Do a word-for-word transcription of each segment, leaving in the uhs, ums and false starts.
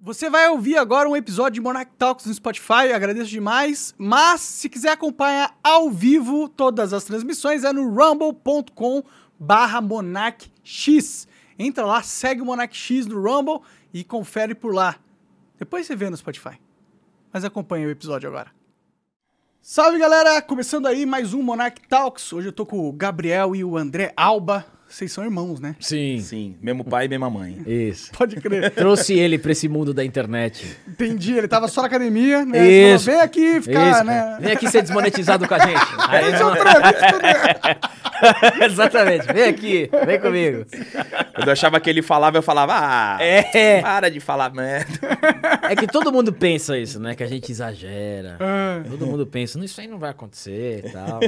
Você vai ouvir agora um episódio de Monarch Talks no Spotify, agradeço demais. Mas, se quiser acompanhar ao vivo todas as transmissões, é no rumble ponto com barra monarch x. Entra lá, segue o Monarch X no Rumble e confere por lá. Depois você vê no Spotify. Mas acompanha o episódio agora. Salve, galera! Começando aí mais um Monarch Talks. Hoje eu tô com o Gabriel e o André Alba. Vocês são irmãos, né? Sim. Sim, mesmo pai e mesma mãe. Isso. Pode crer. Trouxe ele pra esse mundo da internet. Entendi, ele tava só na academia, né? Isso. Falou, vem aqui ficar, Isso, né? cara. Vem aqui ser desmonetizado com a gente. Aí, Deixa eu não... ver, Exatamente. Vem aqui, vem comigo. Quando eu achava que ele falava, eu falava, ah, É. para de falar merda. É que todo mundo pensa isso, né? Que a gente exagera. Ah. Todo mundo pensa, isso aí não vai acontecer e tal.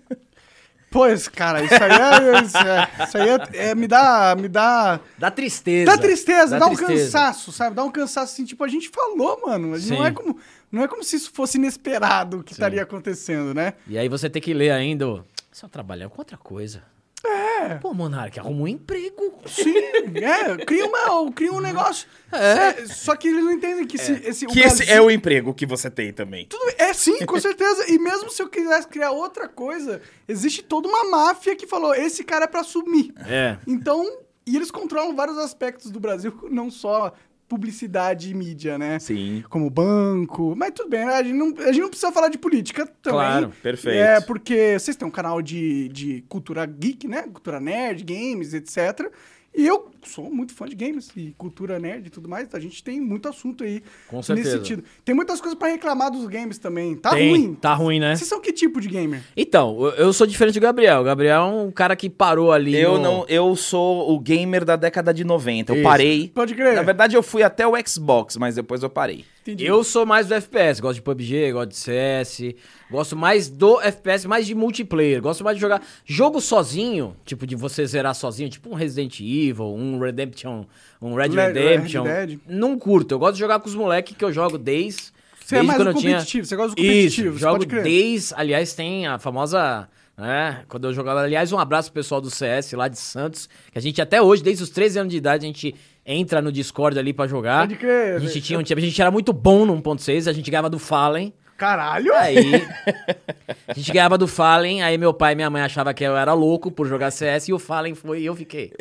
Pois, cara, isso aí é... Isso, é, isso aí é, é- me dá... Me dá... Dá tristeza. Dá tristeza, dá, um tristeza. cansaço, sabe? Dá um cansaço assim, tipo, a gente falou, mano. A gente não, Sim. é como, não é como se isso fosse inesperado o que Sim. estaria acontecendo, né? E aí você tem que ler ainda, o- só trabalhar com outra coisa. É. Pô, Monark, arruma um emprego. Sim, é, cria, uma, cria um negócio. É, só que eles não entendem que esse, esse, o Que esse Brasil- é o emprego que você tem também. Tudo- É sim, com certeza. E mesmo se eu quisesse criar outra coisa, existe toda uma máfia que falou, esse cara é pra sumir. É. Então, e eles controlam vários aspectos do Brasil, não só publicidade e mídia, né? Sim. Como banco. Mas tudo bem, né? A gente não, a gente não precisa falar de política também. Claro, perfeito. É, porque vocês têm um canal de, de cultura geek, né? Cultura nerd, games, etcétera. E eu sou muito fã de games e cultura nerd e tudo mais. A gente tem muito assunto aí Com nesse certeza. sentido. Tem muitas coisas pra reclamar dos games também. Tá Tem, ruim. tá ruim, né? Vocês são que tipo de gamer? Então, eu- eu sou diferente do Gabriel. O Gabriel é um cara que parou ali Eu no... não, eu sou o gamer da década de noventa. Eu Isso. parei. Pode crer. Na verdade, eu fui até o Xbox, mas depois eu parei. Entendi. Eu sou mais do F P S, gosto de P U B G, gosto de C S, gosto mais do F P S, mais de multiplayer, gosto mais de jogar jogo sozinho, tipo de você zerar sozinho, tipo um Resident Evil, um Redemption, um Red Le- Redemption. Red Dead. Não curto, eu gosto de jogar com os moleques que eu jogo desde, Você é desde mais quando do eu tinha... competitivo, você gosta do competitivo, Isso, você jogo pode crer. desde, aliás, tem a famosa... né, quando eu jogava, aliás, um abraço pro pessoal do C S lá de Santos, que a gente até hoje, desde os treze anos de idade, a gente entra no Discord ali pra jogar. Pode crer. A gente tinha um time, a gente era muito bom no um ponto seis, a gente ganhava do Fallen. Caralho! Aí a gente ganhava do Fallen, aí meu pai e minha mãe achavam que eu era louco por jogar C S e o Fallen foi e eu fiquei.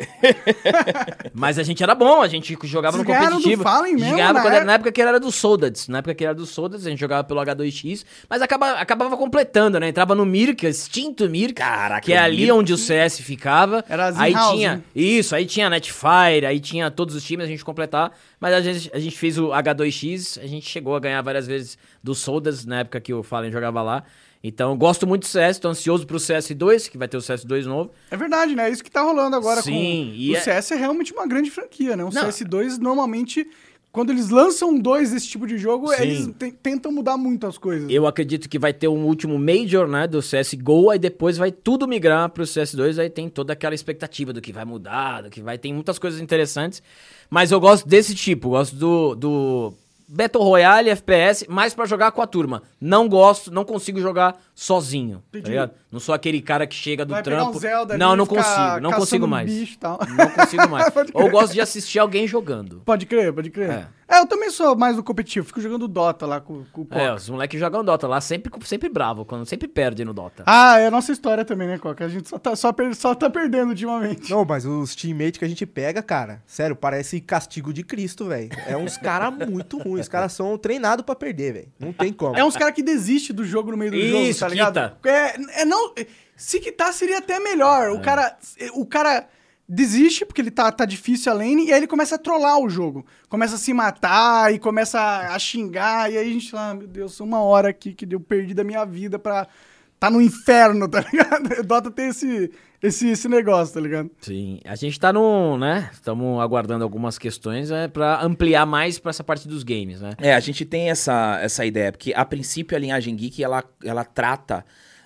Mas a gente era bom, a gente jogava Vocês no ganharam do competitivo. Fallen A gente mesmo, ganhava na quando era- época? na época que ele era do Soldats. Na época que ele era do Soldats, a gente jogava pelo H dois X, mas acaba, acabava completando, né? Entrava no Mirk, extinto Mirk, Caraca, que é o ali Mirk. onde o C S ficava. Era as aí in-house, tinha né? isso, aí tinha Netfire, aí tinha todos os times, a gente completava. Mas a gente, a gente fez o H dois X, a gente chegou a ganhar várias vezes do Soldas, na época que o Fallen jogava lá. Então, eu gosto muito do C S, tô ansioso pro C S dois, que vai ter o C S dois novo. É verdade, né? É isso que tá rolando agora Sim, com... e o é- C S é realmente uma grande franquia, né? O Não. C S dois, normalmente, quando eles lançam dois desse tipo de jogo, Sim. eles te- tentam mudar muito as coisas. Eu acredito que vai ter um último Major, né, do C S G O, aí depois vai tudo migrar pro C S dois, aí tem toda aquela expectativa do que vai mudar, do que vai... Tem muitas coisas interessantes, mas eu gosto desse tipo, gosto do... do... Battle Royale, F P S, mais pra jogar com a turma. Não gosto, não consigo jogar sozinho, tá Entendi. ligado? Não sou aquele cara que chega do Vai pegar trampo. um Zelda ali não, e não ficar consigo, não caçando consigo mais. bicho e tal. Não consigo mais. Pode Ou crer. gosto de assistir alguém jogando. Pode crer, pode crer. É. É. eu também sou mais do competitivo, fico jogando Dota lá com, com o Coca. É, os moleques jogam Dota lá, sempre, sempre bravo, quando sempre perde no Dota. Ah, é a nossa história também, né, Coca? A gente só tá, só per- só tá perdendo ultimamente. Não, mas os teammates que a gente pega, cara, sério, parece castigo de Cristo, velho. É uns caras muito ruins. Os caras são treinados pra perder, velho. Não tem como. É uns caras que desistem do jogo no meio do jogo, Isso, tá ligado? quita. É, é não... Se quitar seria até melhor. O cara... O cara... desiste, porque ele tá, tá difícil a lane, e aí ele começa a trollar o jogo. Começa a se matar, e começa a, a xingar, e aí a gente fala, ah, meu Deus, uma hora aqui que eu perdi da minha vida pra tá no inferno, tá ligado? O Dota tem esse, esse, esse negócio, tá ligado? Sim, a gente tá no, né, estamos aguardando algumas questões é, para ampliar mais pra essa parte dos games, né? É, a gente tem essa, essa ideia, porque a princípio a linhagem geek, ela, ela trata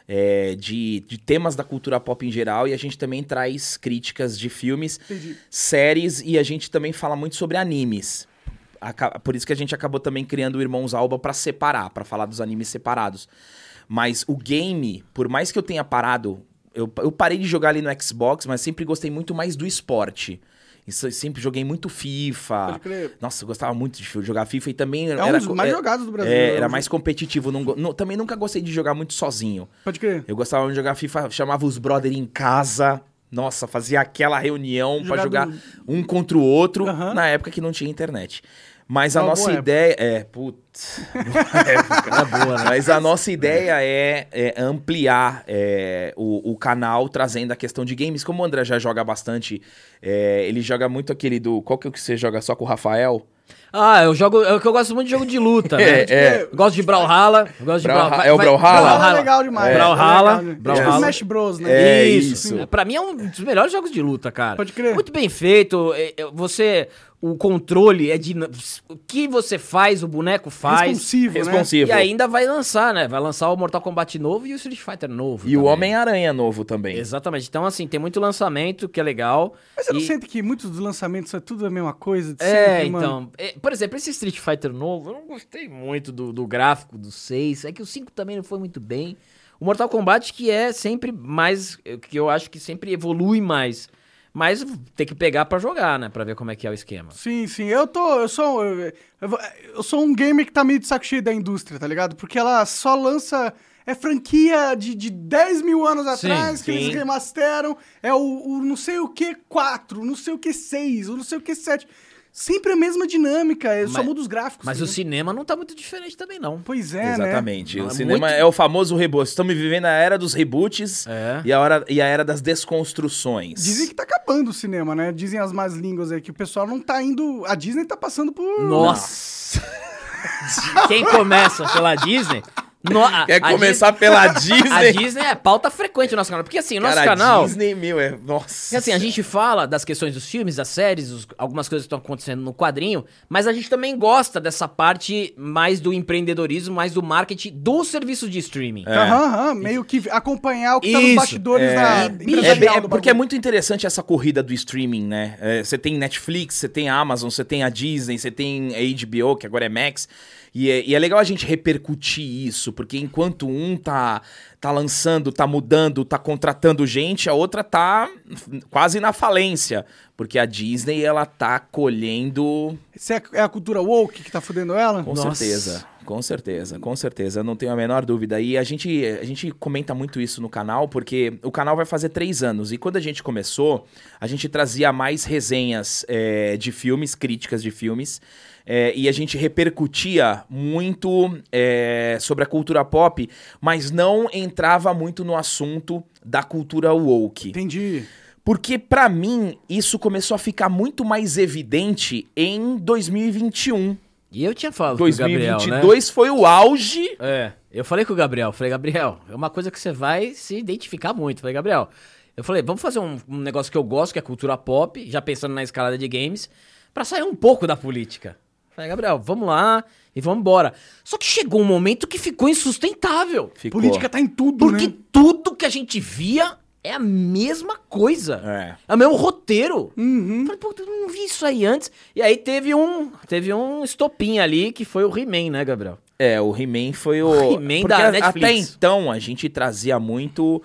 é, de, de temas da cultura pop em geral, e a gente também traz críticas de filmes, Entendi. séries, e a gente também fala muito sobre animes. Aca- Por isso que a gente acabou também criando o Irmãos Alba pra separar, pra falar dos animes separados. Mas o game, por mais que eu tenha parado, eu, eu parei de jogar ali no Xbox, mas sempre gostei muito mais do esporte. Isso, eu sempre joguei muito FIFA. Pode crer. Nossa, eu gostava muito de jogar FIFA e também... É era, um dos mais é, jogados do Brasil. É, né? era mais competitivo. Não, go- não- também nunca gostei de jogar muito sozinho. Pode crer. Eu gostava de jogar FIFA, chamava os brother em casa. Nossa, fazia aquela reunião pra Jogar jogar do- um contra o outro, Aham. na época que não tinha internet. Mas a Uma nossa boa ideia... É, putz... boa época. Era boa, né? Mas a nossa ideia é, é ampliar é, o, o canal, trazendo a questão de games. Como o André já joga bastante, é, ele joga muito aquele do... Qual que é o que você joga só com o Rafael? Ah, eu jogo. É que eu gosto muito de jogo de luta, né? É, é. Eu gosto de Brawlhalla. Eu gosto de Brawlha- Brawlhalla. é o vai- Brawlhalla? Brawlhalla é legal demais. É. Brawlhalla, É legal, né? Brawlhalla. Tipo Smash Bros, né? É isso. isso. É, pra mim é um dos melhores jogos de luta, cara. Pode crer. Muito bem feito. é, é, Você. O controle é de. O que você faz, o boneco faz. Responsivo, né? Responsivo. E ainda vai lançar, né? Vai lançar o Mortal Kombat novo e o Street Fighter novo. E o também. Homem-Aranha novo também. Exatamente. Então, assim, tem muito lançamento que é legal. Mas você não E- sente que muitos dos lançamentos é tudo a mesma coisa? De É, sempre, mano? então. é, por exemplo, esse Street Fighter novo, eu não gostei muito do, do gráfico do seis. É que o cinco também não foi muito bem. O Mortal Kombat, que é sempre mais. Que eu acho que sempre evolui mais. Mas tem que pegar pra jogar, né? Pra ver como é que é o esquema. Sim, sim. Eu tô. Eu sou. Eu, eu vou- eu sou um gamer que tá meio de saco cheio da indústria, tá ligado? Porque ela só lança. É franquia de, de dez mil anos Sim, atrás, que sim. eles remasteram. É o, o não sei o que quatro, não sei o que seis, o não sei o que sete. Sempre a mesma dinâmica, é, só Mas- muda os gráficos. Mas tá o ligado? cinema não tá muito diferente também, não. Pois é, né? Exatamente. Não, O é cinema muito- é o famoso reboot. Estamos vivendo a era dos reboots É. e, a hora, e a era das desconstruções. Dizem que tá acabando o cinema, né? Dizem as más línguas aí que o pessoal não tá indo. A Disney tá passando por. Nossa! Quem começa pela Disney... no- a- Quer a começar pela Disney, Disney? A Disney é pauta frequente no nosso canal. Porque assim, o nosso Cara, canal... a Disney, meu, é... Nossa. Porque assim, a gente fala das questões dos filmes, das séries, os- algumas coisas que estão acontecendo no quadrinho, mas a gente também gosta dessa parte mais do empreendedorismo, mais do marketing dos serviços de streaming. É. Aham, aham, meio que acompanhar o que tá nos Isso, bastidores é. da E- É, empresarial bem- é do porque é bagulho. muito interessante essa corrida do streaming, né? É, Você tem Netflix, você tem Amazon, você tem a Disney, você tem a H B O, que agora é Max. E é, e é legal a gente repercutir isso, porque enquanto um tá, tá lançando, tá mudando, tá contratando gente, a outra tá quase na falência. Porque a Disney, ela tá colhendo... Isso é, é a cultura woke que tá fudendo ela? Com Nossa. certeza, com certeza, com certeza, eu não tenho a menor dúvida. E a gente, a gente comenta muito isso no canal, porque o canal vai fazer três anos. E quando a gente começou, a gente trazia mais resenhas é, de filmes, críticas de filmes. É, e a gente repercutia muito é, sobre a cultura pop, mas não entrava muito no assunto da cultura woke. Entendi. Porque, pra mim, isso começou a ficar muito mais evidente em dois mil e vinte e um. E eu tinha falado com o Gabriel, né? dois mil e vinte e dois foi o auge. É, eu falei com o Gabriel, falei, Gabriel, é uma coisa que você vai se identificar muito. Falei, Gabriel, eu falei, vamos fazer um, um negócio que eu gosto, que é cultura pop, já pensando na escalada de games, pra sair um pouco da política. Falei, Gabriel, vamos lá e vamos embora. Só que chegou um momento que ficou insustentável. Ficou. Política tá em tudo, Porque né? tudo que a gente via é a mesma coisa. É. É o mesmo roteiro. Uhum. Falei, pô, eu não vi isso aí antes. E aí teve um, teve um estopim ali, que foi o He-Man, né, Gabriel? É, o He-Man foi o... He-Man Porque da a- Netflix. Até então, a gente trazia muito...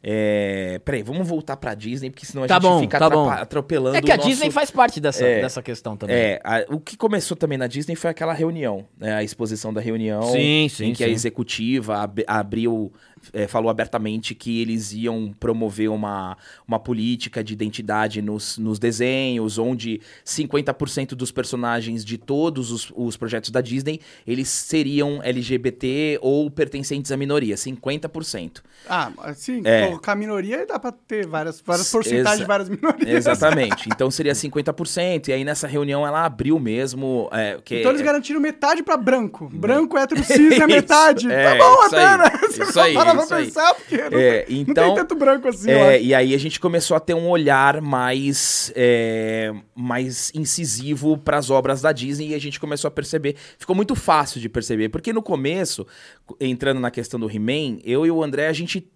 É... Peraí, vamos voltar pra Disney, porque senão a Tá gente bom, fica tá atrapa- bom. atropelando É que a o nosso... Disney faz parte dessa, É. dessa questão também. É, a- o que começou também na Disney foi aquela reunião, né, a exposição da reunião, Sim, sim, em que a sim. executiva ab- abriu, é, falou abertamente que eles iam promover uma, uma política de identidade nos, nos desenhos, onde cinquenta por cento dos personagens de todos os, os projetos da Disney, eles seriam L G B T ou pertencentes à minoria, cinquenta por cento. Ah, assim, É. colocar a minoria dá pra ter várias, várias S- porcentagens exa- de várias minorias. Exatamente, então seria cinquenta por cento, e aí nessa reunião ela abriu mesmo... É, que, Então eles garantiram metade pra branco. Branco, hétero, cis é Isso, metade. é, tá bom isso até, aí, né? Você isso não aí, para pra isso aí. pensar, porque não, É, tem, não então- tem tanto branco assim, eu É, acho. e aí a gente começou a ter um olhar mais, é, mais incisivo para as obras da Disney e a gente começou a perceber. Ficou muito fácil de perceber, porque no começo, entrando na questão do He-Man, eu e o André, a gente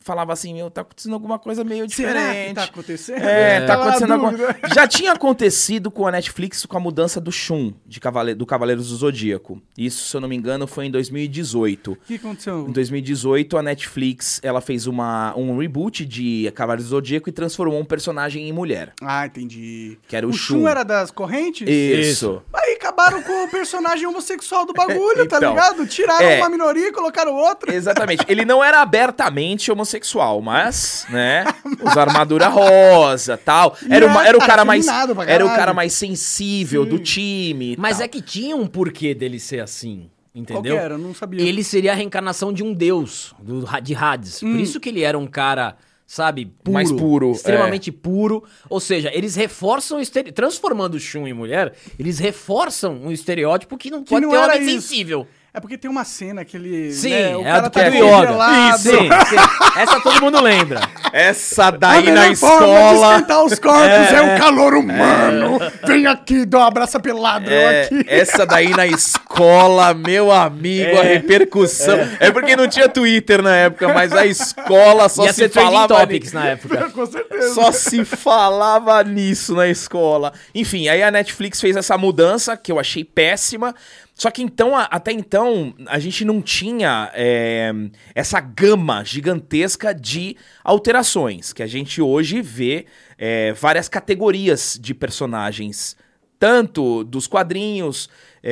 falava assim, meu, tá acontecendo alguma coisa meio diferente. Será que tá acontecendo? É, Eu tá tava na acontecendo alguma... dúvida. Já tinha acontecido com a Netflix com a mudança do Shun, de Cavale... do Cavaleiros do Zodíaco. Isso, se eu não me engano, foi em dois mil e dezoito. O que aconteceu? Em dois mil e dezoito, a Netflix ela fez uma, um reboot de Cavaleiros do Zodíaco e transformou um personagem em mulher, Ah, entendi. que era o, O Shun. Shun era das correntes? Isso. Aí acabaram com o personagem homossexual do bagulho, tá Então, ligado? Tiraram é. uma minoria e colocaram outra. Exatamente. Ele não era abertamente homossexual, mas, né, usa armadura rosa, tal. E Era, uma, era, era o cara, cara mais afeminado pra era o caralho. cara mais sensível Sim. do time. e Mas tal. é que tinha um porquê dele ser assim, Qual que entendeu? era? Eu não sabia. Ele seria a reencarnação de um deus, do, de Hades. Por isso que ele era um cara, sabe, puro. Mais puro, Extremamente puro. Ou seja, eles reforçam, o estere... transformando o Shun em mulher, eles reforçam um estereótipo que não Que pode não ter era homem isso. sensível. É porque tem uma cena que ele. Sim, né, o é a cara do, tá é do Yoda. congelado. Sim, sim. Essa todo mundo lembra. Essa A daí melhor na forma de escola. esquentar os corpos é, o calor humano. Vem aqui, dá um abraço pelado É, aqui. essa daí na escola, meu amigo, a repercussão. É. porque não tinha Twitter na época, mas a escola só Ia se ser trending falava topics nisso. na época. Com certeza. Só se falava nisso na escola. Enfim, aí a Netflix fez essa mudança que eu achei péssima. Só que então, a- até então, a gente não tinha é, essa gama gigantesca de alterações, que a gente hoje vê é, várias categorias de personagens, tanto dos quadrinhos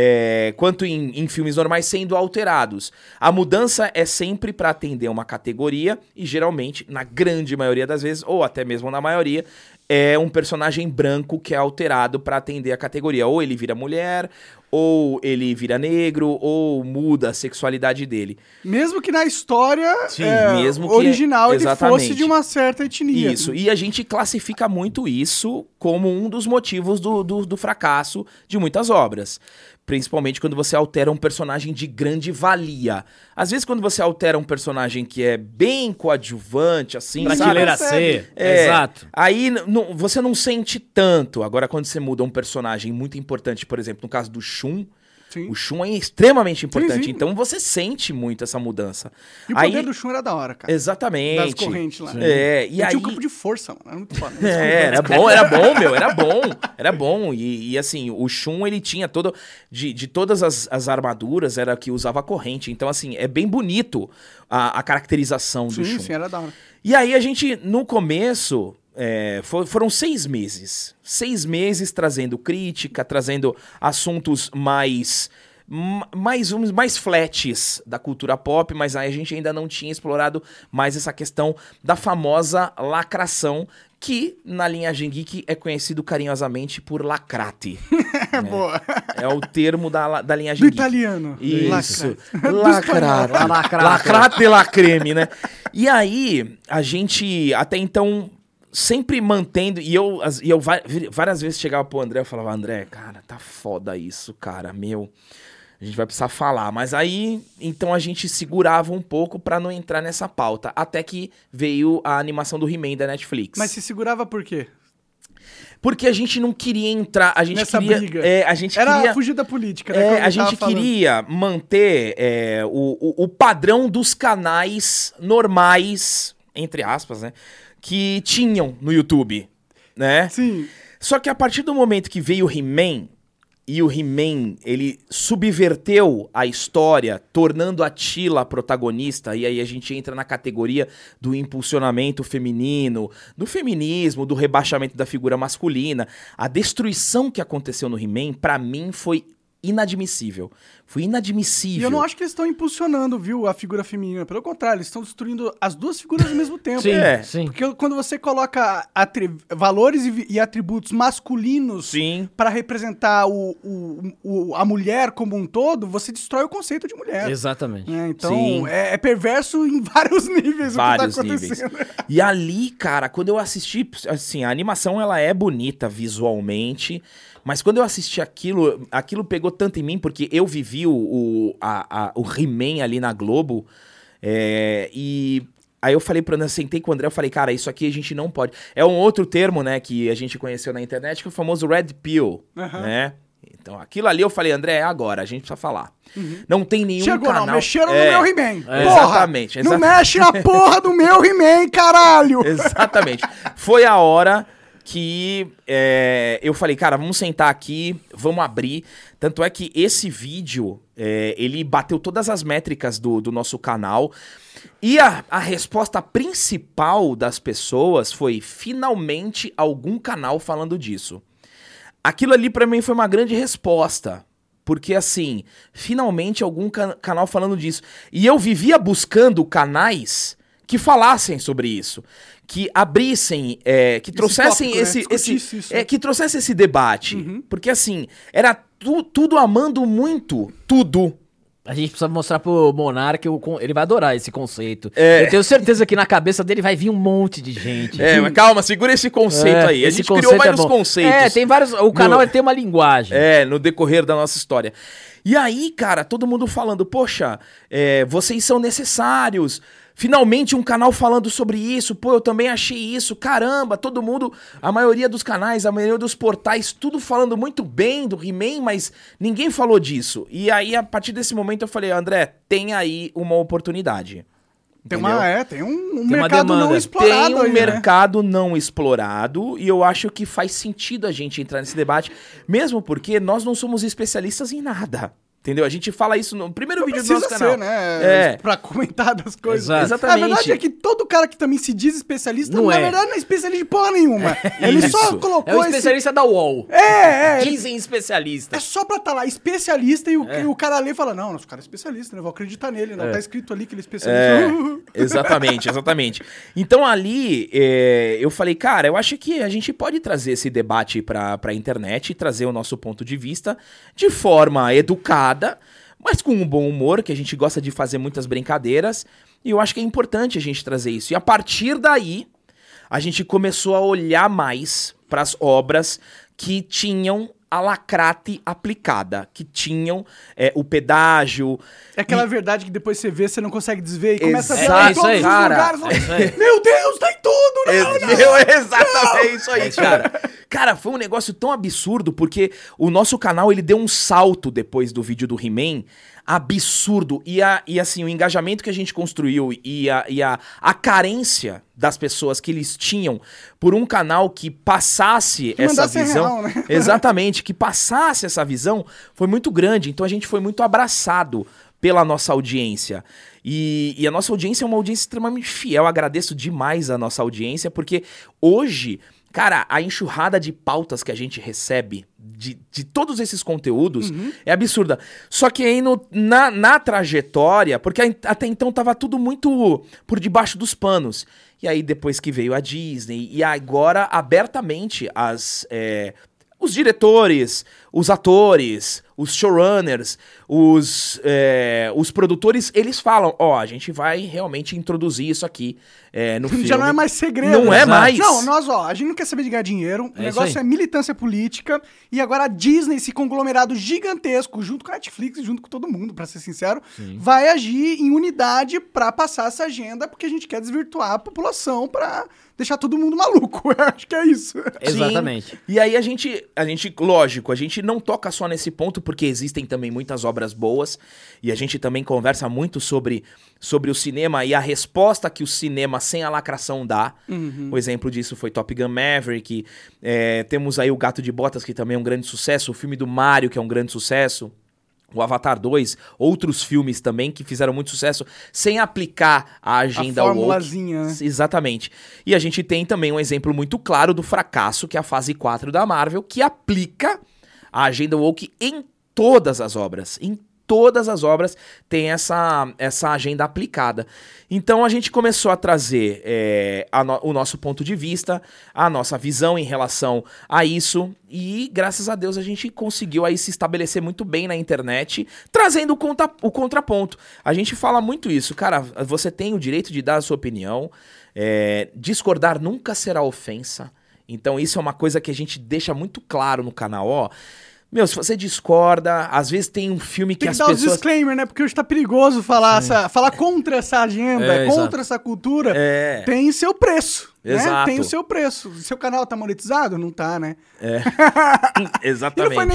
é, quanto em, em filmes normais sendo alterados. A mudança é sempre para atender uma categoria e geralmente, na grande maioria das vezes, ou até mesmo na maioria, é um personagem branco que é alterado para atender a categoria. Ou ele vira mulher, ou ele vira negro, ou muda a sexualidade dele. Mesmo que na história Sim, é, mesmo que- original ele exatamente. fosse de uma certa etnia. Isso, e a gente classifica muito isso como um dos motivos do, do, do fracasso de muitas obras. Principalmente quando você altera um personagem de grande valia. Às vezes, quando você altera um personagem que é bem coadjuvante, assim, sabe? Prateleira percebe. C. É, Exato. Aí n- não- você não sente tanto. Agora, quando você muda um personagem muito importante, por exemplo, no caso do Shun, Sim. o Shun é extremamente importante. sim. Então você sente muito essa mudança. E o aí, poder do Shun era da hora, cara. Exatamente. Das correntes lá. É, e Ele aí... tinha um campo de força, mano. Era muito foda. É, era bom, era bom, meu, era bom, era bom. E, e, assim, o Shun, ele tinha todo, de, de todas as, as armaduras, era que usava corrente. Então, assim, é bem bonito a, a caracterização do Sim, Shun. sim, era da hora. E aí a gente, no começo, é, fo- foram seis meses. Seis meses trazendo crítica, trazendo assuntos mais... m- Mais, uns- mais flats da cultura pop, mas aí a gente ainda não tinha explorado mais essa questão da famosa lacração, que na linhagem geek é conhecido carinhosamente por lacrate. É boa. É o termo da, la- da linhagem Do geek. italiano. Isso. Lacrate. Lacrate. Lacrate. Lacrate de la creme, né? E aí, a gente até então sempre mantendo. E eu, as- e eu va- várias vezes chegava pro André e falava: André, cara, tá foda isso, cara, meu. A gente vai precisar falar. Mas aí, então a gente segurava um pouco pra não entrar nessa pauta. Até que veio a animação do He-Man da Netflix. Mas se segurava por quê? Porque a gente não queria entrar. A gente Nessa queria. briga. É, a gente Era queria. fugir da política, né? É, como a eu gente tava falando. queria manter é, o, o, o padrão dos canais normais, entre aspas, né? Que tinham no YouTube, né? Sim. Só que a partir do momento que veio o He-Man, e o He-Man, ele subverteu a história, tornando a Tila a protagonista, e aí a gente entra na categoria do impulsionamento feminino, do feminismo, do rebaixamento da figura masculina. A destruição que aconteceu no He-Man, pra mim, foi inadmissível. Foi inadmissível. E eu não acho que eles estão impulsionando, viu, a figura feminina. Pelo contrário, eles estão destruindo as duas figuras ao mesmo tempo. Sim, É. sim. Porque quando você coloca atri- valores e, vi- e atributos masculinos Sim. para representar o, o- o- a mulher como um todo, você destrói o conceito de mulher. Exatamente. É, então, Sim. é, é perverso em vários níveis Vários o que tá níveis. acontecendo. E ali, cara, quando eu assisti, assim, a animação ela é bonita visualmente, mas quando eu assisti aquilo, aquilo pegou tanto em mim, porque eu vivi o, o, a, a- o He-Man ali na Globo, é, e aí eu falei pro André, sentei com o André, eu falei, cara, isso aqui a gente não pode. É um outro termo, né, que a gente conheceu na internet, que é o famoso Red Pill, Aham. né? Então, aquilo ali eu falei, André, é agora, a gente precisa falar. Uhum. Não tem nenhum Chegou, canal... não, mexeram é, no meu He-Man. É, Porra, exatamente, exatamente. Não mexe na porra do meu He-Man, caralho! Exatamente. Foi a hora que é, eu falei, cara, vamos sentar aqui, vamos abrir. Tanto é que esse vídeo, é, ele bateu todas as métricas do, do nosso canal. E a, a resposta principal das pessoas foi, finalmente, algum canal falando disso. Aquilo ali pra mim foi uma grande resposta. Porque, assim, finalmente algum can- canal falando disso. E eu vivia buscando canais que falassem sobre isso. Que abrissem, é, que trouxessem esse, tópico, né? esse, isso. é, que trouxesse esse debate. Uhum. Porque, assim, era tu, tudo amando muito, tudo. A gente precisa mostrar pro Monark, o con- ele vai adorar esse conceito. É. Eu tenho certeza que na cabeça dele vai vir um monte de gente. É, mas calma, segura esse conceito É, aí. A esse gente conceito criou é vários bom. conceitos. É, tem vários. O canal No- ele tem uma linguagem. É, no decorrer da nossa história. E aí, cara, todo mundo falando, poxa, é, vocês são necessários. Finalmente um canal falando sobre isso. Pô, eu também achei isso. Caramba, todo mundo, a maioria dos canais, a maioria dos portais, tudo falando muito bem do He-Man, mas ninguém falou disso. E aí, a partir desse momento, eu falei, André, tem aí uma oportunidade. Tem Entendeu? uma, é, tem um, um Tem uma mercado não demanda. explorado Tem um aí, né? mercado não explorado e eu acho que faz sentido a gente entrar nesse debate, mesmo porque nós não somos especialistas em nada. Entendeu? A gente fala isso no primeiro Não vídeo do precisa nosso ser, canal. né? É. Pra comentar das coisas. Exato. Exatamente. A verdade é que todo cara que também se diz especialista, Não na é. verdade, não é especialista de porra nenhuma. Ele só Isso. colocou É o esse... especialista da U O L. É, é. Dizem especialista. É só pra estar lá, especialista, e o, e o cara lê e fala, não, nosso cara é especialista, né? Vou acreditar nele. Não, tá escrito ali que ele é especialista. É, exatamente, exatamente. Então ali, é, eu falei, cara, eu acho que a gente pode trazer esse debate pra, pra internet e trazer o nosso ponto de vista de forma educada, mas com um bom humor, que a gente gosta de fazer muitas brincadeiras, e eu acho que é importante a gente trazer isso. E a partir daí, a gente começou a olhar mais para as obras que tinham a lacrate aplicada, que tinham é, o pedágio. É aquela verdade que depois você vê, você não consegue desver e começa Exato, a ver em isso todos aí. os Cara, lugares. fala, é isso aí. Meu Deus, tem tudo, né? Ex- Meu, exatamente, é isso aí, cara. Cara, foi um negócio tão absurdo, porque o nosso canal, ele deu um salto depois do vídeo do He-Man, absurdo. E, a, e assim, o engajamento que a gente construiu e, a, e a, a carência das pessoas que eles tinham por um canal que passasse Que essa mandasse visão... real, né? Exatamente, que passasse essa visão, foi muito grande. Então a gente foi muito abraçado pela nossa audiência. E, e a nossa audiência é uma audiência extremamente fiel. Eu agradeço demais a nossa audiência, porque hoje, cara, a enxurrada de pautas que a gente recebe de, de todos esses conteúdos Uhum. é absurda. Só que aí no, na, na trajetória, porque a- até então tava tudo muito por debaixo dos panos. E aí depois que veio a Disney, e agora abertamente as... é, os diretores, os atores, os showrunners, os, é, os produtores, eles falam, ó, a gente vai realmente introduzir isso aqui é, no filme. Já não é mais segredo. Não é Exato. mais. Não, nós, ó, a gente não quer saber de ganhar dinheiro. O É isso negócio aí. é militância política. E agora a Disney, esse conglomerado gigantesco, junto com a Netflix e junto com todo mundo, pra ser sincero, vai agir em unidade pra passar essa agenda, porque a gente quer desvirtuar a população pra deixar todo mundo maluco. Eu acho que é isso. Exatamente. Sim. E aí a gente, a gente, lógico, a gente não toca só nesse ponto, porque existem também muitas obras boas, e a gente também conversa muito sobre, sobre o cinema e a resposta que o cinema sem a lacração dá. Uhum. O exemplo disso foi Top Gun Maverick, é, temos aí o Gato de Botas, que também é um grande sucesso, o filme do Mario, que é um grande sucesso, o Avatar dois, outros filmes também que fizeram muito sucesso, sem aplicar a agenda A woke. formulazinha, né? Exatamente. E a gente tem também um exemplo muito claro do fracasso, que é a fase quatro da Marvel, que aplica a agenda woke em todas as obras. Em todas as obras tem essa, essa agenda aplicada. Então a gente começou a trazer é, a no- o nosso ponto de vista, a nossa visão em relação a isso, e graças a Deus a gente conseguiu aí se estabelecer muito bem na internet, trazendo o, conta- o contraponto. A gente fala muito isso, cara, você tem o direito de dar a sua opinião, é, discordar nunca será ofensa. Então isso é uma coisa que a gente deixa muito claro no canal, ó. Meu, se você discorda, às vezes tem um filme que Tem que as dar os pessoas... disclaimer, né? Porque hoje tá perigoso falar, essa, falar contra essa agenda, É, contra exato. essa cultura. É. Tem seu preço. Né? Exato. Tem o seu preço. Seu canal tá monetizado? Não tá, né? É. E não Exatamente. foi nem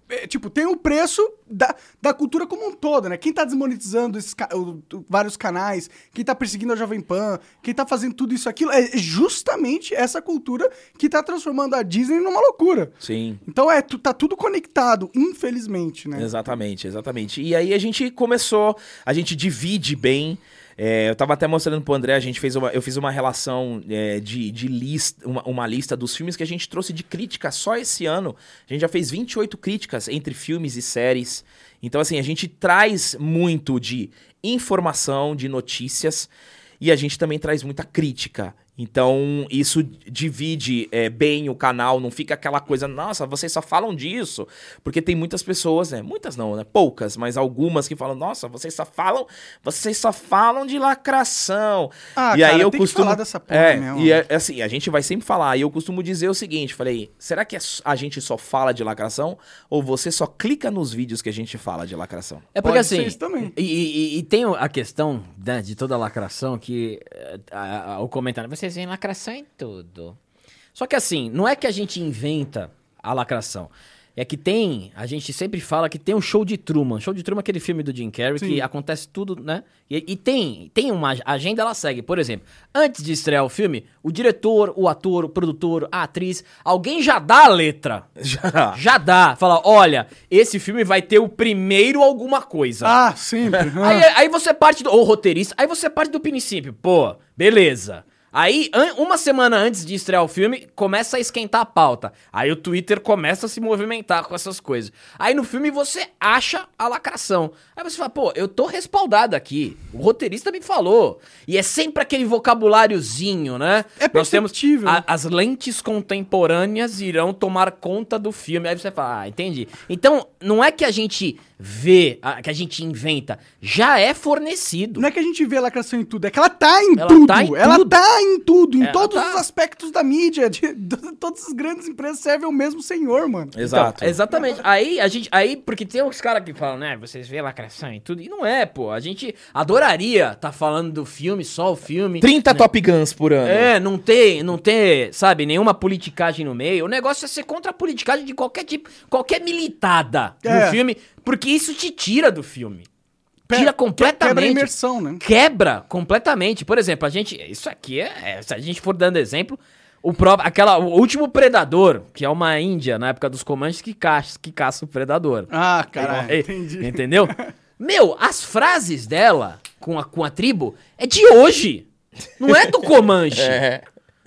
é, tipo, tem um preço da, da cultura como um todo, né? Quem tá desmonetizando esses ca- o- o- vários canais, quem tá perseguindo a Jovem Pan, quem tá fazendo tudo isso, aquilo, é justamente essa cultura que tá transformando a Disney numa loucura. Sim. Então, é, tu- tá tudo conectado, infelizmente, né? Exatamente, exatamente. E aí a gente começou, a gente divide bem. É, eu tava até mostrando pro André, a gente fez uma, eu fiz uma relação é, de, de lista, uma, uma lista dos filmes que a gente trouxe de crítica só esse ano. A gente já fez vinte e oito críticas entre filmes e séries. Então, assim, a gente traz muito de informação, de notícias, e a gente também traz muita crítica. Então, isso divide é, bem o canal, não fica aquela coisa, nossa, vocês só falam disso. Porque tem muitas pessoas, né? Muitas não, né? Poucas, mas algumas que falam, nossa, vocês só falam, vocês só falam de lacração. Ah, e cara, aí eu tem costumo. que falar dessa porra é, mesmo. e é, assim, a gente vai sempre falar, e eu costumo dizer o seguinte: falei, será que é s- a gente só fala de lacração? Ou você só clica nos vídeos que a gente fala de lacração? É porque Pode ser assim, isso também. E, e- e tem a questão, né, de toda a lacração que eh, a- a- o comentário, vocês veem lacração em tudo. Só que assim, não é que a gente inventa a lacração. É que tem, a gente sempre fala que tem um Show de Truman. Show de Truman é aquele filme do Jim Carrey Sim. que acontece tudo, né? E, e tem, tem uma agenda, ela segue. Por exemplo, antes de estrear o filme, o diretor, o ator, o produtor, a atriz, alguém já dá a letra. Já. Já dá. Fala, olha, esse filme vai ter o primeiro alguma coisa. Ah, sempre. Aí, aí você parte do. Ou roteirista, aí você parte do princípio. Pô, beleza. Aí, an- uma semana antes de estrear o filme, começa a esquentar a pauta. Aí o Twitter começa a se movimentar com essas coisas. Aí no filme você acha a lacração. Aí você fala, pô, eu tô respaldado aqui. O roteirista me falou. E é sempre aquele vocabuláriozinho, né? É Nós temos perceptível. a- as lentes contemporâneas irão tomar conta do filme. Aí você fala, ah, entendi. Então, não é que a gente vê, a- que a gente inventa. Já é fornecido. Não é que a gente vê a lacração em tudo, é que ela tá em Ela tudo. tá em ela tudo. tá em tudo, em Ela todos tá. os aspectos da mídia. De, de- todas as grandes empresas servem o mesmo senhor, mano. Exato. Então, exatamente. Aí a gente. Aí, porque tem uns caras que falam, né? Vocês vê lacração e tudo. E não é, pô. A gente adoraria tá falando do filme, só o filme. trinta né? Top Guns por ano. É, não ter, não ter, sabe, nenhuma politicagem no meio. O negócio é ser contra a politicagem de qualquer tipo, qualquer militada É. no filme, porque isso te tira do filme. Pe- Tira Quebra a completamente. imersão, né? Quebra completamente. Por exemplo, a gente. Isso aqui é. é, se a gente for dando exemplo, o próprio. Aquela, o último predador, que é uma índia na época dos Comanches que caça, que caça o predador. Ah, caralho, É, entendi. Entendeu? Meu, as frases dela com a, com a tribo é de hoje. Não é do Comanche. É.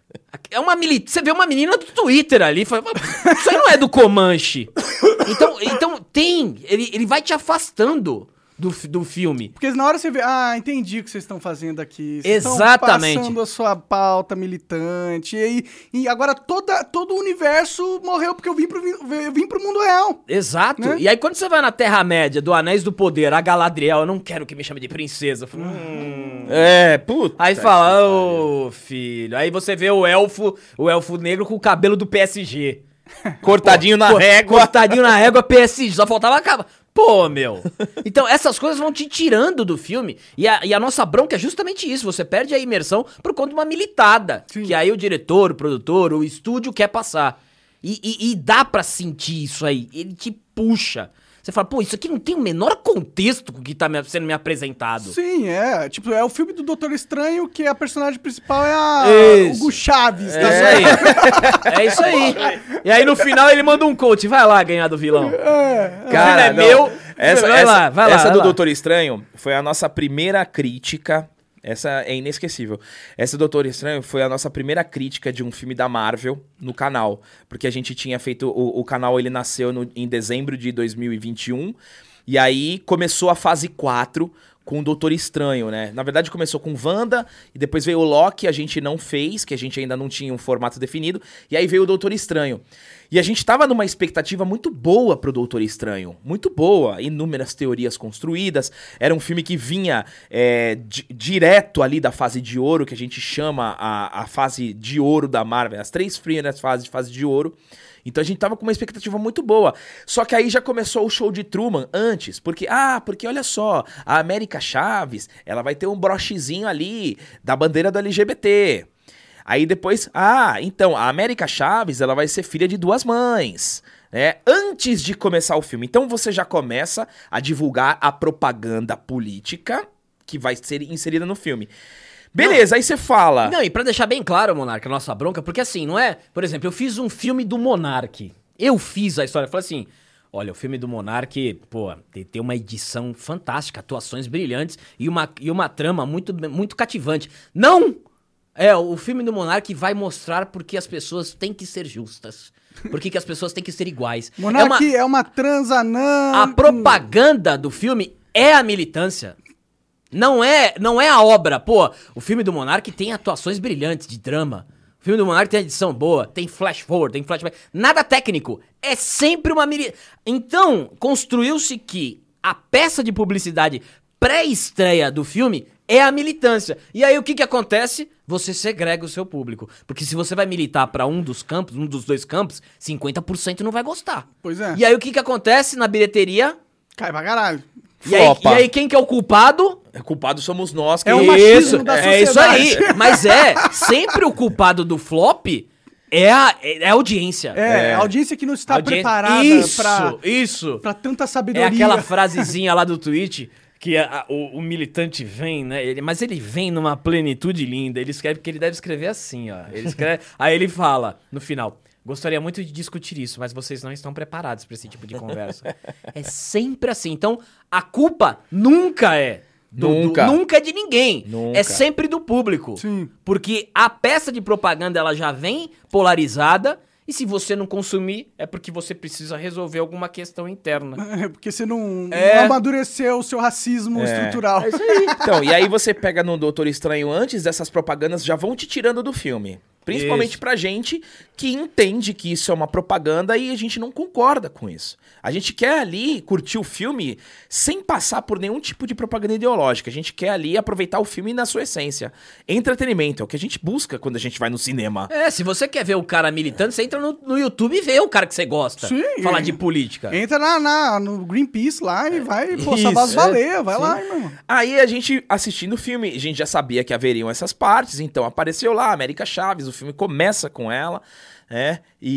É uma mili... Você vê uma menina do Twitter ali, fala, isso aí não é do Comanche. Então, então tem, ele, ele vai te afastando do, fi- do filme. Porque na hora você vê, ah, entendi o que vocês estão fazendo aqui. Vocês Exatamente. Estão passando a sua pauta militante. E, aí- e agora toda, todo o universo morreu porque eu vim pro, vi- eu vim pro mundo real. Exato. Né? E aí quando você vai na Terra-média, do Anéis do Poder, a Galadriel, eu não quero que me chame de princesa. Eu falo, hum. É, puta. Aí fala, ô filho. Aí você vê o elfo, o elfo negro com o cabelo do P S G. Cortadinho na Pô, régua. Cortadinho na régua, P S G. Só faltava acabar. Pô, meu. Então, essas coisas vão te tirando do filme. E a, e a nossa bronca é justamente isso. Você perde a imersão por conta de uma militada. Sim. Que aí o diretor, o produtor, o estúdio quer passar. E, e- e dá pra sentir isso aí. Ele te puxa. Você fala, pô, isso aqui não tem o menor contexto com o que tá me- sendo me apresentado. Sim, é. Tipo, é o filme do Doutor Estranho que a personagem principal é a Isso. Hugo Chaves. É tá isso aí. É isso aí. E aí no final ele manda um coach. Vai lá ganhar do vilão. Cara, é não. meu. Essa, vai essa, lá, vai lá. essa vai do lá. Doutor Estranho foi a nossa primeira crítica. Essa é inesquecível. Essa do Doutor Estranho foi a nossa primeira crítica de um filme da Marvel no canal. Porque a gente tinha feito... O, o canal, ele nasceu no- em dezembro de dois mil e vinte e um. E aí começou a fase quatro com o Doutor Estranho, né? Na verdade começou com Wanda, e depois veio o Loki, a gente não fez, que a gente ainda não tinha um formato definido, e aí veio o Doutor Estranho. E a gente tava numa expectativa muito boa pro Doutor Estranho, muito boa, inúmeras teorias construídas, era um filme que vinha é, di- direto ali da fase de ouro, que a gente chama a, a fase de ouro da Marvel, as três primeiras fases de fase de ouro. Então a gente tava com uma expectativa muito boa. Só que aí já começou o show de Truman antes. Porque, ah, porque olha só, a América Chaves, ela vai ter um brochezinho ali da bandeira do L G B T. Aí depois, ah, então, a América Chaves, ela vai ser filha de duas mães. né, antes de começar o filme. Então você já começa a divulgar a propaganda política que vai ser inserida no filme. Beleza, não. Aí você fala... Não, e pra deixar bem claro, Monark, a nossa bronca, porque assim, não é... Por exemplo, eu fiz um filme do Monark. Eu fiz a história, eu falei assim... Olha, o filme do Monark, pô, tem, tem uma edição fantástica, atuações brilhantes e uma, e uma trama muito, muito cativante. Não! É, o filme do Monark vai mostrar porque as pessoas têm que ser justas. Por que as pessoas têm que ser iguais. Monark é uma, é uma transanã... A propaganda do filme é a militância. Não é, não é a obra. Pô, o filme do Monark tem atuações brilhantes de drama. O filme do Monark tem edição boa, tem flash forward, tem flashback. Nada técnico. É sempre uma militância. Então, construiu-se que a peça de publicidade pré-estreia do filme é a militância. E aí o que que acontece? Você segrega o seu público. Porque se você vai militar pra um dos campos, um dos dois campos, cinquenta por cento não vai gostar. Pois é. E aí o que que acontece na bilheteria? Cai pra caralho. E aí, e aí quem que é o culpado? O culpado somos nós. Que É o isso, machismo da é isso sociedade. aí. Mas é, sempre o culpado do flop é a, é a audiência. É, É. a audiência que não está Audiência- preparada isso, pra, isso. pra tanta É sabedoria. aquela frasezinha lá do tweet que a- a- o, o militante vem, né? Ele- mas ele vem numa plenitude linda. Ele escreve porque ele deve escrever assim, ó. Ele escreve, aí ele fala no final: gostaria muito de discutir isso, mas vocês não estão preparados para esse tipo de conversa. É sempre assim. Então, a culpa nunca é do, do- Nunca. nunca é de ninguém. Nunca. É sempre do público. Sim. Porque a peça de propaganda ela já vem polarizada. E se você não consumir, é porque você precisa resolver alguma questão interna. É, porque você não, É. não amadureceu o seu racismo estrutural. É isso aí. Então, e aí você pega no Doutor Estranho, antes dessas propagandas, já vão te tirando do filme. Principalmente Isso. pra gente que entende que isso é uma propaganda e a gente não concorda com isso. A gente quer ali curtir o filme sem passar por nenhum tipo de propaganda ideológica. A gente quer ali aproveitar o filme na sua essência. Entretenimento é o que a gente busca quando a gente vai no cinema. É, se você quer ver o cara militando, você entra no, no YouTube e vê o cara que você gosta. Sim. Falar de política. Entra na, na- no Greenpeace lá e vai, pô, Isso, salvar as é. baleias, vai Sim. lá, irmão. Aí a gente, assistindo o filme, a gente já sabia que haveriam essas partes, então apareceu lá América Chaves, o filme começa com ela, né?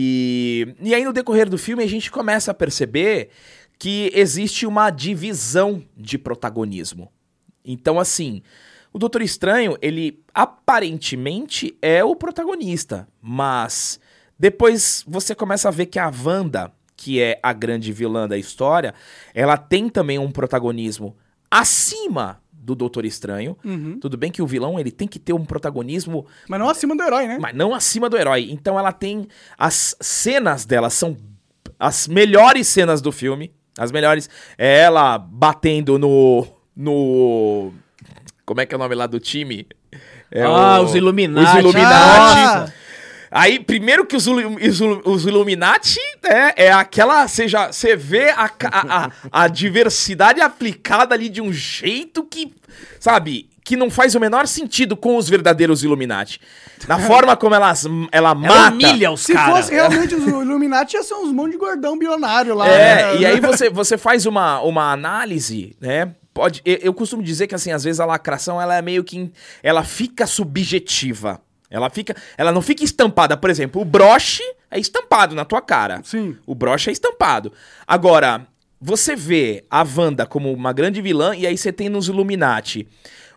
E, e aí no decorrer do filme a gente começa a perceber que existe uma divisão de protagonismo. Então, assim, o Doutor Estranho, ele aparentemente é o protagonista, mas depois você começa a ver que a Wanda, que é a grande vilã da história, ela tem também um protagonismo acima do Doutor Estranho. Uhum. Tudo bem que o vilão ele tem que ter um protagonismo, Mas não acima do herói, né? mas não acima do herói. Então ela tem... As cenas dela são as melhores cenas do filme. As melhores... É ela batendo no... no... Como é que é o nome lá do time? É Ah, o- os Illuminati. Os Illuminati. Ah! Aí, primeiro que os, Ilu- os Ilu- os Illuminati é, é aquela... Você já você vê a, ca- a, a, a diversidade aplicada ali de um jeito que, sabe, que não faz o menor sentido com os verdadeiros Illuminati. Na forma como elas, ela Ela mata... humilha os Se caras. fosse realmente os Illuminati, ia ser uns monte de gordão bilionário lá. É, né? e aí você, você faz uma, uma análise, né? Pode, eu, eu costumo dizer que, assim, às vezes a lacração, ela é meio que... Ela fica subjetiva. Ela fica... Ela não fica estampada. Por exemplo, o broche é estampado na tua cara. Sim. O broche é estampado. Agora, você vê a Wanda como uma grande vilã, e aí você tem nos Illuminati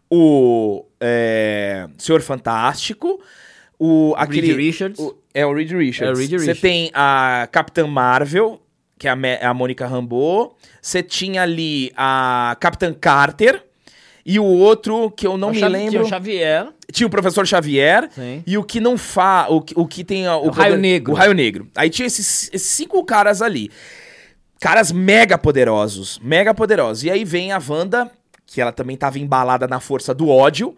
o é, Senhor Fantástico, o... aquele, Reed Richards. o- é o Reed Richards. É o Reed Você Richards. tem a Capitã Marvel, que é a, Me- a Mônica Rambeau. Você tinha ali a Capitã Carter. E o outro, que eu não O me Xavi- lembro... Tinha o Xavier. Tinha o Professor Xavier. Sim. E o que não fa... O, que- o que tem... a- O Raio Negro. O Raio Negro. Aí tinha esses, esses cinco caras ali. Caras mega poderosos. Mega poderosos. E aí vem a Wanda, que ela também tava embalada na força do ódio.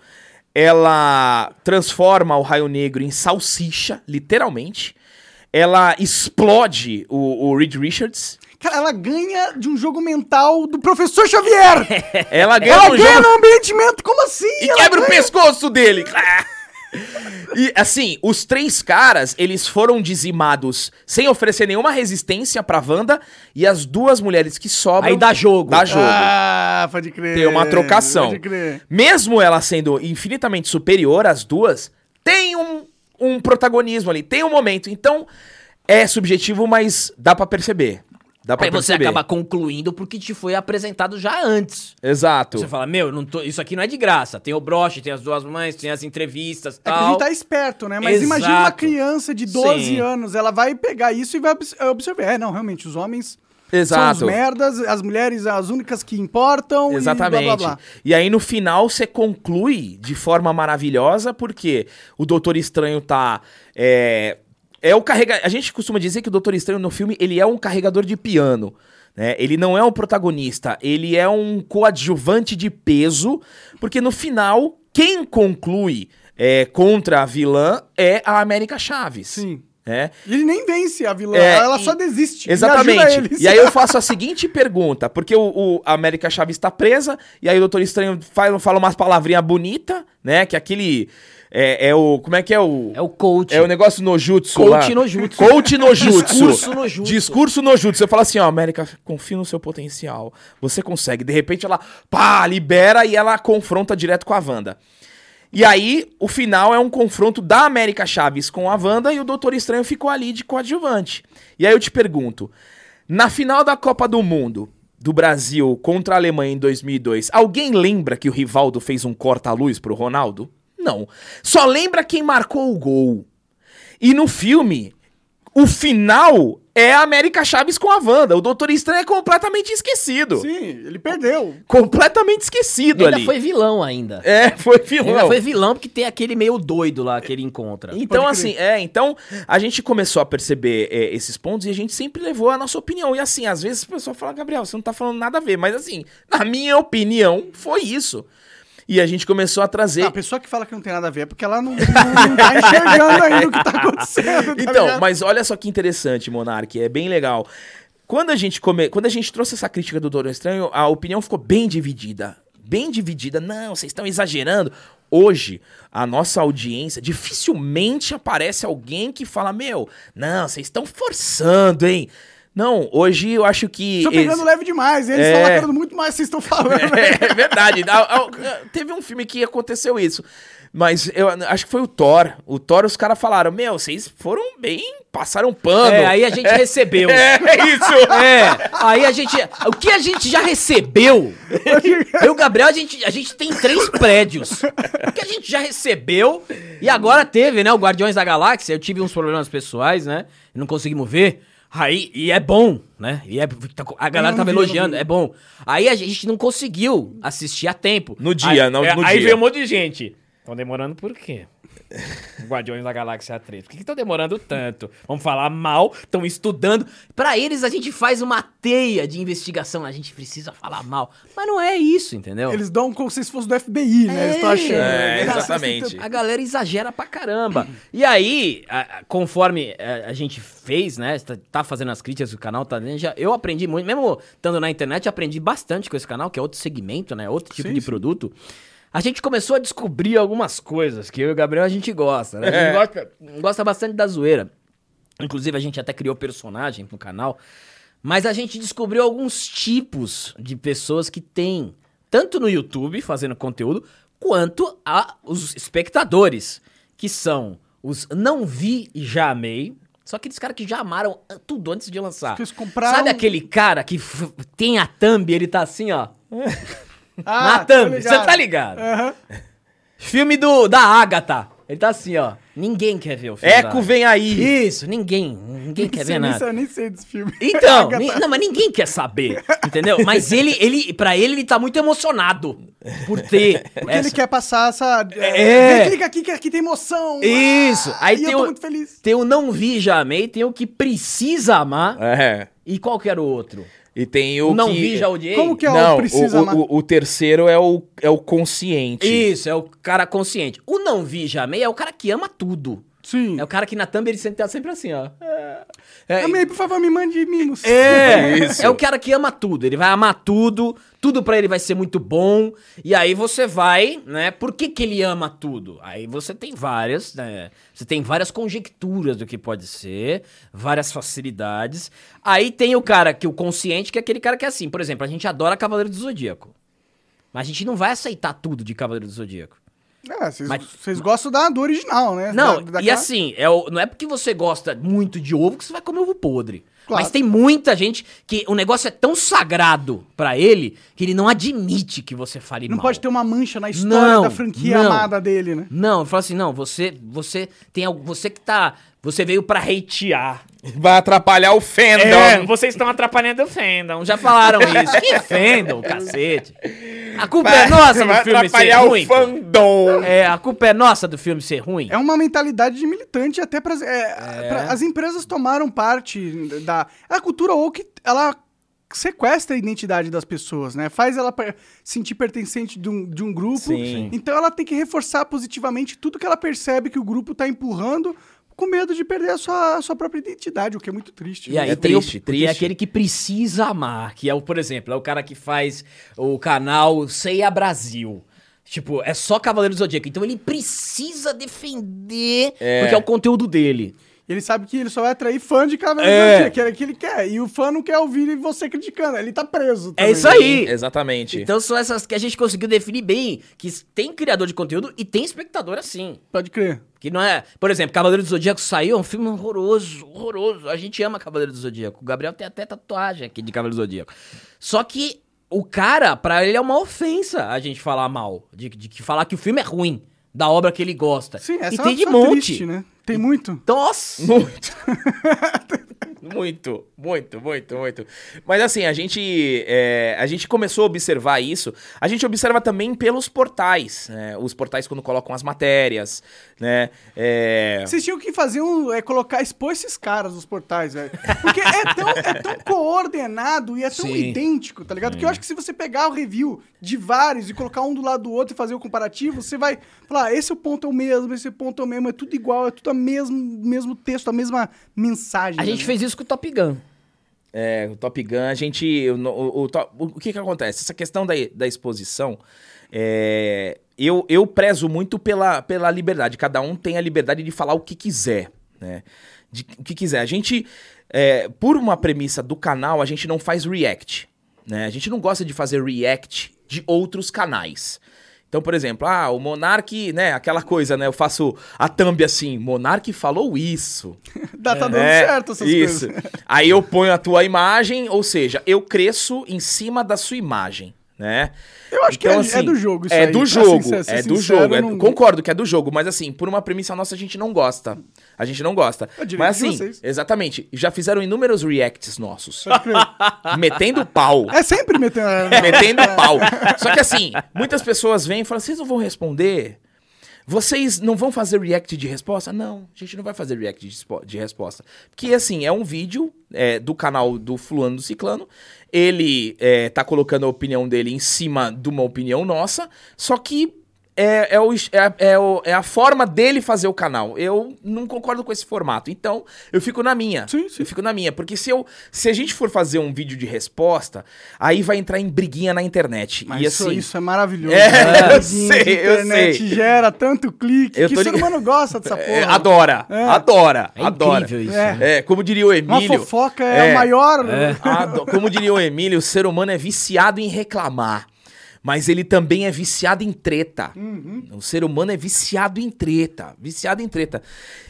Ela transforma o Raio Negro em salsicha, literalmente. Ela explode o, o Reed Richards. Cara, ela ganha de um jogo mental do Professor Xavier. Ela ganha ela no ganha jogo... no ambiente mental. Como assim? E Ela quebra o ganha- pescoço dele. E assim, os três caras, eles foram dizimados sem oferecer nenhuma resistência pra Wanda, e as duas mulheres que sobram... Aí dá jogo. Dá jogo. Ah, pode crer. Tem uma trocação. Pode crer. Mesmo ela sendo infinitamente superior às duas, tem um, um protagonismo ali, tem um momento. Então, É subjetivo, mas dá pra perceber. Dá pra Aí você perceber. acaba concluindo porque te foi apresentado já antes. Exato. Você fala, meu, não tô- isso aqui não é de graça. Tem o broche, tem as duas mães, tem as entrevistas e É que a tal. gente tá esperto, né? Mas imagina uma Exato. criança de doze Sim. anos, ela vai pegar isso e vai obs- observar. É, não, realmente, os homens Exato. são os merdas, as mulheres as únicas que importam Exatamente. e blá, blá, blá. E aí no final você conclui de forma maravilhosa, porque o Doutor Estranho tá... É, é o carrega... A gente costuma dizer que o Doutor Estranho no filme, ele é um carregador de piano. Né? Ele não é um protagonista, ele é um coadjuvante de peso, porque no final, quem conclui é, contra a vilã é a América Chaves. Sim. Né? E ele nem vence a vilã, É, ela e- só desiste. Exatamente. E, ajuda eles. E aí eu faço a seguinte pergunta, porque o, o a América Chaves está presa, e aí o Doutor Estranho fala, fala umas palavrinhas bonitas, né? Que aquele... É, é o... Como é que é o... É o coach. É o negócio no jutsu Coach lá. no jutsu. Coach no jutsu. Discurso no jutsu. Discurso no jutsu. Você fala assim, ó, América, confia no seu potencial. Você consegue. De repente ela, pá, libera e ela confronta direto com a Wanda. E aí, o final é um confronto da América Chaves com a Wanda e o Doutor Estranho ficou ali de coadjuvante. E aí eu te pergunto, na final da Copa do Mundo do Brasil contra a Alemanha em dois mil e dois, alguém lembra que o Rivaldo fez um corta-luz pro Ronaldo? Não. Só lembra quem marcou o gol. E no filme, o final é a América Chaves com a Wanda. O Doutor Estranho é completamente esquecido. Sim, ele perdeu. Completamente esquecido Ainda ali. foi vilão ainda. É, foi vilão. Ainda foi vilão porque tem aquele meio doido lá que ele encontra. Então, Pode assim, é, então a gente começou a perceber é, esses pontos e a gente sempre levou a nossa opinião. E assim, às vezes o pessoal fala, Gabriel, você não tá falando nada a ver. Mas assim, na minha opinião, foi isso. E a gente começou a trazer... Ah, a pessoa que fala que não tem nada a ver é porque ela não, não, não tá enxergando ainda o que tá acontecendo. tá Então, ligado? mas olha só que interessante, Monark, é bem legal. Quando a gente come... Quando a gente trouxe essa crítica do Doutor Estranho, a opinião ficou bem dividida. Bem dividida. Não, vocês estão exagerando. Hoje, a nossa audiência, dificilmente aparece alguém que fala, meu, não, vocês estão forçando, hein? Não, hoje eu acho que... Tô pegando esse- leve demais, eles É. estão lacrando muito mais do que vocês estão falando. É verdade. A- a- Teve um filme que aconteceu isso. Mas eu acho que foi o Thor. O Thor, os caras falaram, meu, vocês foram bem, passaram pano. É, aí a gente recebeu. É isso. É, aí a gente... O que a gente já recebeu... Eu e o Gabriel, a gente, a gente tem três prédios. O que a gente já recebeu... E agora teve, né, o Guardiões da Galáxia. Eu tive uns problemas pessoais, né? Não conseguimos ver. Aí, e é bom, né? E é, a galera Eu não tava vi, eu não elogiando, vi. é bom. Aí a gente não conseguiu assistir a tempo. No dia, aí, não é, no Aí dia. veio um monte de gente. Estão demorando por quê? Guardiões da Galáxia três. Por que estão demorando tanto? Vamos falar mal, estão estudando. Pra eles, a gente faz uma teia de investigação. A gente precisa falar mal. Mas não é isso, entendeu? Eles dão como se fosse do F B I, né? Eles estão achando. É, Cara, exatamente. A galera exagera pra caramba. E aí, a- a- conforme a, a gente fez, né? Tá, tá fazendo as críticas do canal, tá vendo? Já, eu aprendi muito, mesmo estando na internet, aprendi bastante com esse canal, que é outro segmento, né? Outro tipo Sim, de sim. produto. A gente começou a descobrir algumas coisas que eu e o Gabriel a gente gosta, né? A gente gosta, gosta bastante da zoeira. Inclusive, a gente até criou personagem no canal. Mas a gente descobriu alguns tipos de pessoas que tem, tanto no YouTube, fazendo conteúdo, quanto a os espectadores, que são os não vi e já amei. Só aqueles caras que já amaram tudo antes de lançar. Que eles compraram- Sabe aquele cara que f- tem a thumb e ele tá assim, ó. Ah, na tô thumb, você ligado. tá ligado? Aham. Filme do, da Agatha. Ele tá assim, ó. Ninguém quer ver o filme. da Eco Agatha. vem aí. Isso, ninguém. Ninguém quer Sei ver nem nada. se- Eu nem sei desse filme. Então, Agatha. ni- não, mas ninguém quer saber, entendeu? Mas ele, ele, pra ele, ele tá muito emocionado por ter. Porque essa- ele quer passar essa. É. Vem, clica aqui que aqui tem emoção. Isso. Ah, Aí e tem eu tô o- muito feliz. Tem o não vi, já amei, tem o que precisa amar. É. E qual que era o outro? E tem o O não que... vi, já odiei. Como que é Não, o precisa o, amar? o, o terceiro é o, é o consciente. Isso, é o cara consciente. O não vi, já amei é o cara que ama tudo. Sim. É o cara que na thumb ele sempre tá sempre assim, ó. É, Amei, por favor, me mande mimos. É, Isso. é o cara que ama tudo. Ele vai amar tudo, tudo pra ele vai ser muito bom. E aí você vai, né? Por que que ele ama tudo? Aí você tem várias, né? Você tem várias conjecturas do que pode ser, várias facilidades. Aí tem o cara que o consciente, que é aquele cara que é assim. Por exemplo, a gente adora Cavaleiro do Zodíaco. Mas a gente não vai aceitar tudo de Cavaleiro do Zodíaco. É, vocês Mas- vocês gostam da, do original, né? Não, Da- e daquela- assim, é o- não é porque você gosta muito de ovo que você vai comer ovo podre. Claro. Mas tem muita gente que o negócio é tão sagrado pra ele que ele não admite que você fale Não mal. pode ter uma mancha na história Não, da franquia não. amada dele, né? Não, ele fala assim, não, você, você tem algo, você que tá, você veio pra hatear. Vai atrapalhar o fandom. É, vocês estão atrapalhando o fandom, já falaram isso. Que fandom, cacete. A culpa é nossa do Vai filme ser atrapalhar ruim. o fandom. É, a culpa é nossa do filme ser ruim. É uma mentalidade de militante até para as empresas tomaram parte da a cultura woke, ela sequestra a identidade das pessoas, né? Faz ela per- sentir pertencente de um, de um grupo. Sim. Então ela tem que reforçar positivamente tudo que ela percebe que o grupo tá empurrando com medo de perder a sua, a sua própria identidade, o que é muito triste. E né? aí É tem o- triste, porque triste. é aquele que precisa amar, que é o, por exemplo, é o cara que faz o canal Ceia Brasil. Tipo, é só Cavaleiro do Zodíaco. Então ele precisa defender, É. porque é o conteúdo dele. Ele sabe que ele só vai atrair fã de Cavaleiro É. do Zodíaco, que é o que ele quer. E o fã não quer ouvir você criticando, ele tá preso. É também. isso aí. Exatamente. Então são essas que a gente conseguiu definir bem, que tem criador de conteúdo e tem espectador assim. Pode crer. Que não é... Por exemplo, Cavaleiro do Zodíaco saiu, é um filme horroroso, horroroso. A gente ama Cavaleiro do Zodíaco. O Gabriel tem até tatuagem aqui de Cavaleiro do Zodíaco. Só que o cara, pra ele é uma ofensa a gente falar mal. De, de que falar que o filme é ruim, da obra que ele gosta. Sim, essa e é tem uma de pessoa monte. triste, né? Tem muito. Nossa! Muito. Muito, muito, muito, muito. Mas assim, a gente, é, a gente começou a observar isso. A gente observa também pelos portais, né? Os portais quando colocam as matérias, né? É... Vocês tinham que fazer um. É, colocar, expor esses caras nos portais, velho. Porque é tão, é tão coordenado e é tão Sim. idêntico, tá ligado? Que eu acho que se você pegar o review de vários e colocar um do lado do outro e fazer o comparativo, você vai falar, ah, esse ponto é o mesmo, esse ponto é o mesmo, é tudo igual, é tudo o mesmo, mesmo texto, a mesma mensagem. A gente né? fez isso com o Top Gun. É, o Top Gun, a gente. O, o, o, o, o que que acontece? Essa questão da, da exposição, é, eu, eu prezo muito pela, pela liberdade. Cada um tem a liberdade de falar o que quiser, né? De, o que quiser. A gente, é, por uma premissa do canal, a gente não faz react, né? A gente não gosta de fazer react de outros canais. Então, por exemplo, ah, o Monark, né, aquela coisa, né, eu faço a thumb assim, Monark falou isso. Dá, tá dando É, certo essas isso. coisas. Aí eu ponho a tua imagem, ou seja, eu cresço em cima da sua imagem, né? Eu acho que é- é do jogo isso É aí, do pra jogo, ser- ser é do sincero, jogo. é- não- Concordo que é do jogo, mas assim, por uma premissa nossa a gente não gosta. A gente não gosta. É direito Mas de assim, vocês. exatamente, já fizeram inúmeros reacts nossos. Metendo pau. É sempre metendo. Metendo pau. Só que assim, muitas pessoas vêm e falam, vocês não vão responder? Vocês não vão fazer react de resposta? Não, a gente não vai fazer react de, respo- de resposta. Porque assim, é um vídeo é, do canal do Fulano do Ciclano. Ele é, tá colocando a opinião dele em cima de uma opinião nossa. Só que é, é, o, é, é, o, é a forma dele fazer o canal. Eu não concordo com esse formato. Então, eu fico na minha. Sim, sim. Eu fico na minha. Porque se, eu, se a gente for fazer um vídeo de resposta, aí vai entrar em briguinha na internet. Mas e isso, assim. isso é maravilhoso. É, né? eu sei, eu internet sei. gera tanto clique Eu que tô o ser ligado. humano gosta dessa porra. É, adora, É. adora, É adora. incrível isso, É. né? É, como diria o Uma Emílio. fofoca é, a maior. ado- como diria o Emílio, o ser humano é viciado em reclamar. Mas ele também é viciado em treta. Uhum. O ser humano é viciado em treta. Viciado em treta.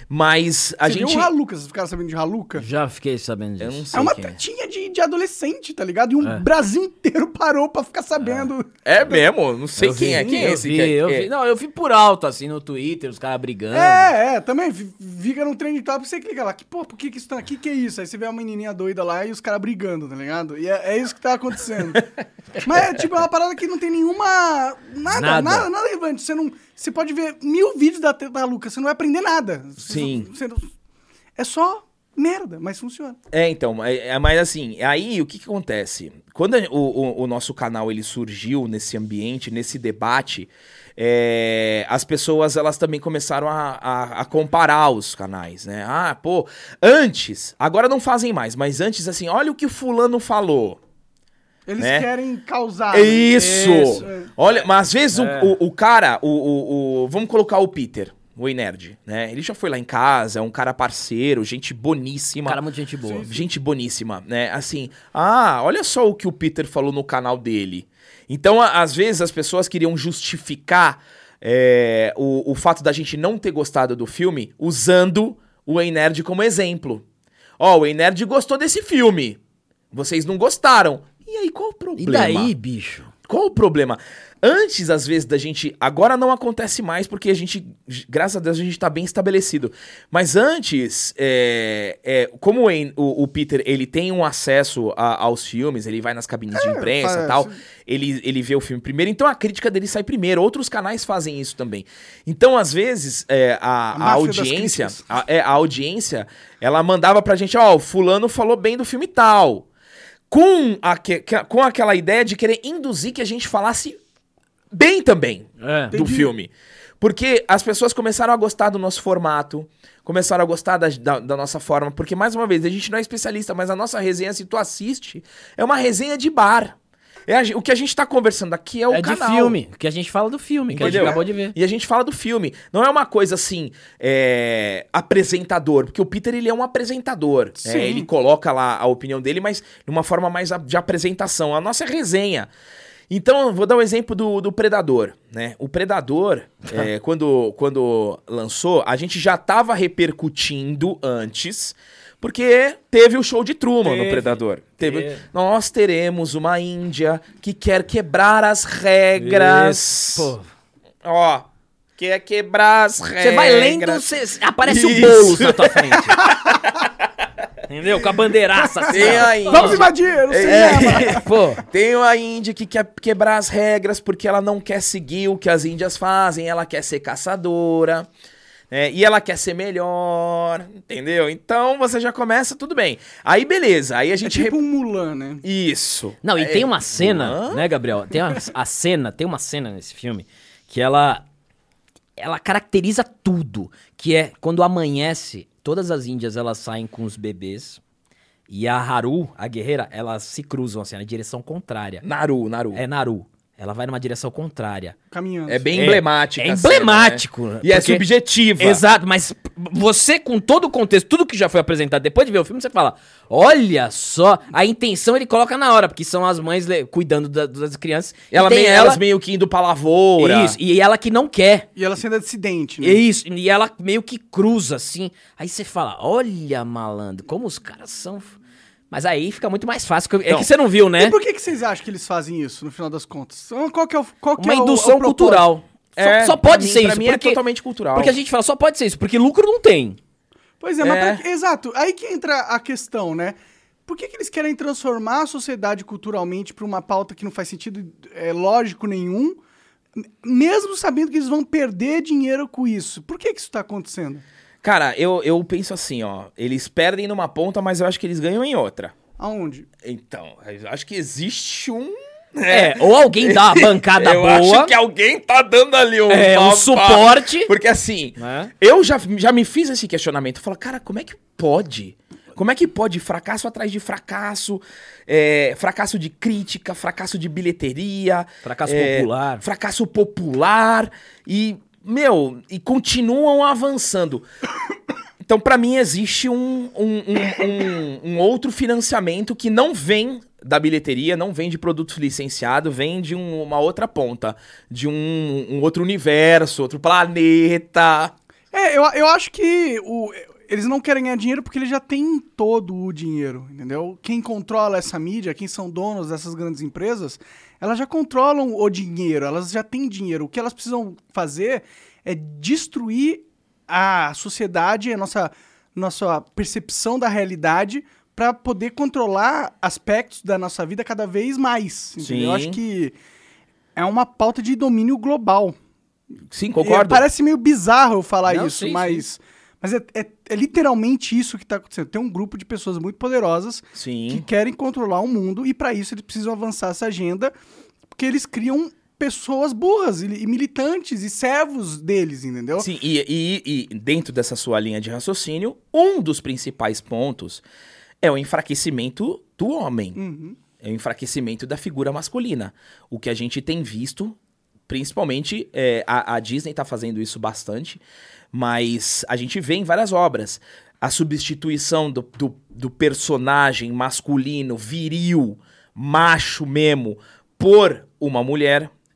Mas a Você gente. viu o Haluca? Vocês ficaram sabendo de Haluca? Já fiquei sabendo disso. Eu não É sei uma quem é. tretinha de, de adolescente, tá ligado? E um É. Brasil inteiro parou pra ficar sabendo. É mesmo? Não sei Eu quem vi, é. Quem é eu esse? vi, que é- eu que é? vi. Não, eu vi por alto, assim, no Twitter, os caras brigando. É, é, também. vi- Fica num trend top, você clica lá. Que, pô, por que que isso tá aqui? Que é isso? Aí você vê uma menininha doida lá e os caras brigando, tá ligado? E é, é isso que tá acontecendo. Mas é tipo é uma parada que não tem nenhuma. Nada, Nada. nada, nada, relevante. Você não. Você pode ver mil vídeos da, da Luca, você não vai aprender nada. Sim. Você não- é só merda, mas funciona. É, então, é, é, mas assim, aí o que que acontece? Quando a- o, o, o nosso canal ele surgiu nesse ambiente, nesse debate, é, as pessoas elas também começaram a, a, a comparar os canais, né? Ah, pô, antes, agora não fazem mais, mas antes assim, olha o que o fulano falou. Eles Né? querem causar. É né? isso! Isso, é. Olha, mas às vezes o- É. o, o cara, o, o, o- vamos colocar o Peter, o Ei Nerd, né? Ele já foi lá em casa, é um cara parceiro, gente boníssima. Cara, muita gente boa. Gente boníssima, né? Assim, ah, olha só o que o Peter falou no canal dele. Então, a- às vezes, as pessoas queriam justificar é, o, o fato da gente não ter gostado do filme usando o Ei Nerd como exemplo. Ó, o Ei Nerd gostou desse filme. Vocês não gostaram. E aí, qual o problema? E daí, bicho? Qual o problema? Antes, às vezes, da gente... Agora não acontece mais, porque a gente... Graças a Deus, a gente tá bem estabelecido. Mas antes, é, é, como o, o, o Peter, ele tem um acesso a, aos filmes, ele vai nas cabines é, de imprensa e tal, ele, ele vê o filme primeiro, então a crítica dele sai primeiro. Outros canais fazem isso também. Então, às vezes, é, a, a, a audiência... A, é, a audiência, ela mandava pra gente, ó, oh, o fulano falou bem do filme tal. Com, a, com aquela ideia de querer induzir que a gente falasse bem também é. do Entendi. filme. Porque as pessoas começaram a gostar do nosso formato, começaram a gostar da, da, da nossa forma, porque, mais uma vez, a gente não é especialista, mas a nossa resenha, se tu assiste, é uma resenha de bar. É a, o que a gente tá conversando aqui é o é canal. É de filme, que a gente fala do filme, que Entendeu? a gente acabou de ver. E a gente fala do filme. Não é uma coisa assim, é, apresentador, porque o Peter, ele é um apresentador. É, ele coloca lá a opinião dele, mas de uma forma mais de apresentação. A nossa é resenha. Então, vou dar um exemplo do, do Predador, né? O Predador, é, quando, quando lançou, a gente já tava repercutindo antes... Porque teve o show de Truman teve, no Predador. Teve. Teve. Nós teremos uma Índia que quer quebrar as regras. Isso. Ó, quer quebrar as regras. Você vai lendo, cê, aparece Isso. o Boulos na tua frente. Entendeu? Com a bandeiraça assim. Tem a Índia. Vamos invadir, não sei. É, pô. Tem a Índia que quer quebrar as regras porque ela não quer seguir o que as índias fazem, ela quer ser caçadora. É, e ela quer ser melhor, entendeu? Então você já começa, tudo bem. Aí beleza, aí a gente... É tipo um Mulan, né? Isso. Não, e é... tem uma cena, Mulan? né, Gabriel? Tem uma, a cena, tem uma cena nesse filme que ela, ela caracteriza tudo. Que é, quando amanhece, todas as índias, elas saem com os bebês. E a Haru, a guerreira, elas se cruzam, assim, na direção contrária. Naru, Naru. É Naru. Ela vai numa direção contrária. Caminhando. É bem emblemática. É, é emblemático. Cena, né? E é subjetiva. Exato, mas você, com todo o contexto, tudo que já foi apresentado, depois de ver o filme, você fala, olha só, a intenção ele coloca na hora, porque são as mães cuidando da, das crianças. Ela meio, ela... Elas meio que indo pra lavoura. Isso, e ela que não quer. E ela sendo dissidente, né? Isso, e ela meio que cruza, assim. Aí você fala, olha, malandro, como os caras são... Mas aí fica muito mais fácil. É então, que você não viu, né? E por que, que vocês acham que eles fazem isso, no final das contas? Qual que é o qual que Uma é o, indução o cultural. É, só, só pode mim, ser pra isso. Mim porque, é totalmente cultural. Porque a gente fala, só pode ser isso, porque lucro não tem. Pois é, é. mas pra, exato. Aí que entra a questão, né? Por que, que eles querem transformar a sociedade culturalmente pra uma pauta que não faz sentido é, lógico nenhum, mesmo sabendo que eles vão perder dinheiro com isso? Por que, que isso tá acontecendo? Cara, eu, eu penso assim, ó. Eles perdem numa ponta, mas eu acho que eles ganham em outra. Aonde? Então, eu acho que existe um... É, ou alguém dá uma bancada eu boa. Eu acho que alguém tá dando ali um... É, um suporte. Porque assim, é. eu já, já me fiz esse questionamento. Eu falo, cara, como é que pode? Como é que pode fracasso atrás de fracasso? É, fracasso de crítica, fracasso de bilheteria. Fracasso é, popular. Fracasso popular. E, meu, e continuam avançando. Então, pra mim, existe um, um, um, um, um outro financiamento que não vem da bilheteria, não vem de produto licenciado, vem de um, uma outra ponta, de um, um outro universo, outro planeta. É, eu, eu acho que o, eles não querem ganhar dinheiro porque eles já têm todo o dinheiro, entendeu? Quem controla essa mídia, quem são donos dessas grandes empresas, elas já controlam o dinheiro, elas já têm dinheiro. O que elas precisam fazer é destruir a sociedade, a nossa, nossa percepção da realidade para poder controlar aspectos da nossa vida cada vez mais. Entendeu? Eu acho que é uma pauta de domínio global. Sim, concordo. E parece meio bizarro eu falar Não, isso, sim, mas, sim. mas é, é, é literalmente isso que está acontecendo. Tem um grupo de pessoas muito poderosas sim. que querem controlar o mundo e para isso eles precisam avançar essa agenda porque eles criam pessoas burras e militantes e servos deles, entendeu? Sim, e, e, e dentro dessa sua linha de raciocínio, um dos principais pontos é o enfraquecimento do homem. Uhum. É o enfraquecimento da figura masculina. O que a gente tem visto, principalmente, é, a, a Disney está fazendo isso bastante, mas a gente vê em várias obras a substituição do, do, do personagem masculino, viril, macho mesmo, por uma mulher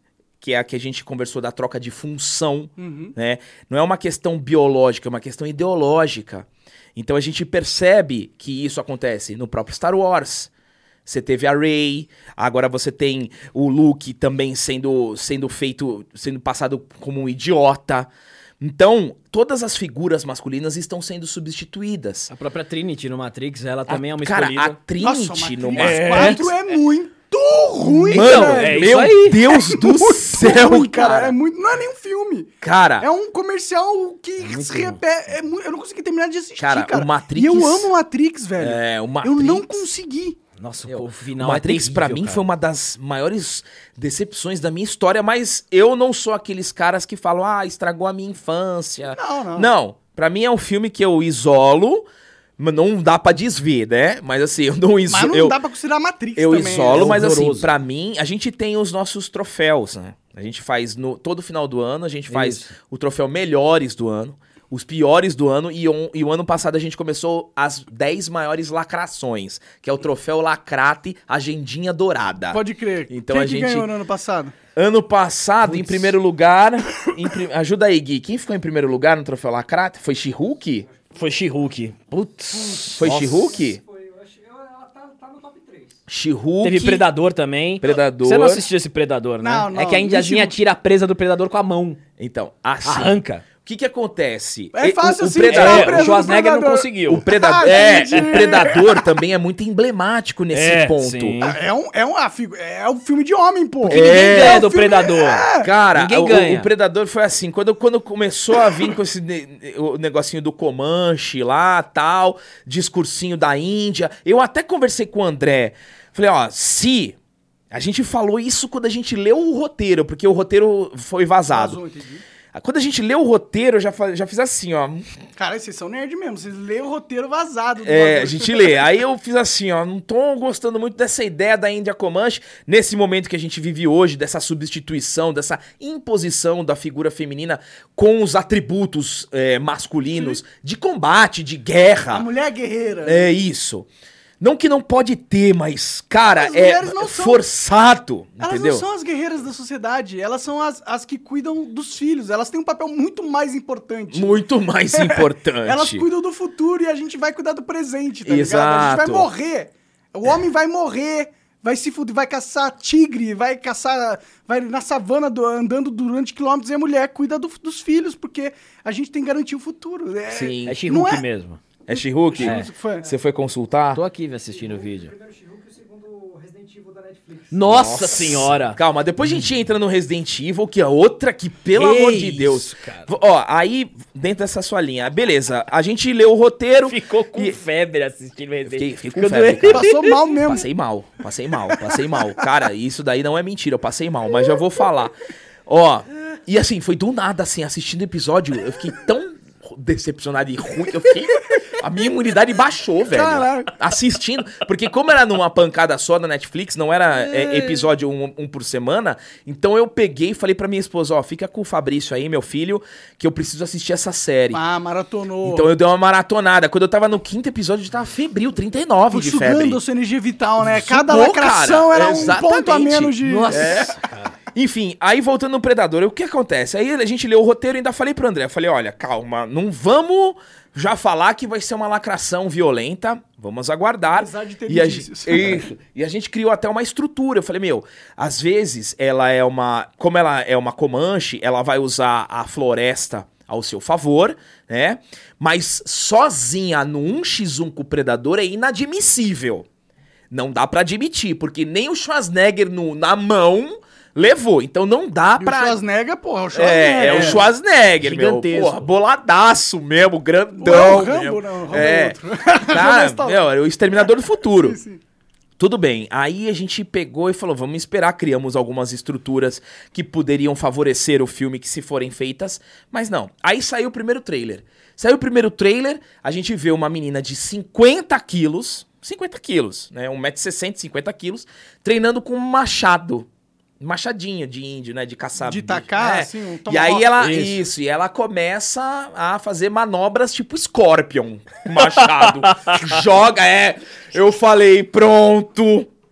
que é a que a gente conversou da troca de função, Uhum. né? Não é uma questão biológica, é uma questão ideológica. Então a gente percebe que isso acontece no próprio Star Wars. Você teve a Rey, agora você tem o Luke também sendo, sendo feito, sendo passado como um idiota. Então, todas as figuras masculinas estão sendo substituídas. A própria Trinity no Matrix, ela também é uma Cara, escolhida. a Trinity no Matrix Matrix. quatro é muito ruim, Mano, velho. é isso meu aí. Deus do céu, Ruim, cara. cara. É muito, não é nem um filme. Cara, É um comercial que muito se repete. É mu- eu não consegui terminar de assistir, Cara, cara. o Matrix- E eu amo o Matrix, velho. é, o Eu Matrix... não consegui. Nossa, Meu, o final o Matrix, é pra terrível, mim, cara. foi uma das maiores decepções da minha história, mas eu não sou aqueles caras que falam, ah, estragou a minha infância. Não, não. Não, pra mim é um filme que eu isolo, mas não dá pra desver, né? Mas assim, eu não Mas isolo. não eu, dá pra considerar Matrix eu também. isolo, é mas assim, horroroso. pra mim, a gente tem os nossos troféus, né? A gente faz no todo final do ano, a gente faz Isso. o troféu melhores do ano, os piores do ano, e, on, e o ano passado a gente começou as dez maiores lacrações, que é o troféu Lacrate Agendinha Dourada. Pode crer. Então Quem a que gente- ganhou no ano passado? Ano passado, em primeiro lugar, em pri- ajuda aí, Gui, quem ficou em primeiro lugar no troféu Lacrate? Foi She-Hulk? Foi She-Hulk. Putz. Foi nossa. She-Hulk? Foi, eu acho, eu- ela tá, tá no top três. She-Hulk. Teve Predador também. Predador. Você não assistiu esse Predador, né? Não, não. É que a indiazinha She-Hulk. tira a presa do Predador com a mão. Então, assim. Arranca. O que que acontece? É E- fácil o, assim, o Predador, tirar a É, presa o do Schwarzenegger não Predador. conseguiu. O Predador, Ah, é, entendi. o Predador também é muito emblemático nesse É, ponto. sim. É um, é, um, ah, figu- é um filme de homem, pô. Porque ninguém É, ganha é do filme- Predador. Cara, Ninguém o, ganha. o Predador foi assim, quando, quando começou a vir com esse ne- o negocinho do Comanche lá, tal, discursinho da Índia, eu até conversei com o André, falei, ó, se... A gente falou isso quando a gente leu o roteiro, porque o roteiro foi vazado. Vazou, entendi. Quando a gente leu o roteiro, eu já, fa- já fiz assim, ó. Cara, vocês são nerd mesmo. Vocês leem o roteiro vazado. do É, bagulho. a gente lê. Aí eu fiz assim, ó, não tô gostando muito dessa ideia da Índia Comanche, nesse momento que a gente vive hoje, dessa substituição, dessa imposição da figura feminina com os atributos é, masculinos de combate, de A guerra. mulher guerreira. É isso. Não que não pode ter, mas, cara, As é mulheres não são- forçado, Elas entendeu? não são as guerreiras da sociedade. Elas são as, as que cuidam dos filhos. Elas têm um papel muito mais importante. Muito mais importante. Elas cuidam do futuro e a gente vai cuidar do presente, tá ligado? A Exato. gente vai morrer. O homem vai morrer, vai se fuder, vai caçar tigre, vai caçar, vai na savana do- andando durante quilômetros e a mulher cuida do- dos filhos, porque a gente tem que garantir o futuro. É, Sim. É Não She-Hulk é- mesmo. É She-Hulk? É. Foi. Você foi consultar? Tô aqui assistindo o vídeo. O primeiro She-Hulk e o segundo Resident Evil da Netflix. Nossa, senhora! Calma, depois a gente entra no Resident Evil, que é outra que, pelo Que amor de Deus. isso, cara. V- Ó, aí, dentro dessa sua linha, beleza, a gente leu o roteiro. Ficou com e- febre assistindo Resident Fiquei, fiquei com Ficou febre, doente. cara. Passou mal mesmo. Passei mal, passei mal, passei mal. Cara, isso daí não é mentira, eu passei mal, mas já vou falar. Ó, e assim, foi do nada, assim, assistindo o episódio, eu fiquei tão decepcionado e ruim que eu fiquei... A minha imunidade baixou, velho. Caraca. Assistindo. Porque como era numa pancada só da Netflix, não era é, episódio um, um por semana, então eu peguei e falei pra minha esposa, ó, fica com o Fabrício aí, meu filho, que eu preciso assistir essa série. Ah, maratonou. Então eu dei uma maratonada. Quando eu tava no quinto episódio, eu já tava febril, trinta e nove Foi de sugando febre. a sua energia vital, né? Cada Sugou, lacração cara. era um Exatamente. ponto a menos de... Nossa! Enfim, aí voltando no Predador, o que acontece? Aí a gente leu o roteiro e ainda falei pro André, falei, olha, calma, não vamos já falar que vai ser uma lacração violenta, vamos aguardar. Apesar de ter e a, indícios. gente, isso, e a gente criou até uma estrutura, eu falei, meu, às vezes ela é uma, como ela é uma Comanche, ela vai usar a floresta ao seu favor, né? Mas sozinha no um contra um com o Predador é inadmissível. Não dá pra admitir, porque nem o Schwarzenegger no, na mão levou. Então não dá E o pra... Schwarzenegger, porra, é o Schwarzenegger. É, é o Schwarzenegger, meu. Gigantesco. Porra, boladaço mesmo, grandão. Não é o Rambo, meu. não, o Rambo é. é outro. Cara, Mas tá- meu, é o Exterminador do Futuro. Sim, sim. Tudo bem, aí a gente pegou e falou, vamos esperar, criamos algumas estruturas que poderiam favorecer o filme que se forem feitas, mas não. Aí saiu o primeiro trailer. Saiu o primeiro trailer, a gente vê uma menina de cinquenta quilos, cinquenta quilos, né, um metro e sessenta, cinquenta quilos, treinando com um machado. Machadinho de índio, né? De caçar. De tacar, é. assim, um E tomahawk. aí ela. Isso. Isso. e ela começa a fazer manobras tipo Scorpion. Machado. Joga, é. Eu falei, pronto.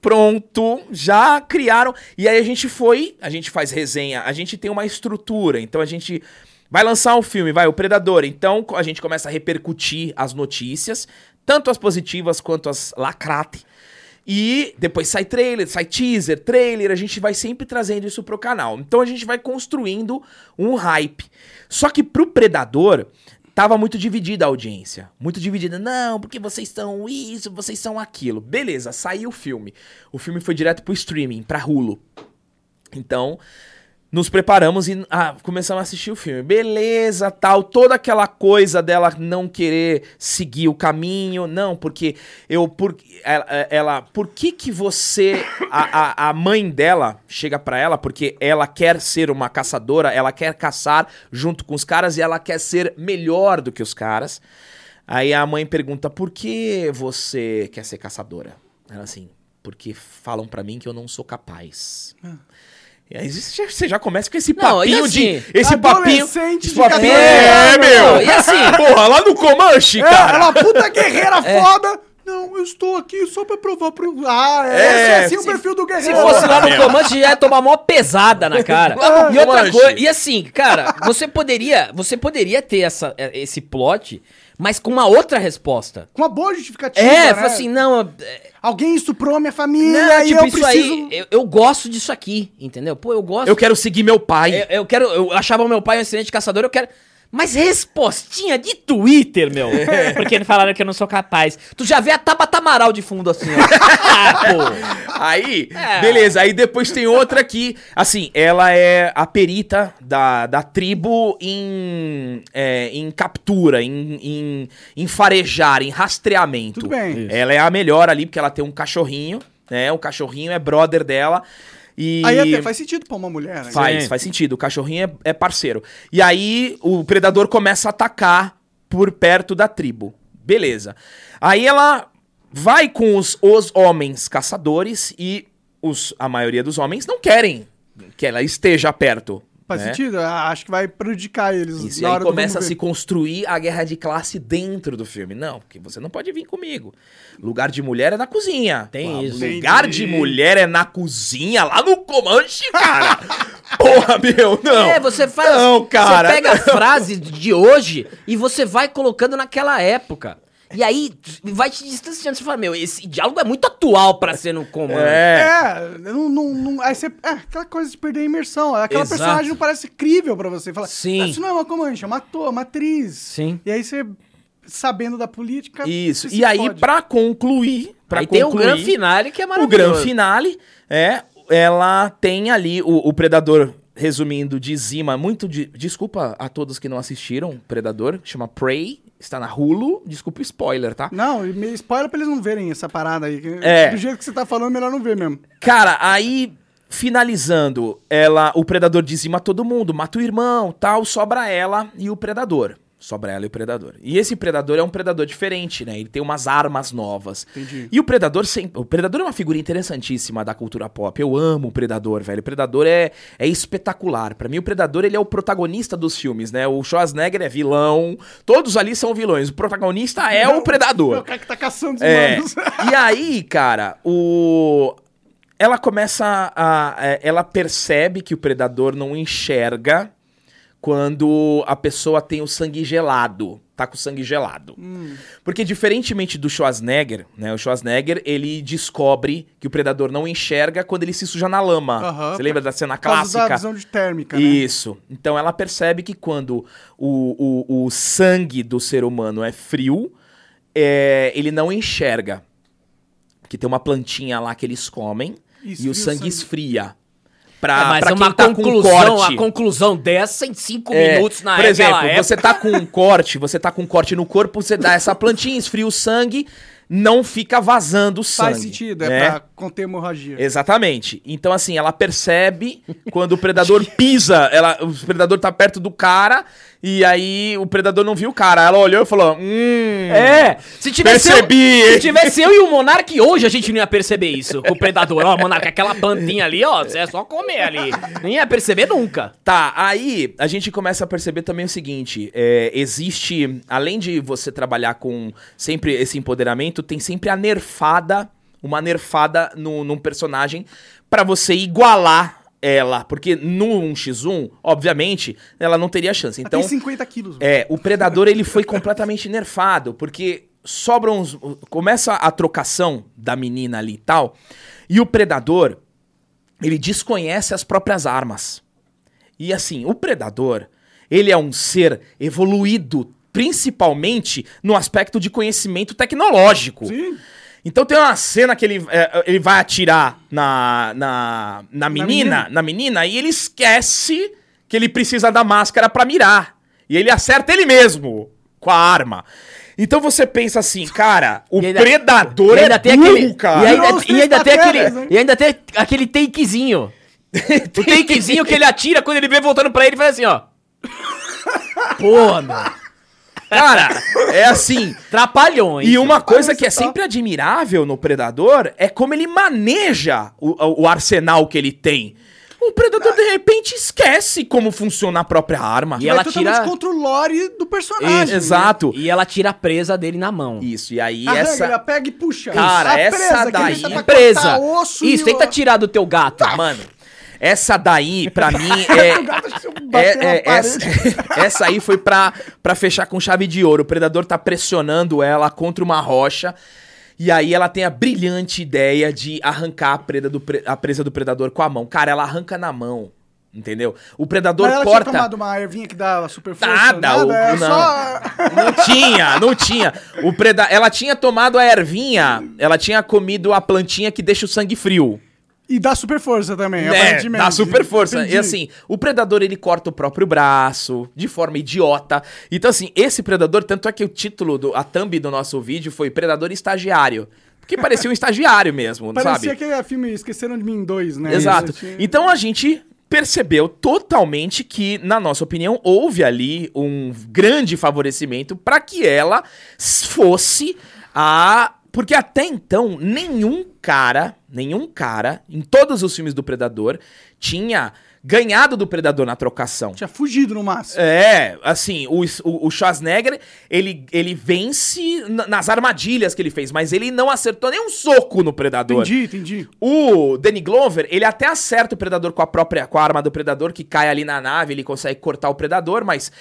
pronto, já criaram. E aí a gente foi, a gente faz resenha, a gente tem uma estrutura. Então a gente vai lançar um filme, vai, o Predador. Então a gente começa a repercutir as notícias, tanto as positivas quanto as lacrate. E depois sai trailer, sai teaser, trailer, a gente vai sempre trazendo isso pro canal. Então a gente vai construindo um hype. Só que pro Predador, tava muito dividida a audiência. Muito dividida. Não, porque vocês são isso, vocês são aquilo. Beleza, saiu o filme. O filme foi direto pro streaming, pra Hulu. Então, nos preparamos e ah, começamos a assistir o filme. Beleza, tal. Toda aquela coisa dela não querer seguir o caminho. Não, porque eu... Por, ela, ela... Por que que você... A, a, a mãe dela chega pra ela porque ela quer ser uma caçadora, ela quer caçar junto com os caras e ela quer ser melhor do que os caras. Aí a mãe pergunta, por que você quer ser caçadora? Ela assim, porque falam pra mim que eu não sou capaz. Ah. E aí você já, você já começa com esse Não, papinho assim, de... Esse papinho... adolescente Esse de papinho cabeça. é, meu! E assim... Porra, lá no Comanche, É, cara! ela puta guerreira foda. Não, eu estou aqui só pra provar pro... Ah, é, É, esse é assim se- o perfil do Se guerreiro. fosse lá no meu. comando, já ia tomar mó pesada na cara. Lá no E outra Comanche. coisa, e assim, cara, você poderia, você poderia ter essa, esse plot, mas com uma outra resposta. Com uma boa justificativa, É, né? foi assim, não, é, Alguém estuprou a minha família não, e tipo, eu isso preciso... aí, eu, eu gosto disso aqui, entendeu? Pô, eu gosto. Eu quero seguir meu pai. Eu, eu quero, eu achava o meu pai um excelente caçador, eu quero... Mas respostinha de Twitter, meu. Porque falaram que eu não sou capaz. Tu já vê a Tabata Amaral de fundo assim, ó. Ah, pô. Aí, É. beleza. Aí depois tem outra que, assim, ela é a perita da, da tribo em, é, em captura, em, em, em farejar, em rastreamento. Tudo bem. Isso. Ela é a melhor ali, porque ela tem um cachorrinho, né? O cachorrinho é brother dela. E... Aí até faz sentido pra uma mulher, né? Faz, Sim. faz sentido. O cachorrinho é, é parceiro. E aí o predador começa a atacar por perto da tribo. Beleza. Aí ela vai com os, os homens caçadores e os, a maioria dos homens não querem que ela esteja perto. Faz né? sentido? Ah, acho que vai prejudicar eles. Isso, e na aí hora do começa a vamos se ver. construir a guerra de classe dentro do filme. Não, porque você não pode vir comigo. Lugar de mulher é na cozinha. Tem Pô, isso. Lugar Entendi. de mulher é na cozinha, lá no Comanche, cara. Porra, meu, não. É, você faz. Não, cara. Você pega a frase de hoje e você vai colocando naquela época. E aí vai te distanciando. Você fala, meu, esse diálogo é muito atual pra ser no comando. É. É, não, não, não, aí você, é aquela coisa de perder a imersão. Aquela Exato. personagem não parece crível pra você. Fala, Sim. "Ah, isso não é uma Comanche, é uma ator, uma atriz. Sim. E aí você, sabendo da política... Isso. você E se aí, fode. pra concluir. Pra Aí tem o concluir, grande finale que é O maravilhoso. grande finale é. Ela tem ali. O, o Predador, resumindo, dizima muito. De, desculpa a todos que não assistiram. Predador, chama Prey. Está na Hulu. Desculpa o spoiler, tá? Não, e me spoiler pra eles não verem essa parada aí. que É. Do jeito que você tá falando, é melhor não ver mesmo. Cara, aí. Finalizando, ela, o Predador dizima todo mundo, mata o irmão, tal, sobra ela e o Predador. Sobra ela e o Predador. E esse Predador é um Predador diferente, né? Ele tem umas armas novas. Entendi. E o Predador sempre... O Predador é uma figura interessantíssima da cultura pop. Eu amo o Predador, velho. O Predador é, é espetacular. Pra mim, o Predador, ele é o protagonista dos filmes, né? O Schwarzenegger é vilão. Todos ali são vilões. O protagonista é o Predador. É o cara que tá caçando os É, humanos. e aí, cara, o... ela começa a... é, ela percebe que o predador não enxerga quando a pessoa tem o sangue gelado. Tá com o sangue gelado. Hum. Porque diferentemente do Schwarzenegger, né? O Schwarzenegger, ele descobre que o predador não enxerga quando ele se suja na lama. Aham, Você lembra da cena Por causa da clássica? visão de térmica, né? Isso. Então ela percebe que quando o, o, o sangue do ser humano é frio, é, ele não enxerga. Que tem uma plantinha lá que eles comem e Esfria o o sangue, sangue. esfria. É, Pra, mas pra uma quem tá com conclusão, corte. a conclusão dessa em cinco É, minutos na por exemplo, época. você tá com um corte, você tá com um corte no corpo, você dá essa plantinha, esfria o sangue, não fica vazando o sangue. Faz sentido, é né? pra conter hemorragia. Exatamente. Então, assim, ela percebe quando o predador pisa, ela, o predador tá perto do cara, e aí o predador não viu o cara. Ela olhou e falou: Hum. É, se tivesse Percebi. eu, se tivesse eu e o Monark hoje, a gente não ia perceber isso. Com o Predador, ó, Monark, aquela plantinha ali, ó, é só comer ali. Não ia perceber nunca. Tá, aí a gente começa a perceber também o seguinte: é, existe, além de você trabalhar com sempre esse empoderamento, tem sempre a nerfada uma nerfada no, num personagem pra você igualar ela. Porque no um contra um, obviamente, ela não teria chance. Ela Então, tem cinquenta quilos. é, o Predador ele foi completamente nerfado, porque sobram uns... Começa a trocação da menina ali e tal, e o Predador, ele desconhece as próprias armas. E assim, o Predador, ele é um ser evoluído, principalmente no aspecto de conhecimento tecnológico. Sim. Então tem uma cena que ele, é, ele vai atirar na, na, na, menina, menina? na menina e ele esquece que ele precisa da máscara pra mirar. E ele acerta ele mesmo com a arma. Então você pensa assim, cara, o E ainda- Predador e ainda é tem burro, aquele, cara. E ainda, Virou os e ainda tem Três-Patetas, aquele, hein? e ainda tem aquele takezinho. O takezinho que ele atira quando ele vê voltando pra ele e faz assim, ó. Porra, meu. Cara, é assim... Trapalhões. E uma coisa que é Parece top. sempre admirável no Predador é como ele maneja o, o arsenal que ele tem. O Predador, de repente, esquece como funciona a própria arma. E E ela ela totalmente tira- contra o lore do personagem. Isso, exato. E ela tira a presa dele na mão. Isso, e aí Arranha, essa... ela pega e puxa. Cara, A essa presa, que daí- ele tenta Presa. cortar osso Isso, e tenta o- tirar do teu gato. Mano, essa daí, pra mim, é... O gato se bater É, na é, parede. essa, essa aí foi pra, pra fechar com chave de ouro. O Predador tá pressionando ela contra uma rocha. E aí ela tem a brilhante ideia de arrancar a, preda do, pre- a presa do Predador com a mão. Cara, ela arranca na mão. Entendeu? O Predador Mas ela corta... tinha tomado uma ervinha que dá super força? Nada, o- é não. só... Não tinha, não tinha. O preda... Ela tinha tomado a ervinha, ela tinha comido a plantinha que deixa o sangue frio. E dá super força também, É, aparentemente. dá super força. Entendi. E assim, o Predador ele corta o próprio braço de forma idiota. Então assim, esse Predador, tanto é que o título, do, a thumb do nosso vídeo foi Predador Estagiário. Porque parecia um estagiário mesmo, Parecia sabe? aquele filme Esqueceram de Mim dois, né? Exato. Isso, tinha- Então a gente percebeu totalmente que, na nossa opinião, houve ali um grande favorecimento para que ela fosse a... Porque até então, nenhum cara, nenhum cara, em todos os filmes do Predador, tinha ganhado do Predador na trocação. Tinha fugido no máximo. É, assim, o, o, o Schwarzenegger, ele, ele vence na- nas armadilhas que ele fez, mas ele não acertou nem um soco no Predador. Entendi, entendi. O Danny Glover, ele até acerta o Predador com a própria com a arma do Predador, que cai ali na nave, ele consegue cortar o Predador, mas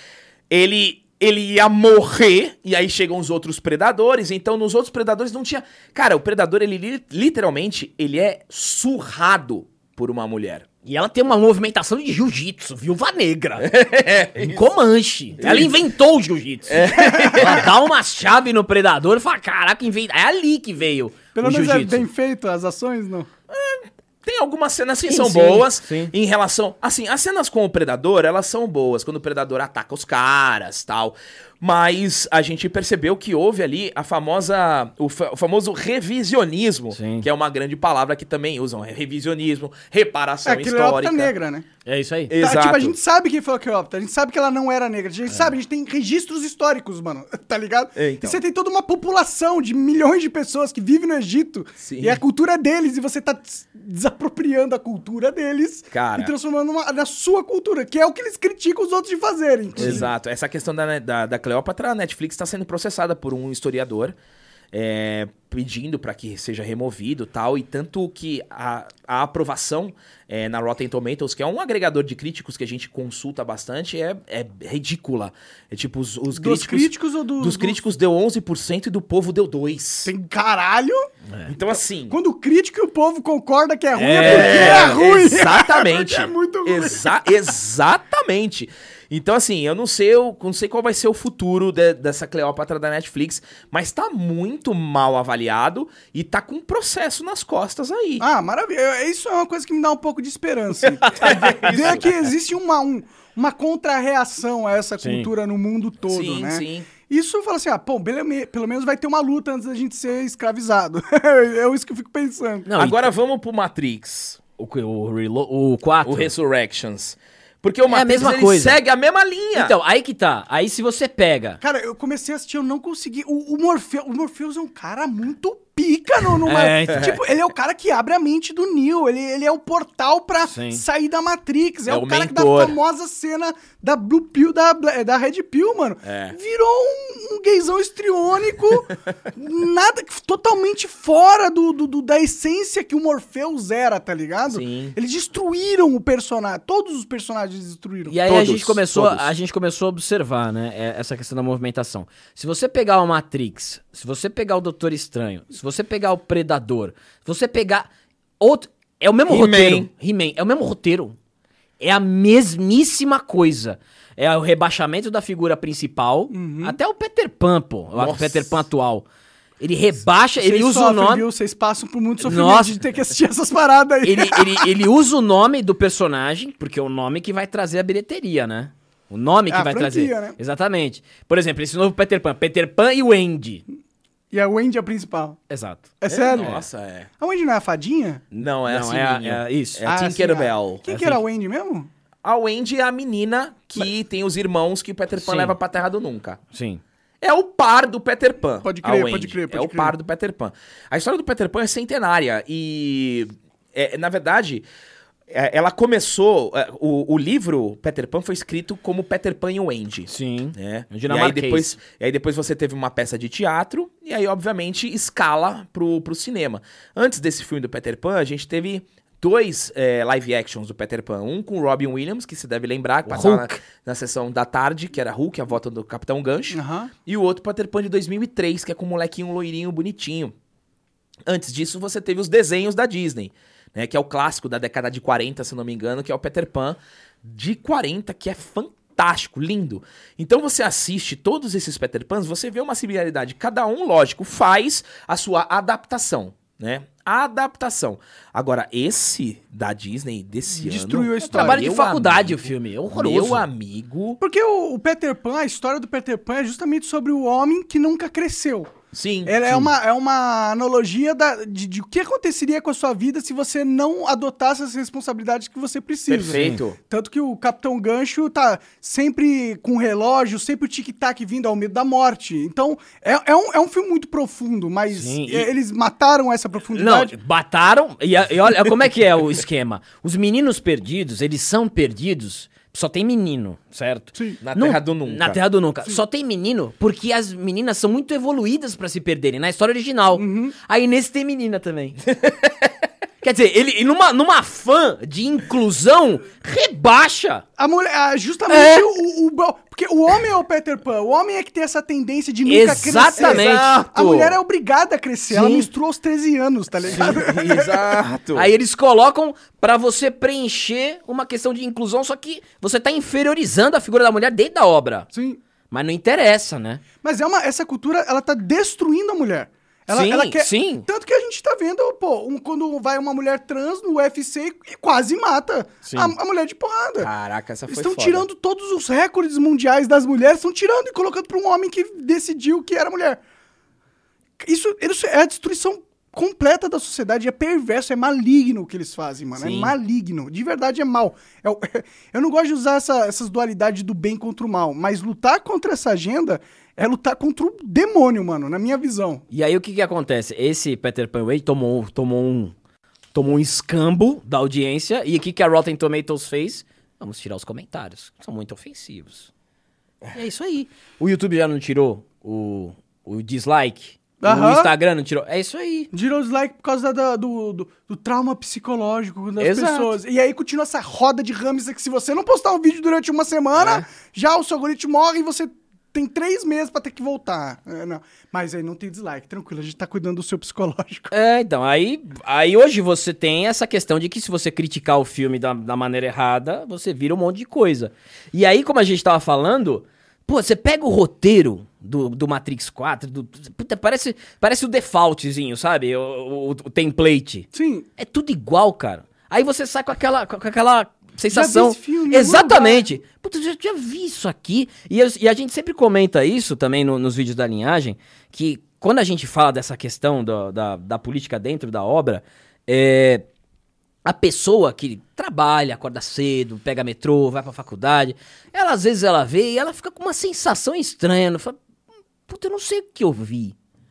ele ele ia morrer, e aí chegam os outros Predadores, então nos outros Predadores não tinha... Cara, o Predador, ele li- literalmente, ele é surrado por uma mulher. E ela tem uma movimentação de jiu-jitsu, viúva negra. Um Comanche. Ela inventou o jiu-jitsu. Ela dá uma chave no predador e fala, caraca, inventa. É ali que veio Pelo o menos é jiu-jitsu. bem feito as ações, não? Tem algumas cenas que Sim, são sim, boas sim. em relação... Assim, as cenas com o Predador, elas são boas, quando o Predador ataca os caras, tal. Mas a gente percebeu que houve ali a famosa... O, fa- o famoso revisionismo, Sim. que é uma grande palavra que também usam. É revisionismo, reparação É que Cleópatra histórica. negra, né? É isso aí. Tá, Exato. tipo, a gente sabe quem foi a Cleópatra, a gente sabe que ela não era negra, a gente sabe, a gente tem registros históricos, mano, tá ligado? É, então. E você tem toda uma população de milhões de pessoas que vivem no Egito, Sim. e a cultura deles, e você tá des- desapropriando a cultura deles Cara. e transformando numa- na sua cultura, que é o que eles criticam os outros de fazerem. inclusive. Exato. Essa questão da, da, da Cleópatra, a Netflix está sendo processada por um historiador, é, pedindo para que seja removido e tal, e tanto que a, a aprovação é, na Rotten Tomatoes, que é um agregador de críticos que a gente consulta bastante, é, é ridícula. É tipo, os, os Dos críticos... críticos ou do- Dos do- críticos deu onze por cento e do povo deu dois por cento. Tem caralho. Então, assim... Quando o crítico e o povo concorda que é ruim, é, porque é ruim. Exatamente. Porque é muito ruim. Exa- exatamente. Então, assim, eu não sei, eu não sei qual vai ser o futuro de- dessa Cleópatra da Netflix, mas tá muito mal avaliado e tá com um processo nas costas aí. Ah, maravilha. Isso é uma coisa que me dá um pouco de esperança. Ver que existe uma, um- uma contra-reação a essa Sim. cultura no mundo todo, Sim, né? sim. Isso fala assim, ah, pô, bele- pelo menos vai ter uma luta antes da gente ser escravizado. É isso que eu fico pensando. Não, Agora vamos pro Matrix, O, o, relo- o quatro. o Resurrections. Porque o É a Matrix mesma ele coisa. segue a mesma linha. Então, aí que tá. Aí se você pega... Cara, eu comecei a assistir, eu não consegui. O, o, Morphe- o Morpheus é um cara muito pica no, numa... É, então. Tipo, ele é o cara que abre a mente do Neo. Ele, ele é o portal pra Sim. sair da Matrix. É, É o o cara que mentor. da famosa cena da Blue Pill, da, Bla- da Red Pill, mano. É. Virou um, um gaysão histriônico, nada, totalmente fora do, do, do- da essência que o Morpheus era, tá ligado? Sim. Eles destruíram o personagem. Todos os personagens destruíram. E aí a Todos, gente começou, todos. a gente começou a observar, né, é, essa questão da movimentação. Se você pegar o Matrix, se você pegar o Doutor Estranho, se você pegar o Predador, se você pegar outro, é o mesmo He-Man. roteiro. He-Man, é o mesmo roteiro. É a mesmíssima coisa. É o rebaixamento da figura principal, até o Peter Pan, pô, o Nossa. Peter Pan atual. Ele rebaixa, ele Vocês usa sofrem, o nome. viu? Vocês passam por muito sofrimento Nossa. de ter que assistir essas paradas aí. Ele, ele, ele usa o nome do personagem, porque é o nome que vai trazer a bilheteria, né? O nome que É a vai franquia, trazer. né? Exatamente. Por exemplo, esse novo Peter Pan. Peter Pan e o Andy. E a Wendy é a principal. Exato. É sério? Nossa, é. A Wendy não é a fadinha? Não, é Não, assim. é a- é a- isso. É a Ah, Tinkerbell. sim, Quem É que era a assim. Wendy mesmo? A Wendy é a menina que tem os irmãos que o Peter Pan Sim. leva pra Terra do Nunca. Sim. É o par do Peter Pan. Pode a crer, Wendy. pode crer, pode É o crer. par do Peter Pan. A história do Peter Pan é centenária e, é, na verdade, é, ela começou... é, o, o livro Peter Pan foi escrito como Peter Pan e o Andy. Sim. Né? É um E aí, dinamarquês. depois, e aí depois você teve uma peça de teatro e aí, obviamente, escala pro, pro cinema. Antes desse filme do Peter Pan, a gente teve... Dois é, live actions do Peter Pan. Um com o Robin Williams, que se deve lembrar, que passava na, Hulk. na sessão da tarde, que era Hulk, a volta do Capitão Gancho. Aham. E o outro Peter Pan de dois mil e três, que é com um molequinho loirinho bonitinho. Antes disso, você teve os desenhos da Disney, né? Que é o clássico da década de quarenta, se eu não me engano, que é o Peter Pan de quarenta, que é fantástico, lindo. Então você assiste todos esses Peter Pans, você vê uma similaridade. Cada um, lógico, faz a sua adaptação, né? A adaptação. Agora, esse da Disney desse Destruiu ano... a história. Trabalho de meu faculdade amigo, o filme. É horroroso. Meu amigo... Porque o, o Peter Pan, a história do Peter Pan é justamente sobre o homem que nunca cresceu. Sim, Ela é sim. uma, é uma analogia da, de, de o que aconteceria com a sua vida se você não adotasse as responsabilidades que você precisa. Perfeito. Tanto que o Capitão Gancho tá sempre com o relógio, sempre o tic-tac vindo ao medo da morte. Então, é, é, um, é um filme muito profundo, mas Sim, e- eles mataram essa Não, profundidade. mataram. E, a- e olha como é que é o esquema. Os meninos perdidos, eles são perdidos. Só tem menino, certo? Sim. Na Não- Terra do Nunca. Na Terra do Nunca. Só tem menino porque as meninas são muito evoluídas pra se perderem. Na história original. Uhum. Aí nesse tem menina também. Quer dizer, ele ele numa, numa fã de inclusão, rebaixa. A mulher, ah, justamente É. o, o- Porque o homem é o Peter Pan. O homem é que tem essa tendência de nunca Exatamente. crescer. Exato. A mulher é obrigada a crescer. Ela Sim. menstruou aos treze anos, tá ligado? Exato. Aí eles colocam pra você preencher uma questão de inclusão, só que você tá inferiorizando a figura da mulher dentro da obra. Sim. Mas não interessa, né? Mas é uma, essa cultura, ela tá destruindo a mulher. Ela, Sim, ela quer, sim. Tanto que a gente tá vendo, pô, um- quando vai uma mulher trans no U F C e quase mata a, a mulher de porrada. Caraca, essa foi Estão foda. tirando todos os recordes mundiais das mulheres, estão tirando e colocando pra um homem que decidiu que era mulher. Isso, isso é a destruição completa da sociedade, é perverso, é maligno o que eles fazem, mano. Sim. É maligno. De verdade é mal. É o- eu não gosto de usar essa- essas dualidades do bem contra o mal, mas lutar contra essa agenda é lutar contra o demônio, mano, na minha visão. E aí o que que acontece? Esse Peter Pan Way tomou, tomou um tomou um escambo da audiência e o que que a Rotten Tomatoes fez? Vamos tirar os comentários, são muito ofensivos. E é isso aí. O YouTube já não tirou o, o dislike? Aham. O Instagram não tirou? É isso aí. Girou dislike por causa da- do, do, do trauma psicológico das Exato. pessoas. E aí continua essa roda de hamster que se você não postar um vídeo durante uma semana, já o seu algoritmo morre e você tem três meses pra ter que voltar. É, não. Mas aí não tem dislike, tranquilo, a gente tá cuidando do seu psicológico. É, então, aí, aí hoje você tem essa questão de que se você criticar o filme da, da maneira errada, você vira um monte de coisa. E aí, como a gente tava falando, pô, você pega o roteiro do, do Matrix quatro, do, puta, parece, parece o defaultzinho, sabe? O, o, o template. Sim, É tudo igual, cara. Aí você sai com aquela, com aquela sensação. Já vi esse filme em algum Exatamente. Puta, eu já, já vi isso aqui. E, eu- e a gente sempre comenta isso também no- nos vídeos da linhagem, que quando a gente fala dessa questão do- da, da política dentro da obra, é, a pessoa que trabalha, acorda cedo, pega metrô, vai pra faculdade, ela às vezes ela vê e ela fica com uma sensação estranha. Ela fala, puta, eu não sei o que eu vi.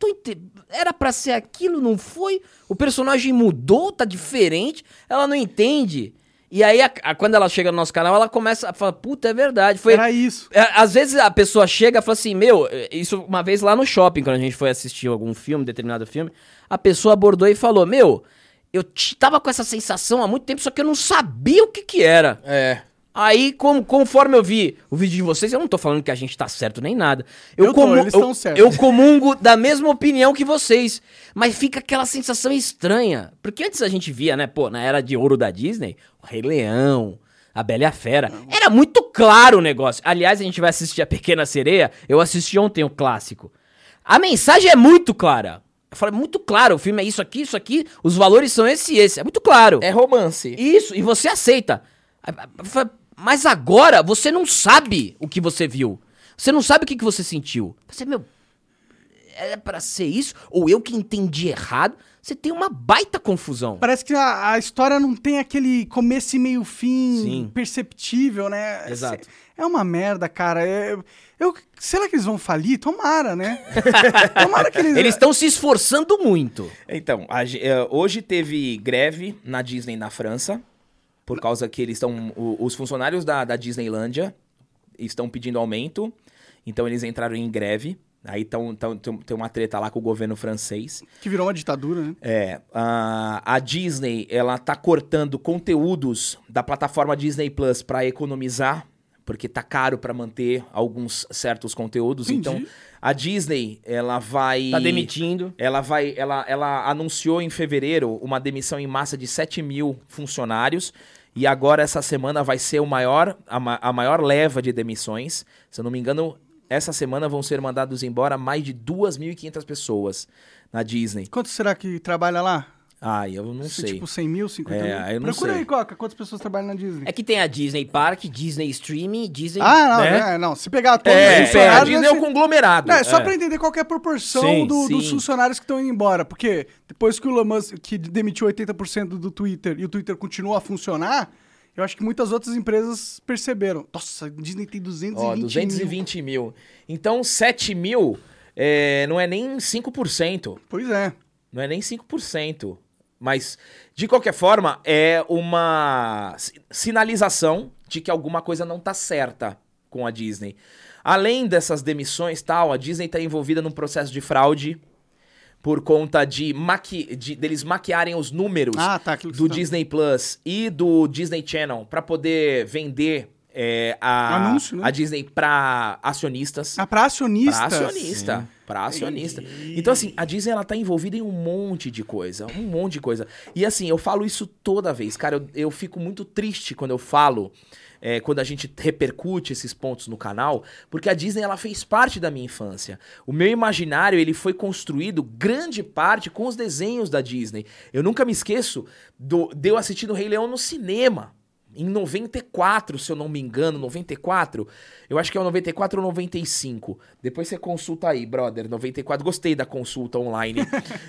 tô ente... Era pra ser aquilo, não foi? O personagem mudou, tá diferente, ela não entende. E aí, a, a, quando ela chega no nosso canal, ela começa a falar, puta, é verdade. Foi... Era isso. É, às vezes a pessoa chega e fala assim, meu, isso uma vez lá no shopping, quando a gente foi assistir algum filme, determinado filme, a pessoa abordou e falou, meu, eu t- tava com essa sensação há muito tempo, só que eu não sabia o que que era. É. Aí, com, conforme eu vi o vídeo de vocês, eu não tô falando que a gente tá certo nem nada. Eu, Eu tô, comu- eles eu, tão certos. eu comungo da mesma opinião que vocês. Mas fica aquela sensação estranha. Porque antes a gente via, né, pô, na era de ouro da Disney, o Rei Leão, a Bela e a Fera. Era muito claro o negócio. Aliás, a gente vai assistir a Pequena Sereia. Eu assisti ontem o clássico. A mensagem é muito clara. Eu falei, muito claro, o filme é isso aqui, isso aqui, os valores são esse e esse. É muito claro. É romance. Isso, e você aceita. Mas agora você não sabe o que você viu. Você não sabe o que, que você sentiu. Você, meu, é pra ser isso? Ou eu que entendi errado? Você tem uma baita confusão. Parece que a, a história não tem aquele começo e meio fim Sim. perceptível, né? Exato. É uma merda, cara. É, eu, será que eles vão falir? Tomara, né? Tomara que eles... Eles estão se esforçando muito. Então, a ge- eh, hoje teve greve na Disney na França, por causa que eles estão... o- Os funcionários da, da Disneylândia estão pedindo aumento, então eles entraram em greve. Aí tão, tão, tem tem uma treta lá com o governo francês. Que virou uma ditadura, né? É, a, a Disney, ela tá cortando conteúdos da plataforma Disney Plus para economizar, porque tá caro para manter alguns certos conteúdos. Entendi. Então, a Disney, ela vai... Tá demitindo. Ela vai, ela, ela anunciou em fevereiro uma demissão em massa de sete mil funcionários. E agora, essa semana, vai ser o maior, a, ma- a maior leva de demissões. Se eu não me engano, essa semana vão ser mandados embora mais de duas mil e quinhentas pessoas na Disney. Quanto será que trabalha lá? Ah, eu não Se, sei. Tipo cem mil, cinquenta É, mil? eu não Procura sei. aí, Coca, quantas pessoas trabalham na Disney. É que tem a Disney Park, Disney Streaming, Disney... Ah, não, né? é, não. Se pegar todos os É, a funcionários... Disney é vai um ser- conglomerado. Não, é só É. pra entender qual que é a proporção Sim, do- dos sim. funcionários que estão indo embora. Porque depois que o Elon Musk que demitiu oitenta por cento do Twitter e o Twitter continua a funcionar, eu acho que muitas outras empresas perceberam. Nossa, a Disney tem duzentos e vinte Ó, duzentos e mil. vinte mil. Então, sete mil é, não é nem cinco por cento. Pois é. Não é nem cinco por cento. Mas, de qualquer forma, é uma si- sinalização de que alguma coisa não tá certa com a Disney. Além dessas demissões e tal, a Disney tá envolvida num processo de fraude por conta de, maqui de deles maquiarem os números Ah, tá. aquilo que do você tá- Disney Plus e do Disney Channel para poder vender é, a, Anúncio, né? a Disney para acionistas. Ah, pra acionistas. Pra acionista. Pra acionista. Então, assim, a Disney, ela tá envolvida em um monte de coisa. Um monte de coisa. E, assim, eu falo isso toda vez. Cara, eu, eu fico muito triste quando eu falo, é, quando a gente repercute esses pontos no canal, porque a Disney, ela fez parte da minha infância. O meu imaginário, ele foi construído, grande parte, com os desenhos da Disney. Eu nunca me esqueço do, de eu assistindo o Rei Leão no cinema. Em noventa e quatro, se eu não me engano, noventa e quatro, eu acho que é o noventa e quatro ou noventa e cinco. Depois você consulta aí, brother, noventa e quatro. Gostei da consulta online.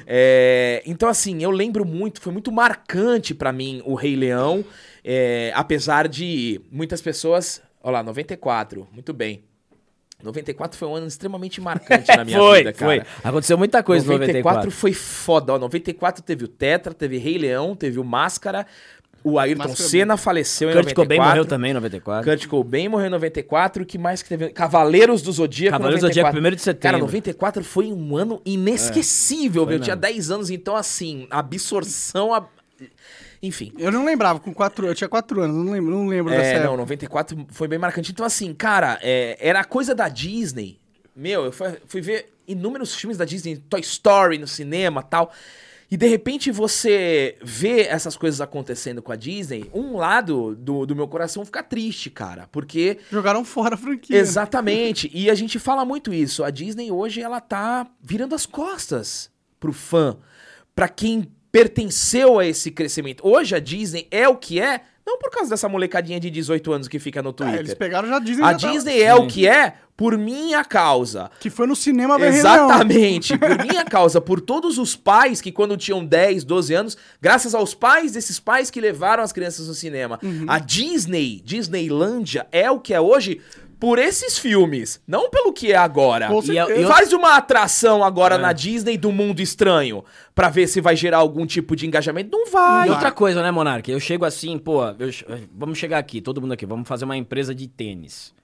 É, então, assim, eu lembro muito, foi muito marcante pra mim o Rei Leão, é, apesar de muitas pessoas... Olha lá, noventa e quatro, muito bem. noventa e quatro foi um ano extremamente marcante na minha foi, vida, cara. foi. Aconteceu muita coisa no noventa e quatro noventa e quatro. foi foda. Ó, noventa e quatro teve o Tetra, teve Rei Leão, teve o Máscara, o Ayrton Máscara é Senna faleceu em Kurt noventa e quatro. Cobain morreu também em noventa e quatro. Kurt Cobain morreu em noventa e quatro. O que mais que teve? Cavaleiros do Zodíaco Cavaleiros do noventa e quatro. Zodíaco, primeiro de setembro. Cara, noventa e quatro foi um ano inesquecível. foi eu tinha mesmo. dez anos, então assim, a absorção... A... Enfim. Eu não lembrava, com quatro, eu tinha quatro anos, eu não lembro, não lembro dessa É, época. não, noventa e quatro foi bem marcante. Então assim, cara, é, era a coisa da Disney. Meu, eu fui, fui ver inúmeros filmes da Disney, Toy Story no cinema e tal... E de repente você vê essas coisas acontecendo com a Disney, um lado do, do meu coração fica triste, cara. Porque. Jogaram fora a franquia. Exatamente. E a gente fala muito isso. A Disney hoje ela tá virando as costas pro fã, pra quem pertenceu a esse crescimento. Hoje a Disney é o que é, não por causa dessa molecadinha de dezoito anos que fica no Ah, Twitter. eles pegaram já a Disney. A já tava- Disney é o que é por minha causa. Que foi no cinema ver Rei Leão. Exatamente, por minha causa, por todos os pais que quando tinham dez, doze anos, graças aos pais desses pais que levaram as crianças no cinema. A Disney, Disneylândia, é o que é hoje por esses filmes, não pelo que é agora. Com E eu- certeza. eu- Faz uma atração agora É. na Disney do Mundo Estranho pra ver se vai gerar algum tipo de engajamento. Não vai. E outra coisa, né, Monark? Eu chego assim, pô, eu che- vamos chegar aqui, todo mundo aqui, vamos fazer uma empresa de tênis.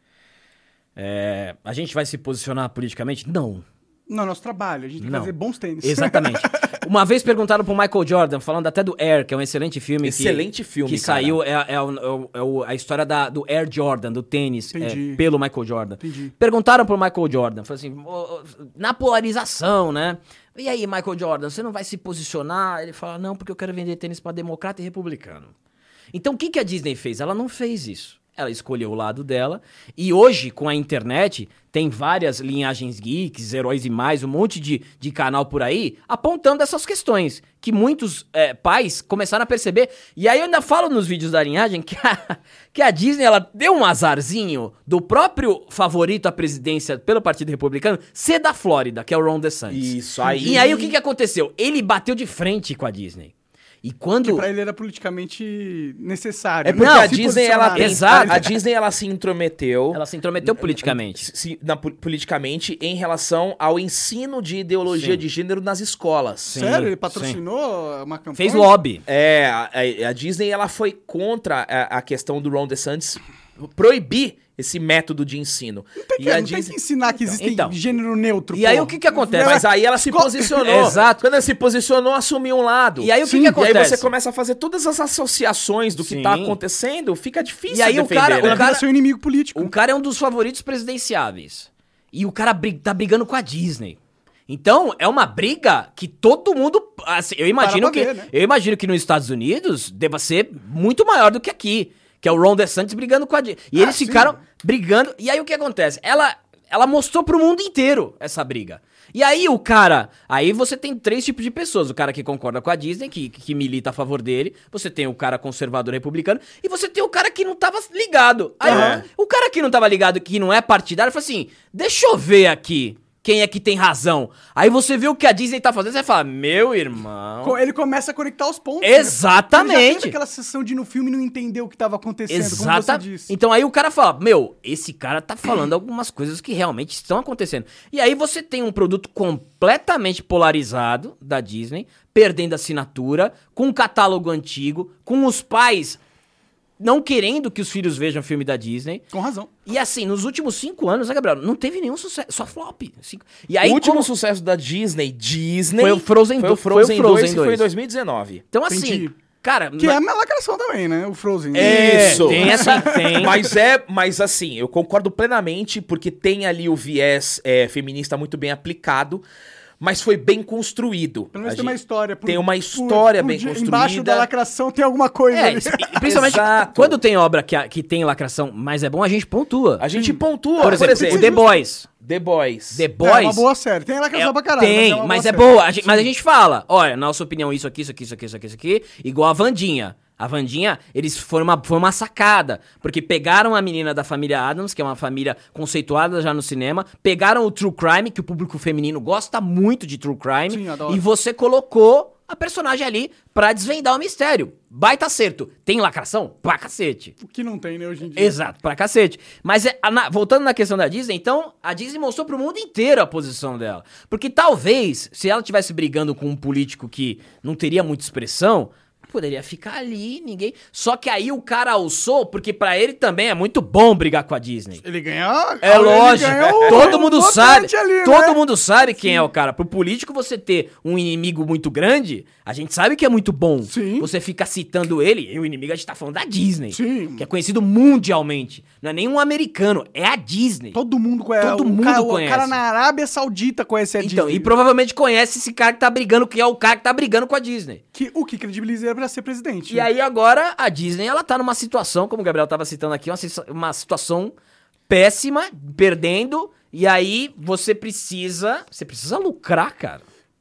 É, a gente vai se posicionar politicamente? Não. Não, nosso trabalho. A gente tem que Não. fazer bons tênis. Exatamente. Uma vez perguntaram pro Michael Jordan, falando até do Air, que é um excelente filme. Excelente que, filme, Que cara. saiu, é, é o- é o- é o- a história da, do Air Jordan, do tênis, é, Entendi. pelo Michael Jordan. Entendi. Perguntaram pro Michael Jordan, falaram assim, "Ô, ô, na polarização, né? E aí, Michael Jordan, você não vai se posicionar? Ele fala, não, porque eu quero vender tênis pra democrata e republicano. Então, o que, que a Disney fez? Ela não fez isso. Ela escolheu o lado dela. E hoje, com a internet, tem várias linhagens geeks, heróis e mais, um monte de, de canal por aí, apontando essas questões. Que muitos é, pais começaram a perceber. E aí eu ainda falo nos vídeos da linhagem que a, que a Disney ela deu um azarzinho do próprio favorito à presidência pelo Partido Republicano ser da Flórida, que é o Ron DeSantis. Isso aí. E aí o que, que aconteceu? Ele bateu de frente com a Disney. E quando... Pra ele era politicamente necessário. É porque né? a Se Disney, posicionar. ela tem, Exato. a, a Disney, ela se intrometeu Ela se intrometeu politicamente. se- na, po- politicamente em relação ao ensino de ideologia Sim. de gênero nas escolas. Sim, Sério? Ele sim. patrocinou uma campanha? Fez lobby. É, a, a- a Disney, ela foi contra a, a questão do Ron DeSantis proibir esse método de ensino. Tem que, E a não tem Disney- que ensinar que existe Então. gênero neutro. E aí pô. o que que acontece? Mas aí ela se posicionou. Exato. Quando ela se posicionou, assumiu um lado. E aí o que Sim. que E aí acontece? você começa a fazer todas as associações do que Sim. tá acontecendo, fica difícil E aí o defender, cara- né? Ela o cara- vira seu inimigo político. O cara é um dos favoritos presidenciáveis. E o cara bri- tá brigando com a Disney. Então, é uma briga que todo mundo. Assim, eu imagino Para que. pra ver, né? Eu imagino que nos Estados Unidos deva ser muito maior do que aqui. Que é o Ron DeSantis brigando com a Disney. E Ah, eles sim. ficaram brigando. E aí o que acontece? Ela, ela mostrou pro mundo inteiro essa briga. E aí o cara. Aí você tem três tipos de pessoas. O cara que concorda com a Disney, que, que milita a favor dele. Você tem o cara conservador republicano. E você tem o cara que não tava ligado. Aí É. o, o cara que não tava ligado, que não é partidário, fala assim: deixa eu ver aqui quem é que tem razão. Aí você vê o que a Disney tá fazendo, você fala: meu irmão. Co- Ele começa a conectar os pontos. Exatamente. Né? Ele já teve aquela sessão de ir no filme e não entender o que tava acontecendo, como você Exatamente. disse. Então aí o cara fala, meu, esse cara tá falando algumas coisas que realmente estão acontecendo. E aí você tem um produto completamente polarizado da Disney, perdendo assinatura, com um catálogo antigo, com os pais não querendo que os filhos vejam filme da Disney. Com razão. E assim, nos últimos cinco anos, né, Gabriel? Não teve nenhum sucesso, só flop. Cinco. E aí, o último como- sucesso da Disney, Disney... Foi o Frozen foi o do- foi o Frozen, Frozen dois, que foi dois. em dois mil e dezenove. Então assim, Entendi. cara... Que ma- é a minha lacração também, né? O Frozen. É, Isso. tem essa... Tem. Mas é, mas assim, eu concordo plenamente, porque tem ali o viés é, feminista muito bem aplicado, mas foi bem construído. Pelo menos A tem uma gente- história. por- tem uma por- história por bem de- construída. Embaixo da lacração tem alguma coisa É, ali. e- principalmente Exato. quando tem obra que, a- que tem lacração, mas é bom, a gente pontua. A gente pontua, Por exemplo, o The Boys. The Boys. The É Boys... uma boa série. Tem lacração é- pra caralho. tem, uma mas boa é série. boa. A gente- mas a gente fala, olha, na nossa opinião, isso aqui, isso aqui, isso aqui, isso aqui, isso aqui, igual a Wandinha. A Wandinha, eles foram uma, foi uma sacada, porque pegaram a menina da família Addams, que é uma família conceituada já no cinema, pegaram o True Crime, que o público feminino gosta muito de True Crime, Sim, adoro. e você colocou a personagem ali pra desvendar o mistério. Baita acerto. Tem lacração? Pra cacete. O que não tem, né, hoje em dia. Exato, pra cacete. Mas é, a- na- voltando na questão da Disney, então, a Disney mostrou pro mundo inteiro a posição dela. Porque talvez, se ela tivesse brigando com um político que não teria muita expressão, poderia ficar ali, ninguém... Só que aí o cara alçou, porque pra ele também é muito bom brigar com a Disney. Ele ganhou... É ele lógico, ganhou todo um mundo votante sabe, ali, todo né? mundo sabe quem é o cara. Pro político você ter um inimigo muito grande, a gente sabe que é muito bom. Sim. Você fica citando ele, e o inimigo a gente tá falando da Disney. Sim. Que é conhecido mundialmente. Não é nem um americano, é a Disney. Todo mundo conhece. Todo o mundo cara, conhece. O cara na Arábia Saudita conhece a Então, Disney. e provavelmente conhece esse cara que tá brigando, que é o cara que tá brigando com a Disney. Que, o que credibiliza ele pra ser presidente. E aí agora a Disney, ela tá numa situação, como o Gabriel tava citando aqui, uma, situa- uma situação péssima, perdendo, e aí você precisa, você precisa lucrar, cara.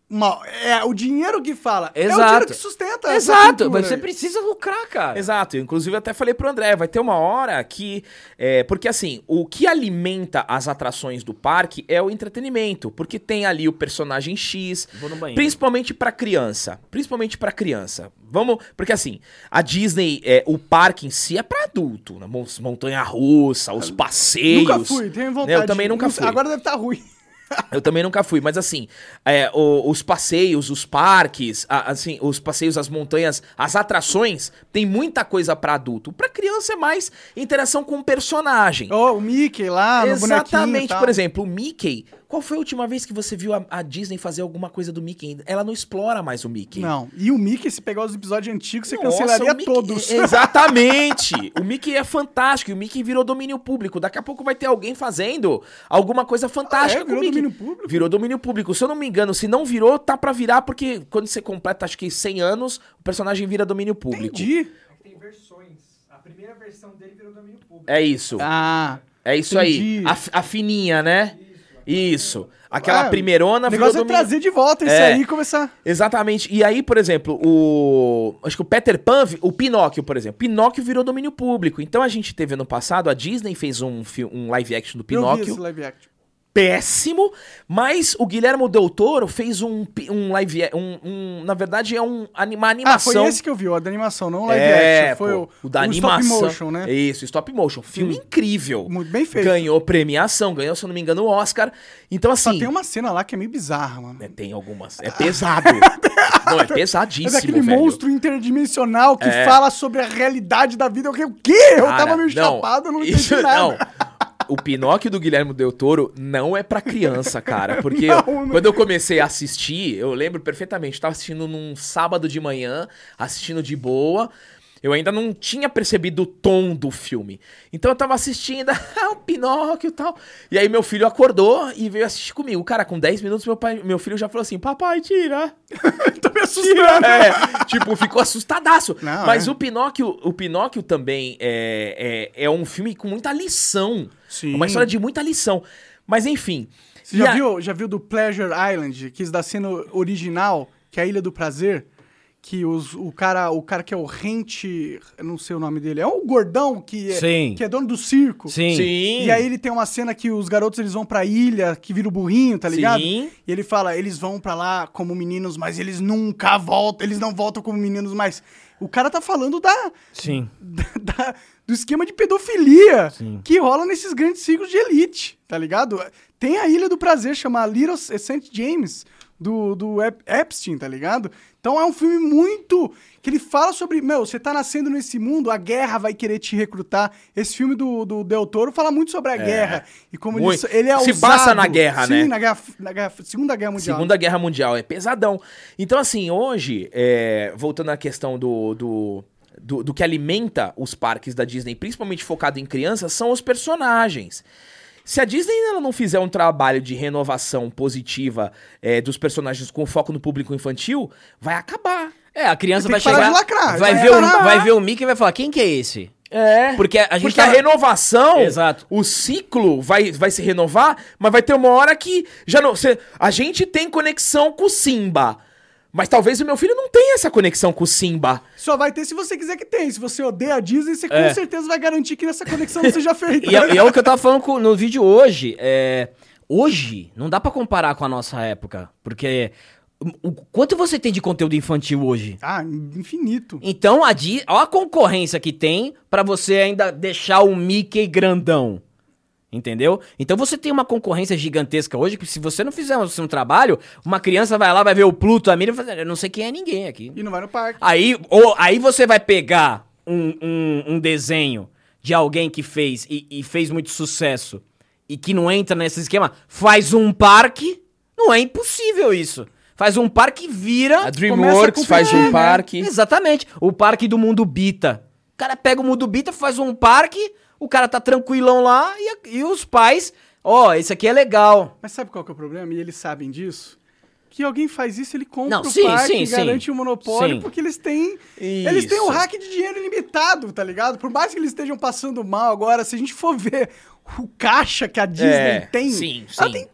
Uma, é o dinheiro que fala. É o Exato. dinheiro que sustenta essa Exato, cultura. mas você precisa lucrar, cara. Exato, inclusive eu até falei pro André, vai ter uma hora que... É, porque assim, o que alimenta as atrações do parque é o entretenimento, porque tem ali o personagem X, Vou no banheiro. principalmente pra criança, principalmente pra criança. Vamos, porque assim, a Disney, é, o parque em si é pra adulto, né? Montanha-russa, os passeios... Nunca fui, tenho vontade. Eu também nunca Não- fui. Agora deve estar ruim. Eu também nunca fui, mas assim, é, o- os passeios, os parques, a- assim, os passeios, as montanhas, as atrações, tem muita coisa pra adulto. Pra criança é mais interação com o personagem. Ó, o Mickey lá, no bonequinho e Exatamente, tal. por exemplo, o Mickey. Qual foi a última vez que você viu a, a Disney fazer alguma coisa do Mickey? Ela não explora mais o Mickey. Não, e o Mickey, se pegar os episódios antigos, você Nossa, cancelaria o Mickey- todos. Exatamente! O Mickey é fantástico, e o Mickey virou domínio público. Daqui a pouco vai ter alguém fazendo alguma coisa fantástica Ah, é? com o Virou Mickey. domínio público? Virou domínio público. Se eu não me engano, se não virou, tá pra virar, porque quando você completa, acho que cem anos, o personagem vira domínio público. Entendi. Tem versões. A primeira versão dele virou domínio público. É isso. Ah, É isso entendi. aí. A, f- a fininha, né? Isso. Aquela Ah, primeirona o virou negócio é domínio... trazer de volta isso É. aí e começar... Exatamente. E aí, por exemplo, o... Acho que o Peter Pan, vi- o Pinóquio, por exemplo. Pinóquio virou domínio público. Então a gente teve ano passado, a Disney fez um, fi- um live action do Eu vi Pinóquio. esse live action. Péssimo, mas o Guilherme Del Toro fez um, pi- um live a- um, um Na verdade, é um, ani- uma Ah, animação. foi esse que eu vi, o da animação, não o live é, action. Foi pô, o, da o animação. stop motion, né? Isso, stop motion. Filme incrível. Muito bem feito. Ganhou premiação, ganhou, se eu não me engano, o Oscar. Então, Só assim. tem uma cena lá que é meio bizarra, mano. É, tem algumas. É pesado. Não, é É pesadíssimo, daquele velho. monstro interdimensional que É. fala sobre a realidade da vida. Eu fiquei, o quê? Eu Cara, tava meio chapado, eu não entendi isso- nada. não. O Pinóquio do Guilherme Del Toro não é pra criança, cara. Porque Não, eu- não. quando eu comecei a assistir, eu lembro perfeitamente. Eu tava assistindo num sábado de manhã, assistindo de boa. Eu ainda não tinha percebido o tom do filme. Então eu tava assistindo, ah, o Pinóquio e tal. E aí meu filho acordou e veio assistir comigo. Cara, com dez minutos meu, pai, meu filho já falou assim, papai, tira. Tô me assustando. É, tipo, ficou assustadaço. Não, Mas é. o Pinóquio, o Pinóquio também é, é, é um filme com muita lição. Sim. Uma história de muita lição. Mas enfim. Você E já a- viu, já viu do Pleasure Island, que é da cena original, que é a Ilha do Prazer? Que os, o, cara, o cara que é o Rente, eu não sei o nome dele, é o gordão que é, Sim. que é dono do circo. Sim. Sim. E aí ele tem uma cena que os garotos eles vão pra ilha, que vira o burrinho, tá ligado? Sim. E ele fala, eles vão pra lá como meninos, mas eles nunca voltam, eles não voltam como meninos mais. O cara tá falando da, Sim. da- da- do esquema de pedofilia Sim. que rola nesses grandes ciclos de elite, tá ligado? Tem a Ilha do Prazer, chama Little Saint James, do, do Ep- Epstein, tá ligado? Então é um filme muito... que ele fala sobre, meu, você tá nascendo nesse mundo, a guerra vai querer te recrutar. Esse filme do, do Del Toro fala muito sobre a guerra. E como ele, Muito. ele é Se usado... passa na guerra, Sim, né? na, guerra, na guerra, Segunda Guerra Mundial. Segunda Guerra Mundial, é pesadão. Então, assim, hoje, é, voltando à questão do, do, do, do que alimenta os parques da Disney, principalmente focado em crianças, são os personagens. Se a Disney ela não fizer um trabalho de renovação positiva é, dos personagens com foco no público infantil, vai acabar. É, a criança Tem vai que parar chegar. de lacrar, vai, vai ver o, parar. vai ver o Mickey e vai falar: quem que é esse? É. Porque a gente Porque a tava- renovação, Exato. o ciclo vai, vai se renovar, mas vai ter uma hora que já não. Cê, a gente tem conexão com o Simba. Mas talvez o meu filho não tenha essa conexão com o Simba. Só vai ter se você quiser que tenha. Se você odeia a Disney, você É. com certeza vai garantir que essa conexão não seja feita. E é, e é o que eu tava falando com- no vídeo hoje. É, hoje, não dá pra comparar com a nossa época. Porque o, o quanto você tem de conteúdo infantil hoje? Ah, infinito. Então, a Di, olha a concorrência que tem pra você ainda deixar o Mickey grandão. Entendeu? Então você tem uma concorrência gigantesca hoje, que se você não fizer um, um trabalho, uma criança vai lá, vai ver o Pluto, a Miriam, e vai fazer, eu não sei quem é ninguém aqui. E não vai no parque. Aí, ou, aí você vai pegar um, um, um desenho de alguém que fez e, e fez muito sucesso e que não entra nesse esquema, faz um parque, não é impossível isso. Faz um parque e vira... A DreamWorks faz um né? parque. Exatamente. O parque do Mundo Bita. O cara pega o Mundo Bita, faz um parque, o cara tá tranquilão lá e, a- e os pais... Ó, esse aqui é legal. Mas sabe qual que é o problema? E eles sabem disso? Que alguém faz isso, ele compra Não, o sim, parque, sim, sim. garante o monopólio, Sim. porque eles têm... Eles têm o Isso. hack de dinheiro ilimitado, tá ligado? Por mais que eles estejam passando mal agora, se a gente for ver o caixa que a Disney É, tem... sim, ela sim. tem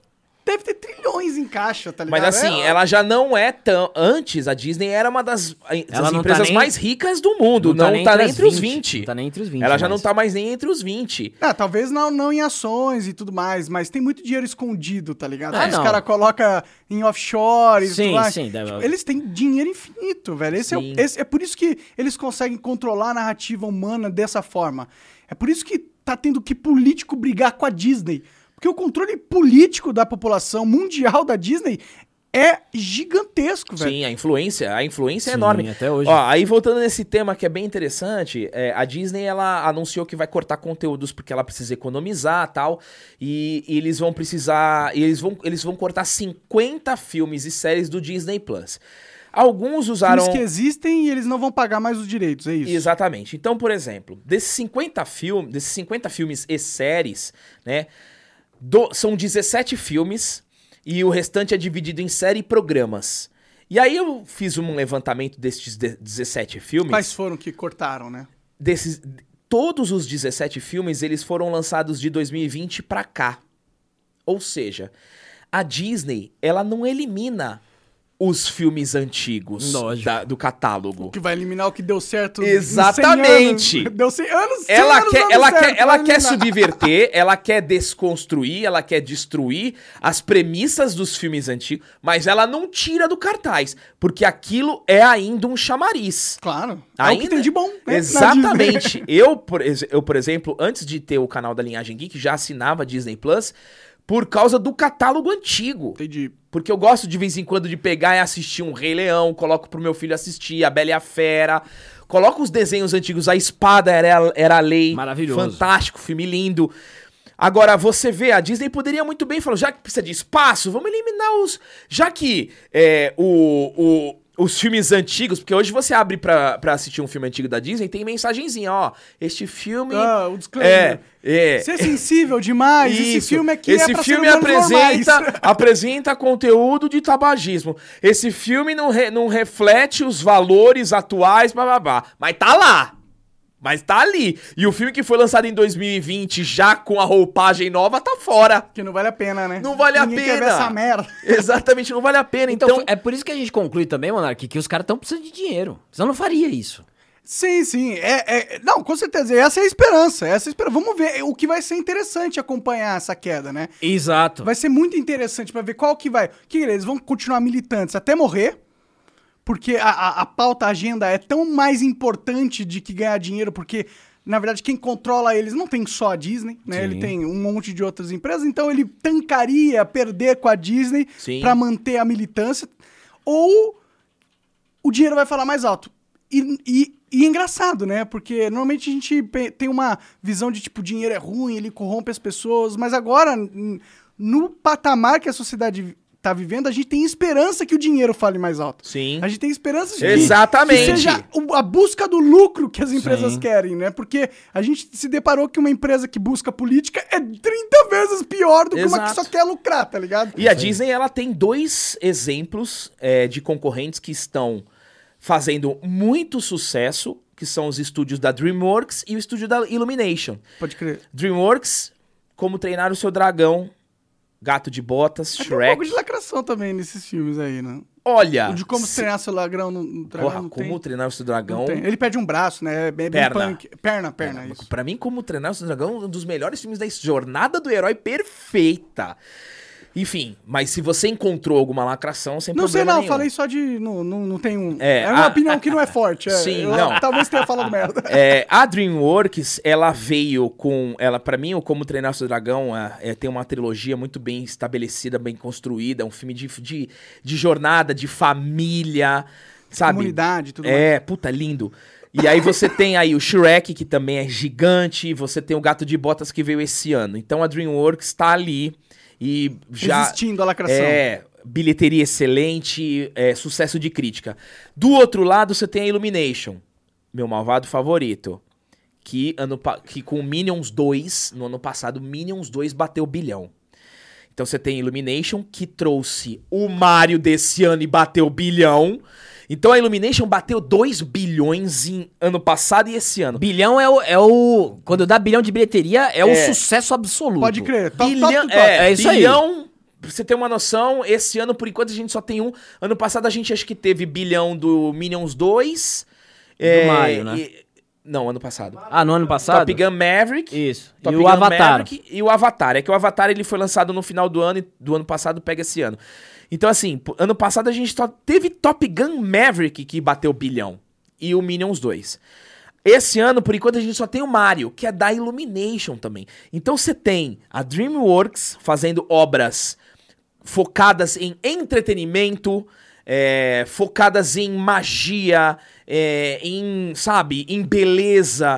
deve ter trilhões em caixa, tá ligado? Mas assim, É, ela já não é tão... Antes, a Disney era uma das, das Ela não empresas tá nem- mais ricas do mundo. Não, nem tá nem as entre os vinte. Não tá nem entre os vinte. Ela já não mais. tá mais nem entre os vinte. Ah, talvez não, não em ações e tudo mais, mas tem muito dinheiro escondido, tá ligado? Ah, Os não. caras colocam em offshore e Sim, tudo mais. sim, deve- Tipo, eles têm dinheiro infinito, velho. Esse é, o- Sim. esse- é por isso que eles conseguem controlar a narrativa humana dessa forma. É por isso que tá tendo que político brigar com a Disney. Porque o controle político da população mundial da Disney é gigantesco, velho. Sim, a influência, a influência é Sim, enorme. até hoje. Ó, aí voltando nesse tema que é bem interessante, é, a Disney ela anunciou que vai cortar conteúdos porque ela precisa economizar e tal, e, e eles vão precisar, e eles vão, eles vão cortar cinquenta filmes e séries do Disney Plus. Alguns usaram... Filmes que existem e eles não vão pagar mais os direitos, é isso. Exatamente. Então, por exemplo, desses cinquenta filmes, desses cinquenta filmes e séries, né, do- são dezessete filmes e o restante é dividido em série e programas. E aí eu fiz um levantamento desses de- dezessete filmes. Quais foram que cortaram, né? Desses, todos os dezessete filmes, eles foram lançados de dois mil e vinte pra cá. Ou seja, a Disney, ela não elimina os filmes antigos Lógico. da- do catálogo. Que vai eliminar o que deu certo em Exatamente. cem anos. Deu cem anos, cem Ela anos quer, dando ela certo, quer, ela vai quer eliminar. subverter, ela quer desconstruir, ela quer destruir as premissas dos filmes antigos, mas ela não tira do cartaz, porque aquilo é ainda um chamariz. Claro. É Ainda- o que tem de bom, né? na Exatamente. Eu por, ex- eu, por exemplo, antes de ter o canal da Linhagem Geek, já assinava Disney Plus por causa do catálogo antigo. Entendi. Porque eu gosto de vez em quando de pegar e assistir um Rei Leão, coloco pro meu filho assistir, a Bela e a Fera, coloco os desenhos antigos, a Espada era, era a Lei. Maravilhoso. Fantástico, filme lindo. Agora, você vê, a Disney poderia muito bem falar, já que precisa de espaço, vamos eliminar os... Já que é, o, o, os filmes antigos, porque hoje você abre pra, pra assistir um filme antigo da Disney, tem mensagenzinha, ó, este filme... Ah, o disclaimer. É, é... Você é sensível demais, esse Isso. filme aqui Esse é pra filme ser humanos apresenta, normais. apresenta conteúdo de tabagismo. Esse filme não, re- não reflete os valores atuais, blá, blá, blá. Mas tá lá. Mas tá ali. E o filme que foi lançado em dois mil e vinte, já com a roupagem nova, tá fora. Que não vale a pena, né? Não vale a Ninguém quer ver pena. essa merda. Exatamente, não vale a pena. Então, Então, é por isso que a gente conclui também, Monark, que os caras estão precisando de dinheiro. Senão não faria isso. Sim, sim. É, é- não, com certeza. Essa é a esperança. Essa é a esperança. Vamos ver o que vai ser interessante acompanhar essa queda, né? Exato. Vai ser muito interessante pra ver qual que vai. Que eles vão continuar militantes até morrer, porque a, a, a pauta, a agenda é tão mais importante de que ganhar dinheiro, porque na verdade quem controla eles não tem só a Disney, né? Sim. Ele tem um monte de outras empresas, então ele tancaria perder com a Disney Sim. pra manter a militância, ou o dinheiro vai falar mais alto. E, e, e é engraçado, né? Porque normalmente a gente pe- tem uma visão de tipo, dinheiro é ruim, ele corrompe as pessoas, mas agora, n- no patamar que a sociedade tá vivendo, a gente tem esperança que o dinheiro fale mais alto. sim. A gente tem esperança de que- Exatamente. que seja o- a busca do lucro que as empresas Sim. querem, né? Porque a gente se deparou que uma empresa que busca política é trinta vezes pior do que uma que Exato. só quer lucrar, tá ligado? E a Disney, ela tem dois exemplos é, de concorrentes que estão fazendo muito sucesso, que são os estúdios da DreamWorks e o estúdio da Illumination. Pode crer. DreamWorks, Como Treinar o Seu Dragão, Gato de Botas, Tem um Shrek. pouco de lacração também nesses filmes aí, né? Olha, O de como se- treinar seu lagrão no, no dragão Porra, não Como tem. Treinar o Seu Não Dragão. tem. Ele perde um braço, né? É bem Perna. punk. Perna, perna, isso. Pra mim, Como Treinar o Seu Dragão é um dos melhores filmes da jornada do herói perfeita. Enfim, mas se você encontrou alguma lacração, sem Não sei problema não, nenhum. falei só de... Não, não, não tem um... É, É, uma a- opinião que não é forte. é. Sim, Eu- não. Talvez tenha falado merda. É, a DreamWorks, ela veio com... ela Pra mim, o Como Treinar o Seu Dragão é, é- tem uma trilogia muito bem estabelecida, bem construída. É um filme de, de, de jornada, de família, sabe? Comunidade e tudo mais. É, puta, lindo. E aí você tem aí o Shrek, que também é gigante. E você tem o Gato de Botas, que veio esse ano. Então a DreamWorks tá ali e já... Resistindo à lacração. É, bilheteria excelente, é, sucesso de crítica. Do outro lado, você tem a Illumination, meu malvado favorito, que, ano, pa- que com Minions dois, no ano passado, Minions dois bateu bilhão. Então você tem Illumination, que trouxe o Mario desse ano e bateu bilhão. Então a Illumination bateu dois bilhões em ano passado e esse ano. Bilhão é o, é o... Quando dá bilhão de bilheteria, é, o É. sucesso absoluto. Pode crer. Top, Bilhão, top, top. é, É isso aí. bilhão, pra você ter uma noção, esse ano, por enquanto, a gente só tem um. Ano passado, a gente acho que teve bilhão do Minions dois. Do Mario, né? e- Não, ano passado. Ah, no ano passado? Top Gun Maverick. Isso. Top e o Gun Avatar. Maverick e o Avatar. É que o Avatar ele foi lançado no final do ano e do ano passado pega esse ano. Então, assim, p- ano passado a gente só teve Top Gun Maverick que bateu bilhão. E o Minions dois. Esse ano, por enquanto, a gente só tem o Mario, que é da Illumination também. Então você tem a DreamWorks fazendo obras focadas em entretenimento, é, focadas em magia, é, em, sabe, em beleza.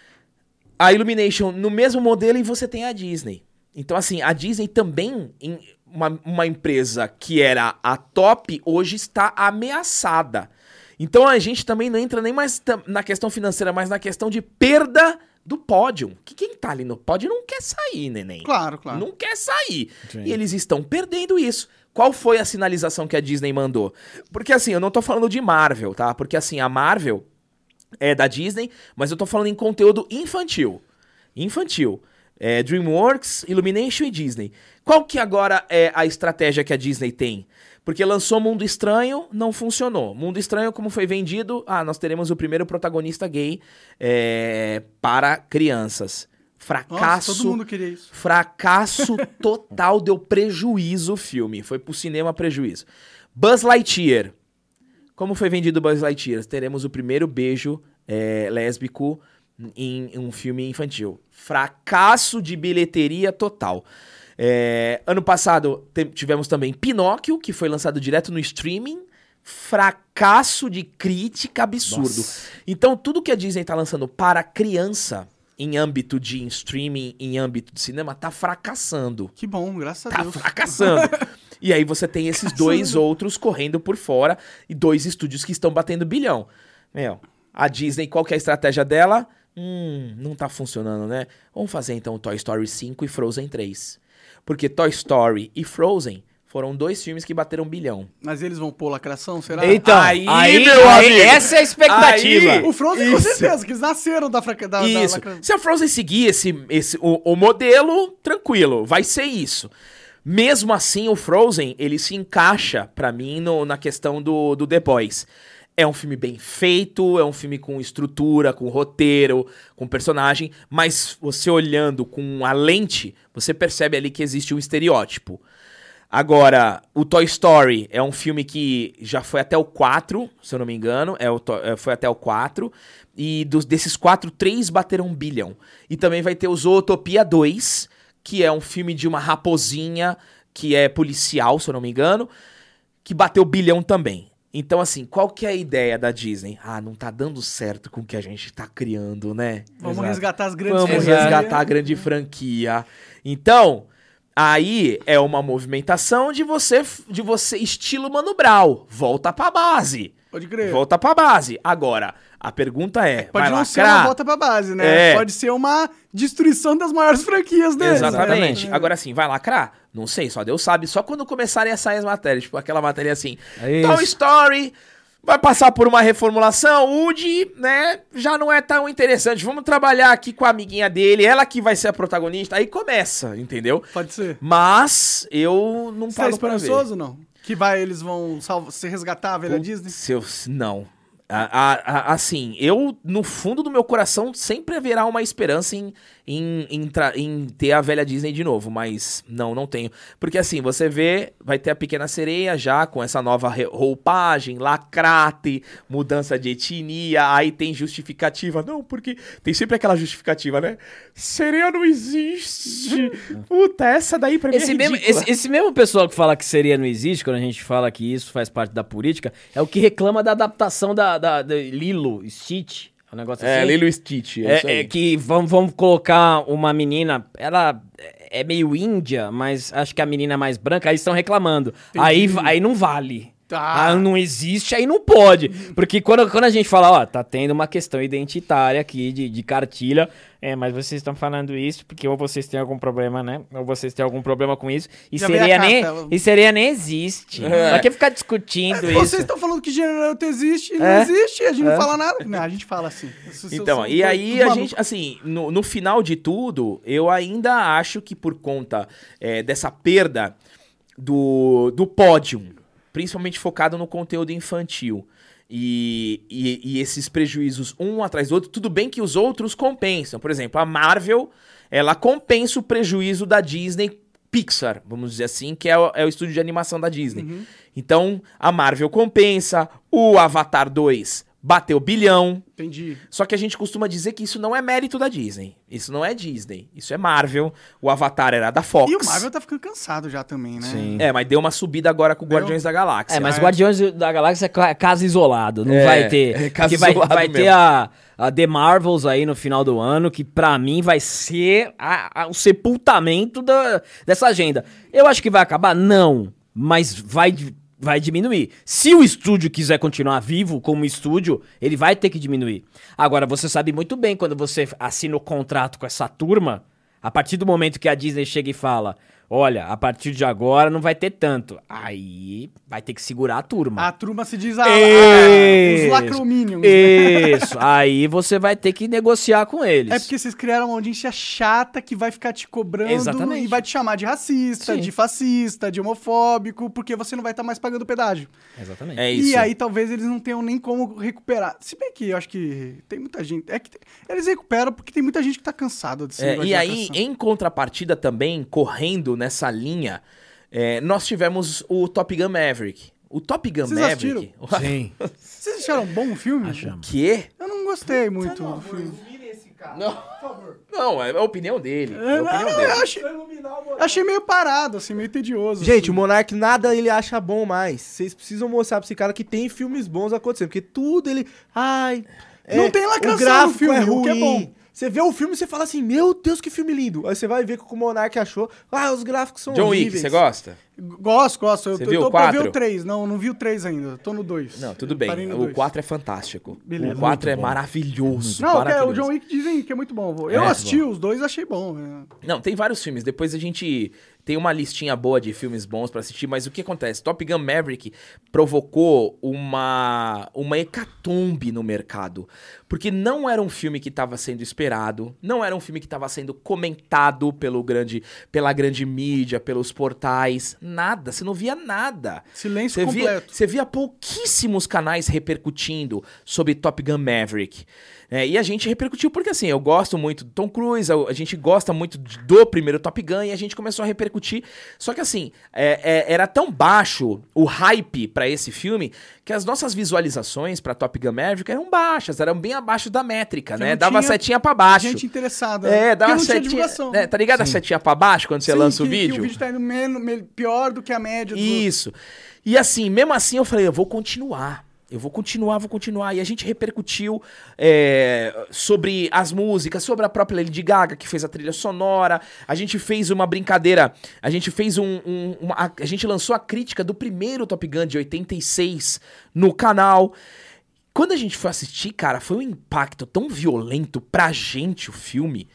A Illumination no mesmo modelo e você tem a Disney. Então, assim, a Disney também, em uma, uma empresa que era a top, hoje está ameaçada. Então a gente também não entra nem mais tam- na questão financeira, mas na questão de perda do pódio. Que quem tá ali no pódio não quer sair, neném. Claro, claro. Não quer sair. Sim. E eles estão perdendo isso. Qual foi a sinalização que a Disney mandou? Porque assim, eu não tô falando de Marvel, tá? Porque assim, a Marvel é da Disney, mas eu tô falando em conteúdo infantil. Infantil. É, DreamWorks, Illumination e Disney. Qual que agora é a estratégia que a Disney tem? Porque lançou Mundo Estranho, não funcionou. Mundo Estranho, como foi vendido? Ah, nós teremos o primeiro protagonista gay é, para crianças. Fracasso. Nossa, todo mundo queria isso. Fracasso total, deu prejuízo o filme. Foi pro cinema prejuízo. Buzz Lightyear. Como foi vendido Buzz Lightyear? Teremos o primeiro beijo é, lésbico em, em um filme infantil. Fracasso de bilheteria total. É, ano passado te- tivemos também Pinóquio, que foi lançado direto no streaming. Fracasso de crítica absurdo. Nossa. Então, tudo que a Disney tá lançando para criança, em âmbito de streaming, em âmbito de cinema, tá fracassando. Que bom, graças a Tá Deus. fracassando. E aí você tem esses dois outros correndo por fora e dois estúdios que estão batendo bilhão. Meu, a Disney, qual que é a estratégia dela? Hum, não tá funcionando, né? Vamos fazer então Toy Story cinco e Frozen três. Porque Toy Story e Frozen foram dois filmes que bateram bilhão. Mas eles vão pôr lacração, será? Então, Aí, aí, meu aí, amigo, essa é a expectativa. aí- O Frozen com Isso. certeza, que eles nasceram da, fraca, da, da Isso. lacração. Se a Frozen seguir esse, esse, o, o modelo, tranquilo, vai ser isso. Mesmo assim, o Frozen, ele se encaixa, pra mim, no- na questão do, do The Boys. É um filme bem feito, é um filme com estrutura, com roteiro, com personagem, mas você olhando com a lente, você percebe ali que existe um estereótipo. Agora, o Toy Story é um filme que já foi até o quatro, se eu não me engano, é o to- é, foi até o quatro, e dos, desses quatro, três bateram um bilhão. E também vai ter o Zootopia dois, que é um filme de uma raposinha que é policial, se eu não me engano, que bateu bilhão também. Então, assim, qual que é a ideia da Disney? Ah, não tá dando certo com o que a gente tá criando, né? Vamos Exato. resgatar as grandes Vamos franquias. resgatar a grande franquia. Então, aí é uma movimentação de você, de você estilo Mano Brown. Volta pra base. Pode crer. Volta pra base. Agora, a pergunta é, Pode vai não ser lacrar? uma volta pra base, né? É. Pode ser uma destruição das maiores franquias deles. Exatamente. né? Agora sim, vai lacrar? Não sei, só Deus sabe. Só quando começarem a sair as matérias. Tipo, aquela matéria assim. É Toy isso. Story vai passar por uma reformulação. Woody, né, já não é tão interessante. Vamos trabalhar aqui com a amiguinha dele. Ela que vai ser a protagonista. Aí começa, entendeu? Pode ser. Mas eu não Você tá paro pra ver. esperançoso ou não? Que vai, eles vão salva, se resgatar a velha Disney? Se eu- não. A- a- a- assim, eu, no fundo do meu coração, sempre haverá uma esperança em, em, em, tra- em ter a velha Disney de novo, mas não, não tenho. Porque assim, você vê, vai ter a Pequena Sereia já com essa nova re- roupagem, lacrate, mudança de etnia, aí tem justificativa. Não, porque tem sempre aquela justificativa, né? Sereia não existe. Puta, essa daí pra mim Esse é mesmo, ridícula. esse, esse mesmo pessoal que fala que seria não existe, quando a gente fala que isso faz parte da política, é o que reclama da adaptação da, da, da Lilo, Stitch, um negócio É, assim. Lilo e Stitch. É, isso É, aí. é que vamos, vamos colocar uma menina, ela é meio índia, mas acho que a menina é mais branca, aí estão reclamando. Aí, aí não vale. Tá. Ah, não existe, aí não pode. Porque quando, quando a gente fala, ó, tá tendo uma questão identitária aqui de, de cartilha, é, mas vocês estão falando isso porque ou vocês têm algum problema, né? Ou vocês têm algum problema com isso. E Já veio a seria, nem, carta. e seria nem existe. É. Pra que ficar discutindo Mas isso? vocês estão falando que gênero neutro existe e não É. existe, a gente não fala nada. Não, a gente fala assim. Isso- isso Então, são e tudo- aí tudo a maluco. gente, assim, no, no final de tudo, eu ainda acho que por conta é, dessa perda, do, do pódio, principalmente focado no conteúdo infantil. E, e, e esses prejuízos um atrás do outro, tudo bem que os outros compensam. Por exemplo, a Marvel, ela compensa o prejuízo da Disney Pixar, vamos dizer assim, que é o, é o estúdio de animação da Disney. Uhum. Então, a Marvel compensa, o Avatar dois bateu bilhão. Entendi. Só que a gente costuma dizer que isso não é mérito da Disney. Isso não é Disney. Isso é Marvel. O Avatar era da Fox. E o Marvel tá ficando cansado já também, né? Sim. É, mas deu uma subida agora com o Deu? Guardiões da Galáxia. É, mas Ah, é. Guardiões da Galáxia é ca- caso isolado, não É, vai ter. é caso porque vai, isolado vai ter mesmo. a, a The Marvels aí no final do ano, que pra mim vai ser a- a- o sepultamento da, dessa agenda. Eu acho que vai acabar? Não, mas vai, di- vai diminuir. Se o estúdio quiser continuar vivo como estúdio, ele vai ter que diminuir. Agora, você sabe muito bem, quando você assina o contrato com essa turma, a partir do momento que a Disney chega e fala, olha, a partir de agora não vai ter tanto. Aí vai ter que segurar a turma. A turma se diz a, a, Isso. os lacrominions. Isso. Aí você vai ter que negociar com eles. É porque vocês criaram uma audiência chata que vai ficar te cobrando Exatamente. e vai te chamar de racista, Sim. de fascista, de homofóbico, porque você não vai estar mais pagando pedágio. Exatamente. É isso. E aí talvez eles não tenham nem como recuperar. Se bem que eu acho que tem muita gente. É que tem- eles recuperam porque tem muita gente que tá cansada desse É, negócio e de aí, lacração. em contrapartida também, correndo nessa linha, é, nós tivemos o Top Gun Maverick. O Top Gun Vocês Maverick... Sim. Vocês acharam bom o filme? Achamos. Que? Eu não gostei muito do filme. Ilumine esse cara, Não. por favor. Não, é a opinião dele. É a Eu, opinião eu dele. achei, Pra iluminar o moleque. achei meio parado, assim, meio tedioso. Gente, assim. o Monark nada ele acha bom mais. Vocês precisam mostrar pra esse cara que tem filmes bons acontecendo. Porque tudo ele. Ai. Não tem lacração o gráfico no filme, é o que é ruim. bom. Você vê o filme e você fala assim, meu Deus, que filme lindo. Aí você vai ver o que o Monark achou. Ah, os gráficos são John Wick, horríveis. você gosta? Gosto, gosto. Eu Você tô, viu tô o pra ver quatro? o três. Não, não vi o três ainda. Tô no dois. Não, tudo bem. Parei no O dois. quatro é fantástico. Beleza. O quatro é Muito bom. maravilhoso. Não, o que é- o maravilhoso. John Wick dizem que é muito bom. Eu É, assisti os dois, achei bom. é. Não, tem vários filmes. Depois a gente tem uma listinha boa de filmes bons pra assistir. Mas o que acontece? Top Gun Maverick provocou uma, uma hecatombe no mercado. Porque não era um filme que estava sendo esperado. Não era um filme que estava sendo comentado pelo grande, pela grande mídia, pelos portais. Nada. Você não via nada. Silêncio Você via, completo. você via pouquíssimos canais repercutindo sobre Top Gun Maverick. É, e a gente repercutiu porque, assim, eu gosto muito do Tom Cruise, a, a gente gosta muito do primeiro Top Gun e a gente começou a repercutir. Só que, assim, é, é, era tão baixo o hype pra esse filme que as nossas visualizações pra Top Gun Maverick eram baixas, eram bem abaixo da métrica, Porque né? não Dava tinha setinha pra baixo. Gente interessada. É, dava Porque não tinha setinha. divulgação. Né, tá ligado a setinha pra baixo quando você Sim, lança o que- vídeo? Que o vídeo tá indo menos, me- pior do que a média dos outros. Isso. E assim, mesmo assim eu falei, eu vou continuar. Eu vou continuar, vou continuar. E a gente repercutiu é, sobre as músicas, sobre a própria Lady Gaga, que fez a trilha sonora. A gente fez uma brincadeira, a gente fez um... um- uma- a, a gente lançou a crítica do primeiro Top Gun de oitenta e seis no canal. Quando a gente foi assistir, cara, foi um impacto tão violento pra gente o filme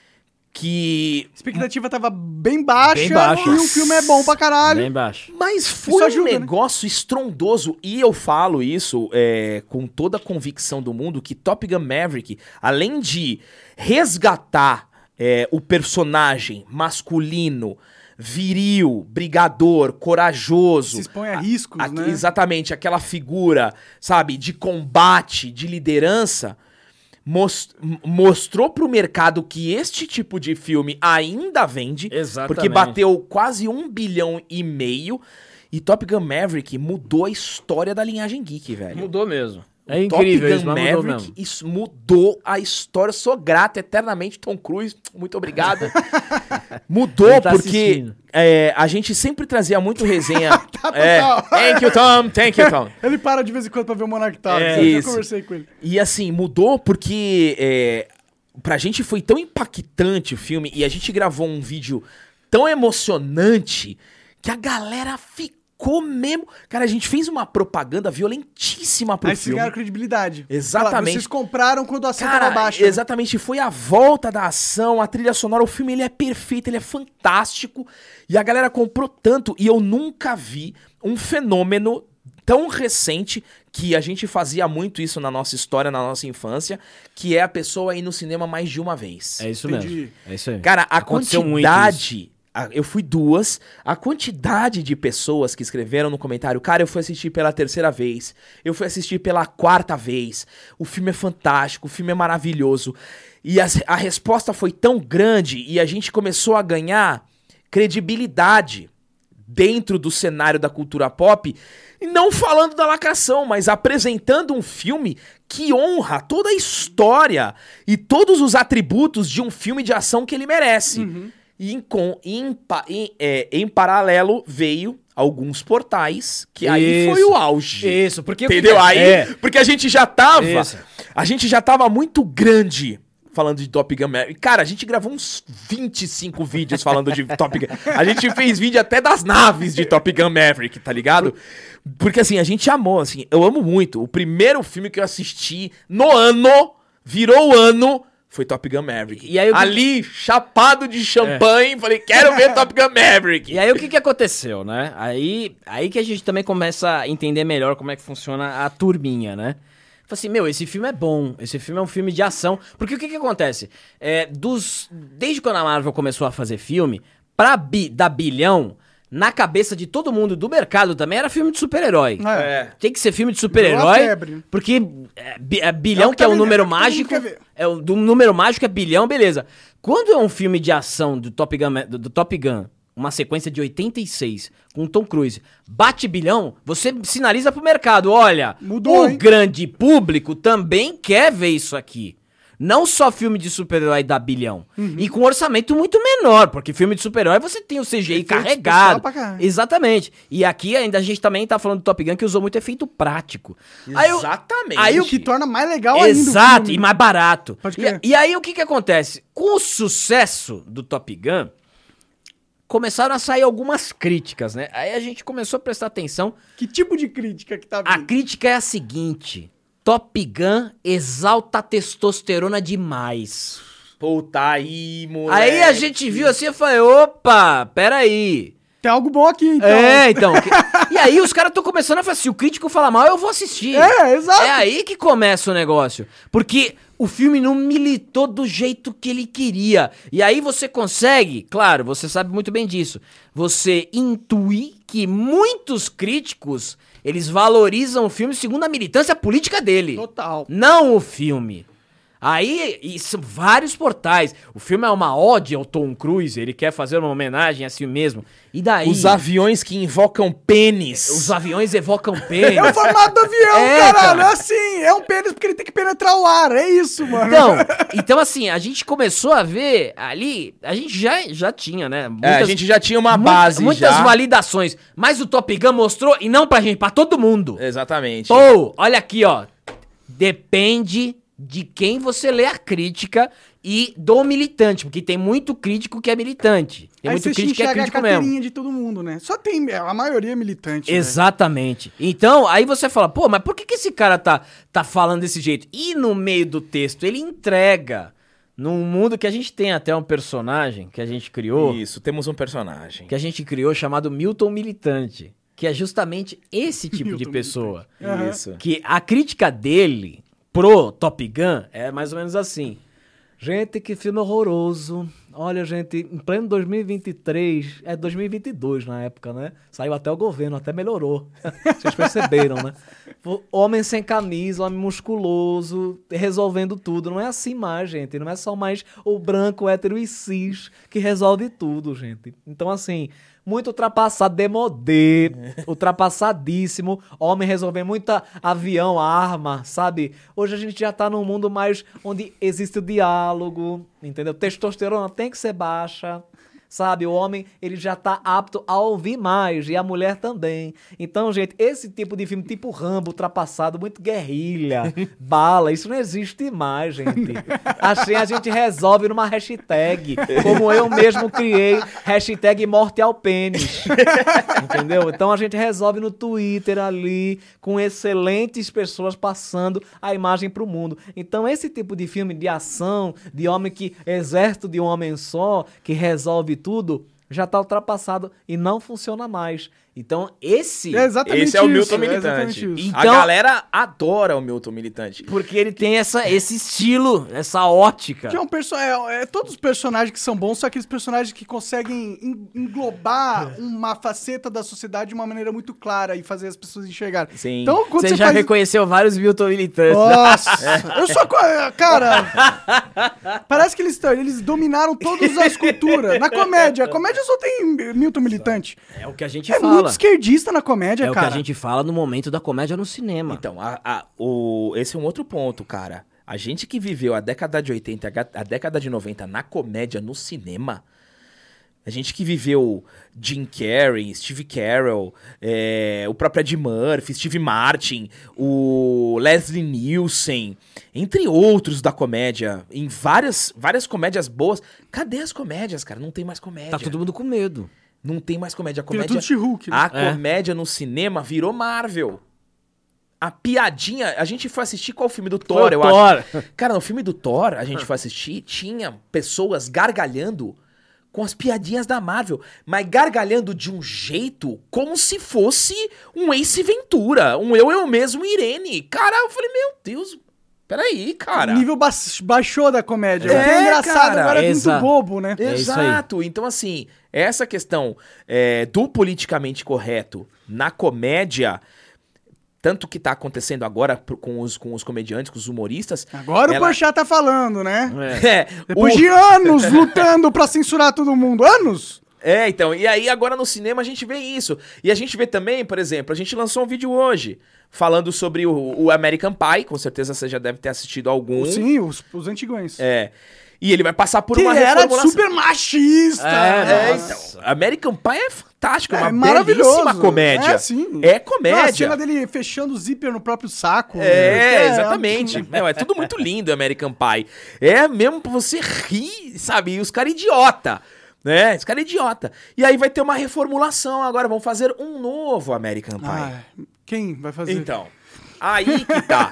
que... A expectativa tava bem baixa, Bem baixa. e o filme é bom pra caralho. Bem baixo. Mas Isso foi ajuda, um né? negócio estrondoso. E eu falo isso é, com toda a convicção do mundo, que Top Gun Maverick, além de resgatar é, o personagem masculino, viril, brigador, corajoso... Se expõe a riscos, a- né? Exatamente, aquela figura, sabe, de combate, de liderança... mos- m- mostrou pro mercado que este tipo de filme ainda vende. Exatamente. Porque bateu quase um bilhão e meio. E Top Gun Maverick mudou a história da linhagem geek, velho. Mudou mesmo. É Top incrível Gun isso, mas mudou Maverick, mesmo. isso mudou a história. Sou grato eternamente, Tom Cruise. Muito obrigado. Mudou Ele tá porque assistindo. é, a gente sempre trazia muito resenha. Tá é, total. thank you, Tom. Thank you, Tom. Ele para de vez em quando pra ver o Monark Towers. É, eu já isso. conversei com ele. E assim, mudou porque é, pra gente foi tão impactante o filme e a gente gravou um vídeo tão emocionante que a galera ficou mesmo... Cara, a gente fez uma propaganda violentíssima pro Aí vocês filme. ganharam credibilidade. Exatamente. Fala, vocês compraram quando a ação Cara, tava baixa. né? exatamente, foi a volta da ação, a trilha sonora, o filme ele é perfeito, ele é fantástico, e a galera comprou tanto, e eu nunca vi um fenômeno tão recente, que a gente fazia muito isso na nossa história, na nossa infância, que é a pessoa ir no cinema mais de uma vez. É isso Entendi. mesmo. É isso aí. Cara, a Aconteceu muito quantidade, a- eu fui duas, a quantidade de pessoas que escreveram no comentário, cara, eu fui assistir pela terceira vez, eu fui assistir pela quarta vez, o filme é fantástico, o filme é maravilhoso. E a, a resposta foi tão grande e a gente começou a ganhar credibilidade dentro do cenário da cultura pop, e não falando da lacração, mas apresentando um filme que honra toda a história e todos os atributos de um filme de ação que ele merece. Uhum. E em, com, em, pa- em, é, em paralelo veio alguns portais, que aí Isso. foi o auge. Isso, porque... o que Entendeu? que é? Aí, É. porque a gente já tava, Isso. a gente já tava muito grande falando de Top Gun Maverick. Cara, a gente gravou uns vinte e cinco vídeos falando de Top Gun. A gente fez vídeo até das naves de Top Gun Maverick, tá ligado? Porque assim, a gente amou, assim, eu amo muito. O primeiro filme que eu assisti no ano, virou o ano, foi Top Gun Maverick. E aí eu- Ali, chapado de champanhe, falei, quero ver Top Gun Maverick. E aí o que que aconteceu, né? Aí, aí que a gente também começa a entender melhor como é que funciona a turminha, né? Falei assim, meu, esse filme é bom, esse filme é um filme de ação. Porque o que que acontece? É, dos, desde quando a Marvel começou a fazer filme, pra bi, dar bilhão, na cabeça de todo mundo do mercado também era filme de super-herói. É. Tem que ser filme de Virou uma super-herói, febre. porque é, bi- é bilhão É o que que é tá o número vendendo, é o que todo mundo mágico, quer ver. é o do número mágico é bilhão, beleza. Quando é um filme de ação do Top Gun, do, do Top Gun, uma sequência de oitenta e seis com Tom Cruise, bate bilhão, você sinaliza pro mercado, olha, Mudou, o hein? grande público também quer ver isso aqui. Não só filme de super-herói dá bilhão. Uhum. E com orçamento muito menor, porque filme de super-herói você tem o C G I Efeito especial carregado. pra caralho. Exatamente. E aqui ainda a gente também tá falando do Top Gun que usou muito efeito prático. Aí eu- Exatamente. aí O que torna mais legal ainda o Exato, filme. e mais barato. Pode E, crer. e aí o que que acontece? Com o sucesso do Top Gun, começaram a sair algumas críticas, né? Aí a gente começou a prestar atenção. Que tipo de crítica que tá A vindo? crítica é a seguinte: Top Gun exalta a testosterona demais. Puta aí, moleque. Aí a gente viu assim e falei, opa, peraí. Tem algo bom aqui, então. É, então. que- E aí os caras estão começando a falar, se o crítico falar mal, eu vou assistir. É, exato. É aí que começa o negócio. Porque o filme não militou do jeito que ele queria. E aí você consegue, claro, você sabe muito bem disso, você intui que muitos críticos, eles valorizam o filme segundo a militância política dele. Total. Não o filme. Aí, e são vários portais. O filme é uma ode ao Tom Cruise, ele quer fazer uma homenagem a si mesmo. E daí... Os aviões que invocam pênis. Os aviões evocam pênis. É o formato do avião, É, caralho. cara. É assim. É um pênis porque ele tem que penetrar o ar. É isso, mano. Então, então, assim, a gente começou a ver ali, a gente já, já tinha, né? É, a gente já tinha uma muita- base Muitas já. validações, mas o Top Gun mostrou, e não pra gente, pra todo mundo. Exatamente. Pô, olha aqui, ó. Depende de quem você lê a crítica e do militante, porque tem muito crítico que é militante. Tem Aí muito você crítico que é enxerga a crítico mesmo. carteirinha de todo mundo, né? Só tem... A maioria é militante. né? Exatamente. Então, aí você fala, pô, mas por que, que esse cara tá, tá falando desse jeito? E no meio do texto, ele entrega num mundo que a gente tem até um personagem que a gente criou, Isso, temos um personagem. que a gente criou chamado Milton Militante, que é justamente esse tipo de Milton pessoa. Aham. Isso. Que a crítica dele pro Top Gun é mais ou menos assim. Gente, que filme horroroso. Olha, gente, em pleno dois mil e vinte e três, é dois mil e vinte e dois na época, né? Saiu até o governo, até melhorou. Vocês perceberam, né? Homem sem camisa, homem musculoso, resolvendo tudo. Não é assim mais, gente. Não é só mais o branco, hétero e cis que resolve tudo, gente. Então, assim, muito ultrapassado, demodê, ultrapassadíssimo. Homem resolvendo muita avião, arma, sabe? Hoje a gente já tá num mundo mais onde existe o diálogo, entendeu? Testosterona tem que ser baixa, sabe? O homem, ele já tá apto a ouvir mais, e a mulher também. Então, gente, esse tipo de filme, tipo Rambo, ultrapassado, muito guerrilha, bala, isso não existe mais, gente. Assim a gente resolve numa hashtag, como eu mesmo criei, hashtag morte ao pênis. Entendeu? Então a gente resolve no Twitter ali, com excelentes pessoas passando a imagem pro mundo. Então esse tipo de filme de ação, de homem que, exército de um homem só, que resolve tudo, já tá ultrapassado e não funciona mais. Então, esse... É exatamente Esse é o isso, Milton é Militante. exatamente isso. Então- A galera adora o Milton Militante. Porque ele tem essa, esse estilo, essa ótica. Que é um perso é, é todos os personagens que são bons, são aqueles personagens que conseguem en- englobar uma faceta da sociedade de uma maneira muito clara e fazer as pessoas enxergarem. Sim. Então, quando Você, você, já faz... reconheceu vários Milton Militantes. Nossa, eu sou... co- Cara, parece que eles, tão- eles dominaram todas as culturas. Na comédia, a comédia só tem Milton Militante. É o que a gente É fala. muito esquerdista na comédia, É o cara. que a gente fala no momento da comédia no cinema. Então, a- a- o, esse é um outro ponto, cara. A gente que viveu a década de oitenta, a, a década de noventa na comédia, no cinema, a gente que viveu Jim Carrey, Steve Carell, é, o próprio Ed Murphy, Steve Martin, o Leslie Nielsen, entre outros da comédia, em várias, várias comédias boas. Cadê as comédias, cara? Não tem mais comédia. Tá todo mundo com medo. Não tem mais comédia. A Vira comédia, tudo She-Hulk, né? a É. comédia no cinema virou Marvel. A piadinha... A gente foi assistir qual filme do Thor, eu Thor. acho. Cara, no filme do Thor, a gente foi assistir, tinha pessoas gargalhando com as piadinhas da Marvel, mas gargalhando de um jeito como se fosse um Ace Ventura, um Eu, Eu Mesmo, Irene. Cara, eu falei, meu Deus, peraí, cara. O nível ba- baixou da comédia. É, o que é engraçado cara. agora é Exa- muito bobo, né? É isso aí. Exato. Então, assim, essa questão é, do politicamente correto na comédia, tanto que tá acontecendo agora pro- com os, com os comediantes, com os humoristas. Agora o ela- Porchat tá falando, né? É, Depois o- de anos lutando pra censurar todo mundo. Anos? É, então, e aí agora no cinema a gente vê isso. E a gente vê também, por exemplo, a gente lançou um vídeo hoje falando sobre o, o American Pie, com certeza você já deve ter assistido algum. Sim, os, os antigões. É. E ele vai passar por que uma era reformulação. super machista. É, É, Nossa. então, American Pie é fantástico, é uma É maravilhoso. belíssima comédia. É, sim. É Não, a comédia. cena dele fechando o zíper no próprio saco. É, exatamente. absurdo. Meu, é tudo muito lindo American Pie. É mesmo pra você rir, sabe? E os caras idiota, né? Os caras idiota. E aí vai ter uma reformulação agora, vão fazer um novo American Pie. Ah, quem vai fazer? Então, aí que tá.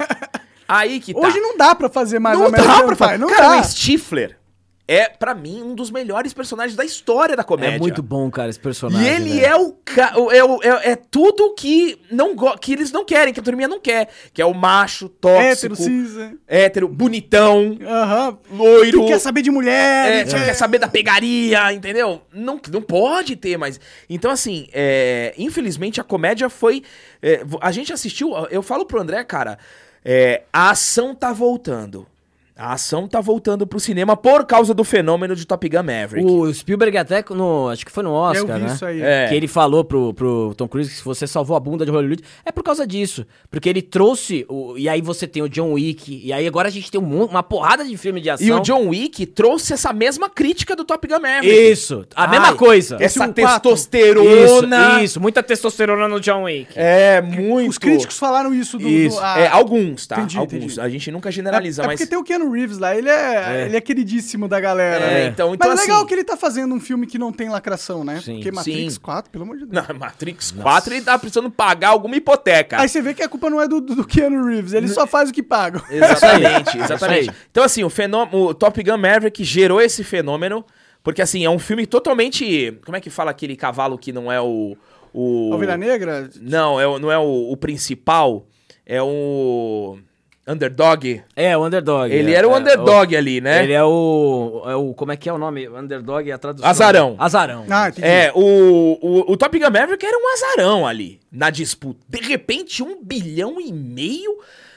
Aí que tá. Hoje não dá pra fazer mais não American dá pra falar. Pie, não Cara, dá. o Stifler é, pra mim, um dos melhores personagens da história da comédia. É muito bom, cara, esse personagem. E ele velho. é o, ca... o- é, o- é, é tudo que, não go... que eles não querem, que a turminha não quer. Que é o macho, tóxico, Hétero, cis. hétero, bonitão, Aham. loiro, Que quer saber de é, mulher. que quer saber da pegaria, entendeu? Não, não pode ter mais. Então, assim, é, infelizmente a comédia foi... é, a gente assistiu, eu falo pro André, cara, é, a ação tá voltando. A ação tá voltando pro cinema por causa do fenômeno de Top Gun Maverick. O Spielberg até, no, acho que foi no Eu Oscar, vi né? isso aí. É. Que ele falou pro, pro Tom Cruise que se você salvou a bunda de Hollywood, é por causa disso. Porque ele trouxe, o, e aí você tem o John Wick, e aí agora a gente tem um mon- uma porrada de filme de ação. E o John Wick trouxe essa mesma crítica do Top Gun Maverick. Isso, a mesma Ai, coisa. Essa Esse um quatro. testosterona. Isso, isso, muita testosterona no John Wick. É, muito. Os críticos falaram isso do... Isso. do- ah, É, alguns, tá? Entendi, alguns. entendi. A gente nunca é, generaliza, é mas... porque tem o Keanu Reeves lá, ele é, ele é queridíssimo da galera. É, né? então- então, Mas é legal assim- que ele tá fazendo um filme que não tem lacração, né? Sim. Porque Matrix Sim. quatro, pelo amor de Deus. Na Matrix quatro ele tá precisando pagar alguma hipoteca. Aí você vê que a culpa não é do, do do Keanu Reeves, ele só faz o que paga. Exatamente, Isso exatamente. aí. Então, assim, o, fenômeno, o Top Gun Maverick gerou esse fenômeno, porque, assim, é um filme totalmente... Como é que fala aquele cavalo que não é o... o... Ovelha Negra? Não, é, o- não é o, o principal, é o... Underdog. É, o Underdog. Ele é, era o é, underdog ali, né? Ele é o, é o... Como é que é o nome? Underdog é a tradução. Azarão. Azarão. Ah, entendi. É, o, o, o Top Gun Maverick era um azarão ali, na disputa. De repente, um bilhão e meio...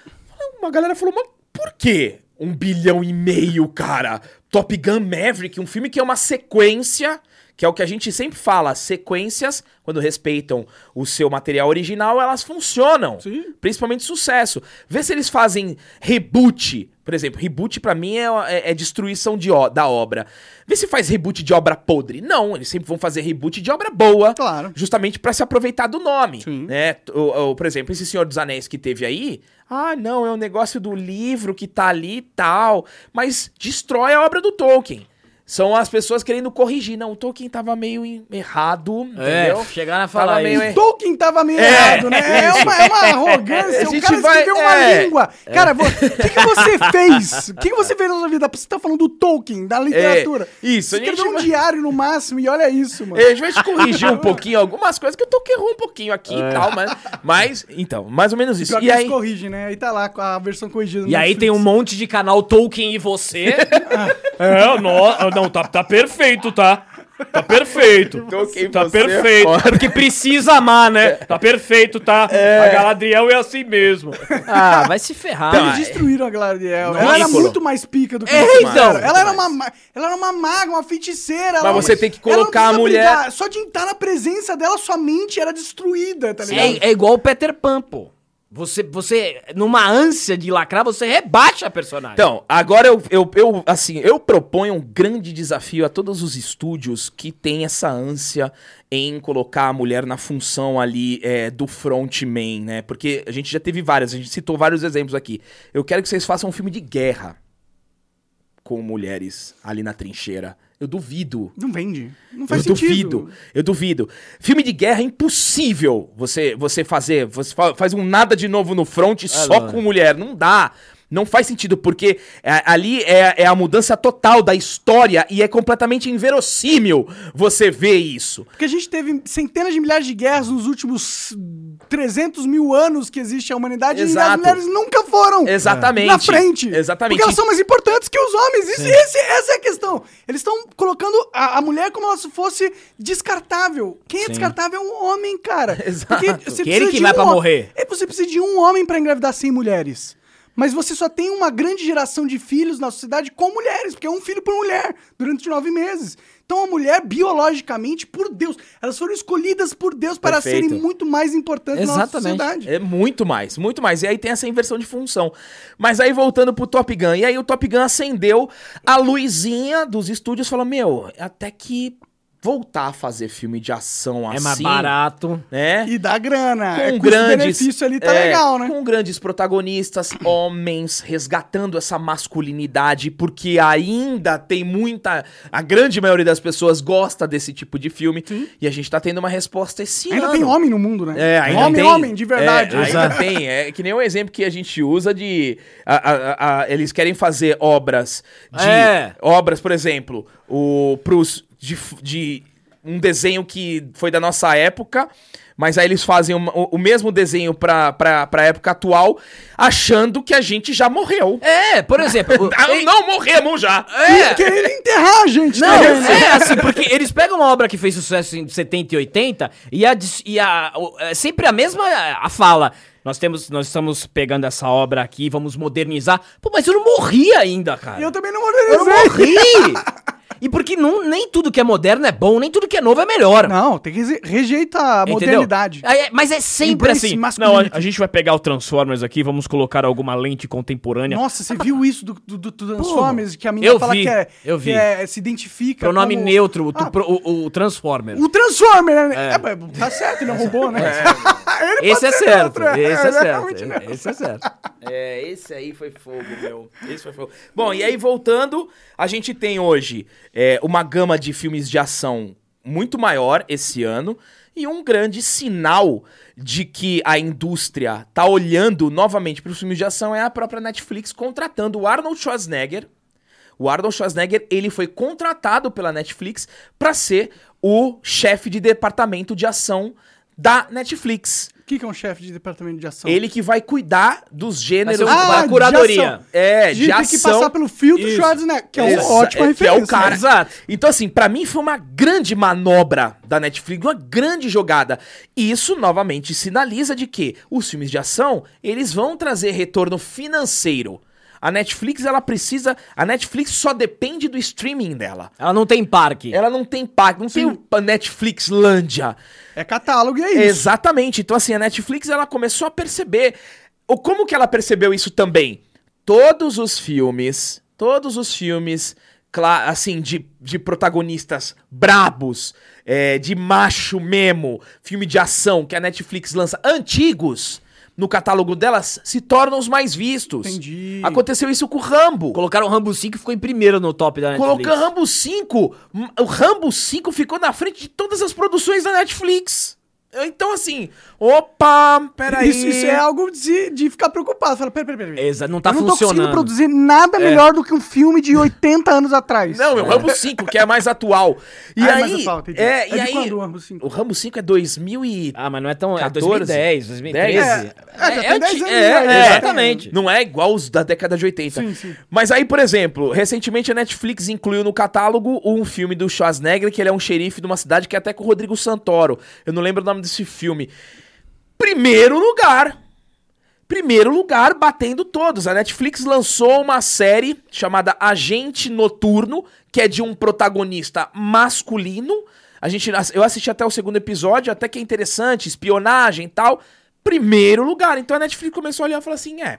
Uma galera falou, mas por quê um bilhão e meio, cara? Top Gun Maverick, um filme que é uma sequência, que é o que a gente sempre fala, sequências, quando respeitam o seu material original, elas funcionam. Sim. Principalmente sucesso. Vê se eles fazem reboot. Por exemplo, reboot pra mim é, é- é destruição de, ó- da obra. Vê se faz reboot de obra podre. Não, eles sempre vão fazer reboot de obra boa. Claro. Justamente pra se aproveitar do nome. Sim. Né? O, o- por exemplo, esse Senhor dos Anéis que teve aí. Ah, não, é um negócio do livro que tá ali e tal. Mas destrói a obra do Tolkien. São as pessoas querendo corrigir. Não, o Tolkien tava meio em- errado, É, entendeu? chegaram a Tava falar meio isso. er- Tolkien tava meio É, errado, né? É uma, é uma arrogância. A O gente cara vai- escreveu uma é. língua. Cara, vo- o que, que você fez? O que, que você fez na sua vida? Você tá falando do Tolkien, da literatura. É, isso, Você a gente escreveu um vai- diário no máximo e olha isso, mano. É, a gente vai te corrigir um pouquinho algumas coisas que eu Tolkien errou um pouquinho aqui É. e tal, mas, mas, então, mais ou menos isso. Pior que E eles aí, corrigem, né? Aí tá lá com a versão corrigida. no E aí Netflix. tem um monte de canal Tolkien e você. é, não, não tá, tá perfeito, tá? Tá perfeito. Tolkien, Tá você é perfeito. foda. Porque precisa amar, né? Tá perfeito, tá? A Galadriel é assim mesmo. Ah, vai se ferrar. Então, Eles destruíram a Galadriel. Não, Ela era ridículo. muito mais pica do que É, eles então. fizeram. Ela era, Muito uma, ma- ela era uma maga, uma feiticeira. Mas você tem que colocar ela não a precisa mulher- brigar. Só de estar na presença dela, sua mente era destruída, tá ligado? É, é igual o Peter Pan, pô. Você, você, numa ânsia de lacrar, você rebaixa a personagem. Então, agora eu, eu, eu, assim, eu proponho um grande desafio a todos os estúdios que têm essa ânsia em colocar a mulher na função ali é, do frontman, né? Porque a gente já teve várias, a gente citou vários exemplos aqui. Eu quero que vocês façam um filme de guerra com mulheres ali na trincheira. Eu duvido. Não vende. Não Eu faz sentido. duvido, eu duvido. Filme de guerra é impossível você, você fazer. Você fa- faz um nada de novo no front só não. com mulher. Não dá. Não faz sentido, porque é, ali é, é a mudança total da história e é completamente inverossímil você ver isso. Porque a gente teve centenas de milhares de guerras nos últimos trezentos mil anos que existe a humanidade Exato. e as mulheres nunca foram Exatamente. na frente. Exatamente. Porque elas são mais importantes que os homens. Isso, esse- essa é a questão. Eles estão colocando a, a mulher como se fosse descartável. Quem é descartável é um homem, cara. Exato. Porque você Que ele precisa que de vai pra ho- morrer. É, você precisa de um homem pra engravidar cem mulheres. Mas você só tem uma grande geração de filhos na sociedade com mulheres, porque é um filho por mulher durante nove meses. Então a mulher, biologicamente, por Deus, elas foram escolhidas por Deus para Perfeito. serem muito mais importantes na nossa Exatamente. sociedade. É muito mais, muito mais. E aí tem essa inversão de função. Mas aí voltando pro Top Gun, e aí o Top Gun acendeu a luzinha dos estúdios e falou: Meu, até que voltar a fazer filme de ação assim. é mais barato. Né? E dá grana. é, Com grandes. custo-benefício ali tá é, legal, né? Com grandes protagonistas, homens, resgatando essa masculinidade, porque ainda tem muita. A grande maioria das pessoas gosta desse tipo de filme. E a gente tá tendo uma resposta esse Ainda ano. tem homem no mundo, né? É, ainda homem, tem. homem, de verdade. É, ainda tem. É que nem o exemplo que a gente usa de. a- a- a- eles querem fazer obras de. É. Obras, por exemplo, o, pros, de, f- de um desenho que foi da nossa época. Mas aí eles fazem uma- o, o mesmo desenho pra, pra, pra época atual, achando que a gente já morreu. É, por exemplo. o- Ah, não morremos já! é, Querendo enterrar a gente. Não, também, né? é assim, porque eles pegam uma obra que fez sucesso em setenta e oitenta e a, dis- e a, o- é sempre a mesma a fala. Nós temos, nós estamos pegando essa obra aqui, vamos modernizar. Pô, mas eu não morri ainda, cara. E eu também não Eu não modernizei. morri! E porque não, nem tudo que é moderno é bom, nem tudo que é novo é melhor. Não, tem que reze- rejeita a Entendeu? modernidade. Aí é- mas é sempre Embrace assim. masculinity. Não, a, a gente vai pegar o Transformers aqui, vamos colocar alguma lente contemporânea. Nossa, você viu isso do, do, do Transformers? Que a menina eu fala vi, que, é, eu que vi. é- se identifica Pronome como... neutro, o, Ah, pro- o, o Transformer. O Transformer, né? É, mas tá certo, ele é um robô, né? Ele Esse é pode ser certo, neutro, esse é certo. realmente neutro. Esse é certo. É, esse aí foi fogo, meu. Esse foi fogo. Bom, e aí voltando, a gente tem hoje é, uma gama de filmes de ação muito maior esse ano e um grande sinal de que a indústria tá olhando novamente para os filmes de ação é a própria Netflix contratando o Arnold Schwarzenegger. O Arnold Schwarzenegger, ele foi contratado pela Netflix para ser o chefe de departamento de ação da Netflix. O que, que é um chefe de departamento de ação? Ele que vai cuidar dos gêneros Vai ser um- Ah, a curadoria. de ação. é, de de ação. ter que passar pelo filtro Isso. Schwarzenegger, que é Exa- uma ótima é, que é referência. o cara. Exato. Então, assim, pra mim foi uma grande manobra da Netflix, uma grande jogada. E isso, novamente, sinaliza de que os filmes de ação, eles vão trazer retorno financeiro. A Netflix, ela precisa... A Netflix só depende do streaming dela. Ela não tem parque. Ela não tem pack, não tem o Netflixlândia. É catálogo e é isso. Exatamente. Então, assim, a Netflix, ela começou a perceber... O, como que ela percebeu isso também? Todos os filmes, todos os filmes, cla- assim, de, de protagonistas brabos, é, de macho mesmo, filme de ação que a Netflix lança, antigos, no catálogo delas se tornam os mais vistos. Entendi. Aconteceu isso com o Rambo. Colocaram o Rambo cinco e ficou em primeiro no top da Netflix. Colocando Rambo cinco, o Rambo cinco ficou na frente de todas as produções da Netflix. Então, assim, opa, peraí. Isso, isso é algo de, de ficar preocupado. Fala, peraí, peraí, peraí. Exato, não tá Eu não tô conseguindo funcionando. produzir nada melhor do que um filme de oitenta anos atrás. Não, é o Rambo cinco, que é mais atual. E Ah, é aí, mais atual, entendi. é, É e de aí, quando o Rambo cinco? o Rambo cinco é dois mil e... Ah, mas não é tão... É quatorze, dois mil e dez, dois mil e treze. É, é, já tem dez anti- anos, é, né? exatamente. Não é igual os da década de oitenta. Sim, sim. Mas aí, por exemplo, recentemente a Netflix incluiu no catálogo um filme do Schwarzenegger, que ele é um xerife de uma cidade que é até com o Rodrigo Santoro. Eu não lembro o nome desse filme. Primeiro lugar. Primeiro lugar, batendo todos. A Netflix lançou uma série chamada Agente Noturno, que é de um protagonista masculino. A gente, eu assisti até o segundo episódio, até que é interessante, espionagem e tal. Primeiro lugar. Então a Netflix começou a olhar e falou assim, é...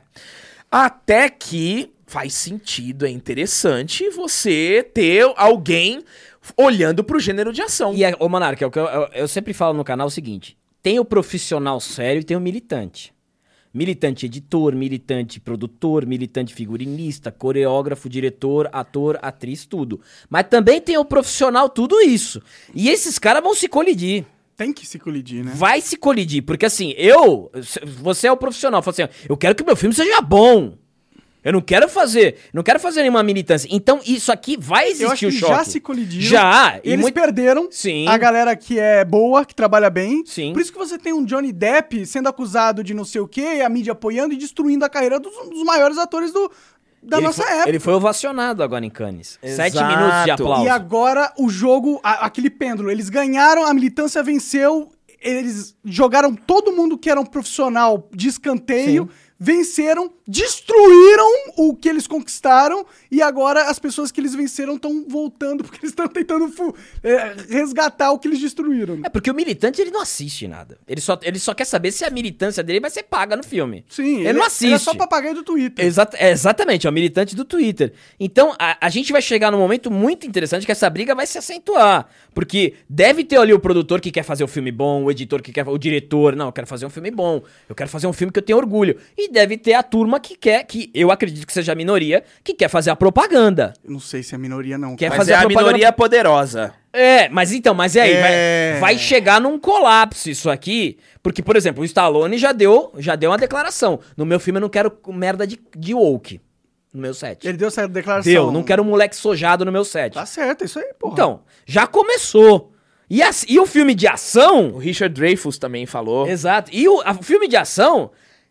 Até que faz sentido, é interessante você ter alguém olhando pro gênero de ação. E, ô Monark, é o que eu, eu, eu sempre falo no canal o seguinte, tem o profissional sério e tem o militante. Militante editor, militante produtor, militante figurinista, coreógrafo, diretor, ator, atriz, tudo. Mas também tem o profissional tudo isso. E esses caras vão se colidir. Tem que se colidir, né? Vai se colidir, porque assim, eu, você é o profissional, fala assim, eu quero que o meu filme seja bom. Eu não quero fazer, não quero fazer nenhuma militância. Então isso aqui vai existir Eu acho o que choque. já se colidiram. Já. e Eles muito- perderam Sim. a galera que é boa, que trabalha bem. Sim. Por isso que você tem um Johnny Depp sendo acusado de não sei o quê, a mídia apoiando e destruindo a carreira dos, dos maiores atores do, da ele nossa foi, época. Ele foi ovacionado agora em Cannes. Sete Exato. minutos de aplauso. E agora o jogo, a- aquele pêndulo, eles ganharam, a militância venceu, eles jogaram todo mundo que era um profissional de escanteio, Sim. venceram, destruíram o que eles conquistaram e agora as pessoas que eles venceram estão voltando porque eles estão tentando fu- é, resgatar o que eles destruíram. É porque o militante ele não assiste nada. Ele só, ele só quer saber se a militância dele vai ser paga no filme. Sim, ele, não assiste. Ele é só papagaio do Twitter. Exata- é, exatamente, é o militante do Twitter. Então, a, a gente vai chegar num momento muito interessante que essa briga vai se acentuar. Porque deve ter ali o produtor que quer fazer o filme bom, o editor que quer... O diretor, não, eu quero fazer um filme bom. Eu quero fazer um filme que eu tenho orgulho. E deve ter a turma que quer, que eu acredito que seja a minoria, que quer fazer a propaganda. Eu não sei se é minoria, não. Quer Mas fazer é a a propaganda- minoria poderosa. É, mas então, mas é aí, É. vai, vai chegar num colapso isso aqui, porque, por exemplo, o Stallone já deu, já deu uma declaração. No meu filme eu não quero merda de, de woke, no meu set. Ele deu essa declaração. Deu, não quero um moleque sojado no meu set. Tá certo, é isso aí, porra. Então, já começou. E, a- e o filme de ação... O Richard Dreyfuss também falou. Exato. E o a- o filme de ação,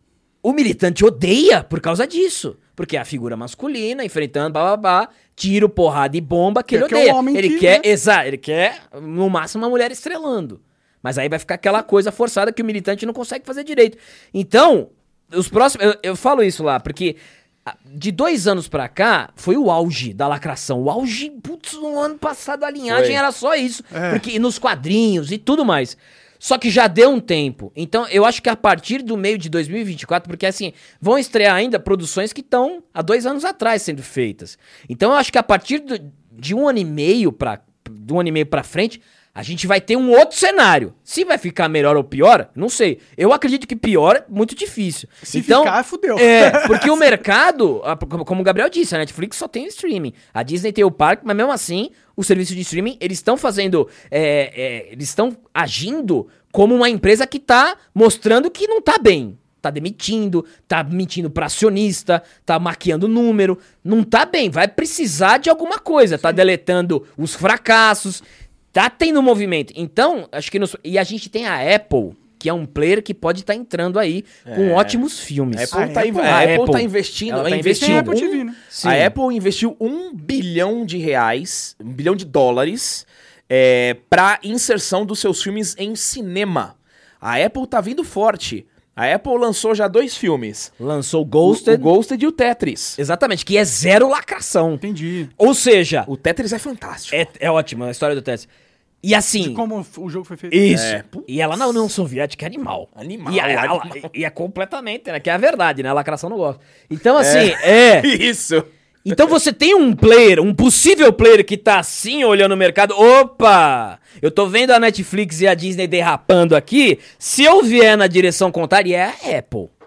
o militante odeia por causa disso. Porque é a figura masculina enfrentando, blá, blá, blá, tiro, porrada e bomba que Quer ele que é o odeia. homem ele que, quer, né? exato, ele quer, no máximo, uma mulher estrelando. Mas aí vai ficar aquela coisa forçada que o militante não consegue fazer direito. Então, os próximos... Eu, eu falo isso lá, porque... ah, de dois anos pra cá, foi o auge da lacração. O auge, putz, no ano passado a linhagem Foi. era só isso. É. Porque e nos quadrinhos e tudo mais. Só que já deu um tempo. Então, eu acho que a partir do meio de dois mil e vinte e quatro, porque assim, vão estrear ainda produções que estão há dois anos atrás sendo feitas. Então, eu acho que a partir do- de um ano e meio pra, de um ano e meio pra frente, a gente vai ter um outro cenário. Se vai ficar melhor ou pior, não sei. Eu acredito que pior, muito difícil. Se então, ficar, fudeu. É, porque o mercado, a- como o Gabriel disse, a Netflix só tem o streaming. A Disney tem o parque, mas mesmo assim, o serviço de streaming, eles estão fazendo, é, é, eles estão agindo como uma empresa que tá mostrando que não tá bem. Tá demitindo, tá mentindo pra acionista, tá maquiando número, não tá bem, vai precisar de alguma coisa, tá deletando os fracassos, tá tendo movimento. Então, acho que nos, e a gente tem a Apple, que é um player que pode estar entrando aí com ótimos filmes. A Apple, A tá, Apple- inv- a a Apple Apple, tá investindo. ela tá ela investiu Tem investindo. Apple um- T V, né? Sim. A Apple investiu um bilhão de reais, um bilhão de dólares, é, para inserção dos seus filmes em cinema. A Apple tá vindo forte. A Apple lançou já dois filmes. Lançou O, Ghosted. o Ghosted e o Tetris. Exatamente, que é zero lacração. Entendi. Ou seja, O Tetris é fantástico. é, é ótimo a história do Tetris. E assim... De como o jogo foi feito. Isso. É. E ela na União Soviética é animal. Animal, E, é- animal. e é completamente, né? Que é a verdade, né? A lacração não gosta. Então, assim, é. Isso. Então você tem um player, um possível player que tá assim olhando o mercado. Opa! Eu tô vendo a Netflix e a Disney derrapando aqui. Se eu vier na direção contrária, é a Apple.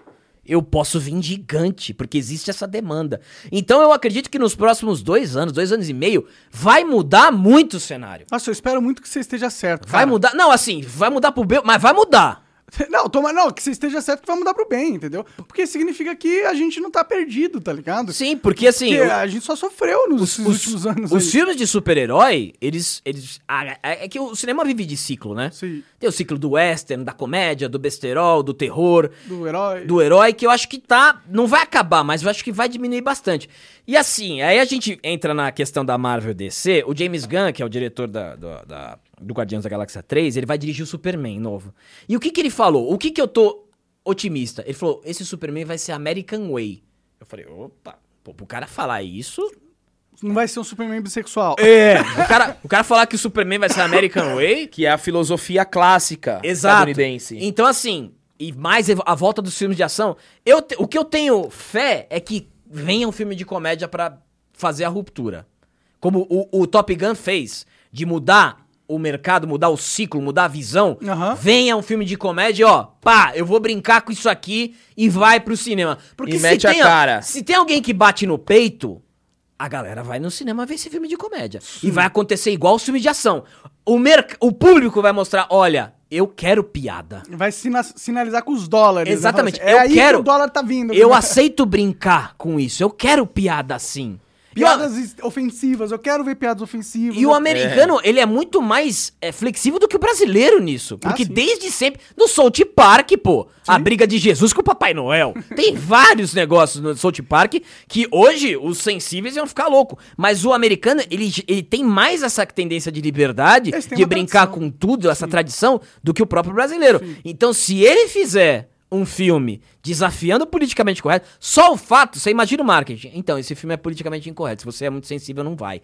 eu posso vir gigante, porque existe essa demanda. Então eu acredito que nos próximos dois anos, dois anos e meio, vai mudar muito o cenário. Nossa, eu espero muito que você esteja certo, cara. Vai mudar, não, assim, vai mudar pro bem, mas vai mudar. Não, toma, não, que você esteja certo que vai mudar pro bem, entendeu? Porque significa que a gente não tá perdido, tá ligado? Sim, porque assim... Porque eu- a gente só sofreu nos Os, os- últimos anos os aí. filmes de super-herói, eles. eles ah, é é que o cinema vive de ciclo, né? Sim, Tem o ciclo do western, da comédia, do besterol, do terror, do herói. do herói, que eu acho que tá. Não vai acabar, mas eu acho que vai diminuir bastante. E assim, aí a gente entra na questão da Marvel D C. O James Gunn, que é o diretor da, do, da- do Guardiões da Galáxia três, ele vai dirigir o Superman novo. E o que que ele falou? O que que eu tô otimista? Ele falou: esse Superman vai ser American Way. Eu falei: opa, pô, pro cara falar isso. Não vai ser um Superman bissexual. É, o cara, o cara falar que o Superman vai ser American Way. Que é a filosofia clássica Exato. estadunidense. Então, assim, e mais a volta dos filmes de ação, eu te- o que eu tenho fé é que venha um filme de comédia pra fazer a ruptura. Como o, o Top Gun fez, de mudar o mercado, mudar o ciclo, mudar a visão. Aham. Venha um filme de comédia, ó, pá, eu vou brincar com isso aqui e vai pro cinema. Porque E se mete a tem, cara. se tem alguém que bate no peito, a galera vai no cinema ver esse filme de comédia. E vai acontecer igual o filme de ação. O, merc... o público vai mostrar, olha, eu quero piada. Vai sina- sinalizar com os dólares. né? Exatamente, Fala assim, é eu aí quero- que o dólar tá vindo. Eu né? aceito brincar com isso, eu quero piada assim. E o- Piadas is- ofensivas, eu quero ver piadas ofensivas. E o eu- americano, ele é muito mais é, flexível do que o brasileiro nisso. Porque Ah, sim. desde sempre. No South Park, pô, a briga de Jesus com o Papai Noel. Tem vários negócios no South Park que hoje os sensíveis iam ficar loucos. Mas o americano, ele, ele tem mais essa tendência de liberdade, Eles têm de uma brincar tradição. com tudo, essa tradição, do que o próprio brasileiro. Então, se ele fizer um filme desafiando o politicamente correto, só o fato, você imagina o marketing. Então, esse filme é politicamente incorreto. Se você é muito sensível, não vai.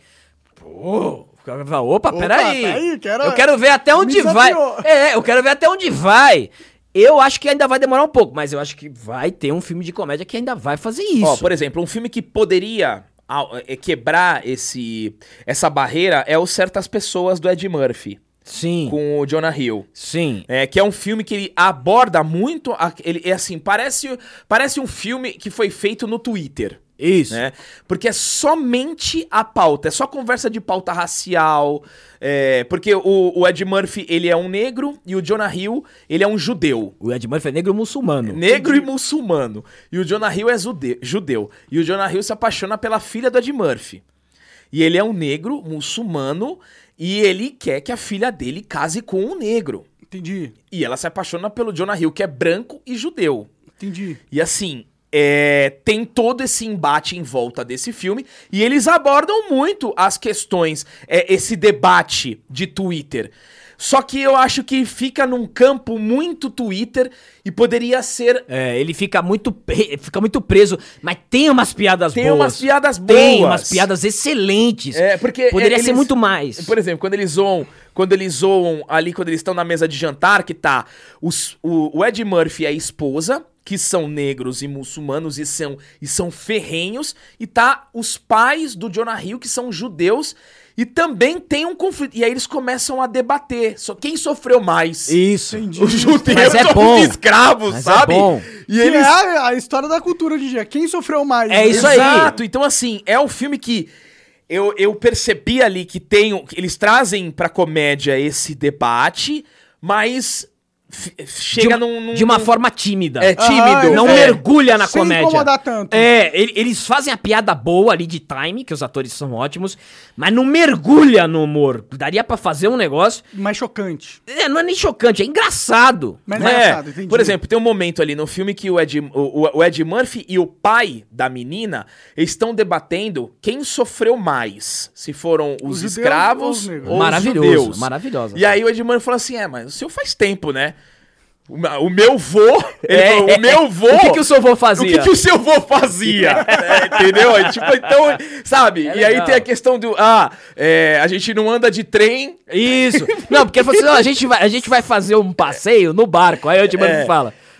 Pô, o cara vai falar, opa, Opa, peraí. peraí, quero- Eu quero ver até onde Me vai. desafiou. É, eu quero ver até onde vai. Eu acho que ainda vai demorar um pouco, mas eu acho que vai ter um filme de comédia que ainda vai fazer isso. Ó, por exemplo, um filme que poderia ah, é, quebrar esse, essa barreira é o Certas Pessoas, do Ed Murphy, Sim, com o Jonah Hill. sim. É, que é um filme que ele aborda muito. A- ele é assim, parece, parece um filme que foi feito no Twitter. Isso. Né? Porque é somente a pauta, é só conversa de pauta racial. É, porque o, o Ed Murphy, ele é um negro e o Jonah Hill, ele é um judeu. O Ed Murphy é negro muçulmano. Negro e muçulmano. E o Jonah Hill é zude- judeu. E o Jonah Hill se apaixona pela filha do Ed Murphy. E ele é um negro muçulmano e ele quer que a filha dele case com um negro. Entendi, E ela se apaixona pelo Jonah Hill, que é branco e judeu. entendi. E assim, é, tem todo esse embate em volta desse filme. E eles abordam muito as questões, é, esse debate de Twitter. Só que eu acho que fica num campo muito Twitter e poderia ser... É, ele fica muito, pre- fica muito preso, mas tem umas piadas Tem boas. umas piadas Tem boas. umas piadas excelentes. É, porque Poderia é, ser eles- muito mais. Por exemplo, quando eles zoam, quando eles zoam ali, quando eles estão na mesa de jantar, que tá os, o, o Ed Murphy e a esposa, que são negros e muçulmanos e são, e são ferrenhos, e tá os pais do Jonah Hill, que são judeus, e também tem um conflito. E aí eles começam a debater. Só quem sofreu mais? Isso. Entendi. Os judeus Mas é ou bom. os escravos, Mas é sabe? bom. E Que eles... é a, a história da cultura hoje em dia. Quem sofreu mais? É né? isso aí. Exato. Então, assim, é um filme que eu, eu percebi ali que tem, um- que eles trazem pra comédia esse debate, mas f- chega de, num, num- de uma num- forma tímida. É tímido. Ah, Não é. mergulha na Sem comédia. incomodar tanto. É, ele- eles fazem a piada boa ali de time, que os atores são ótimos, mas não mergulha no humor. Daria pra fazer um negócio. Mais chocante. É, não é nem chocante, é engraçado. Mas É, engraçado, entendi. por exemplo, tem um momento ali no filme que o Ed, o, o- o Ed Murphy e o pai da menina estão debatendo quem sofreu mais. Se foram os, Os judeus ou escravos os negros? ou, os Maravilhoso, judeus. maravilhosa. E aí o Ed Murphy falou assim, é, mas o seu faz tempo, né? O, ma- o meu vô, ele É, falou, é, o meu vô... O que, que o seu avô fazia? O que, que o seu vô fazia? É, entendeu? É, tipo, então, sabe? É e aí legal. tem a questão do, ah, é, a gente não anda de trem... Isso. Não, porque ele falou assim, não, a, gente vai, a gente vai fazer um passeio no barco. Aí o Ed Murphy É. fala,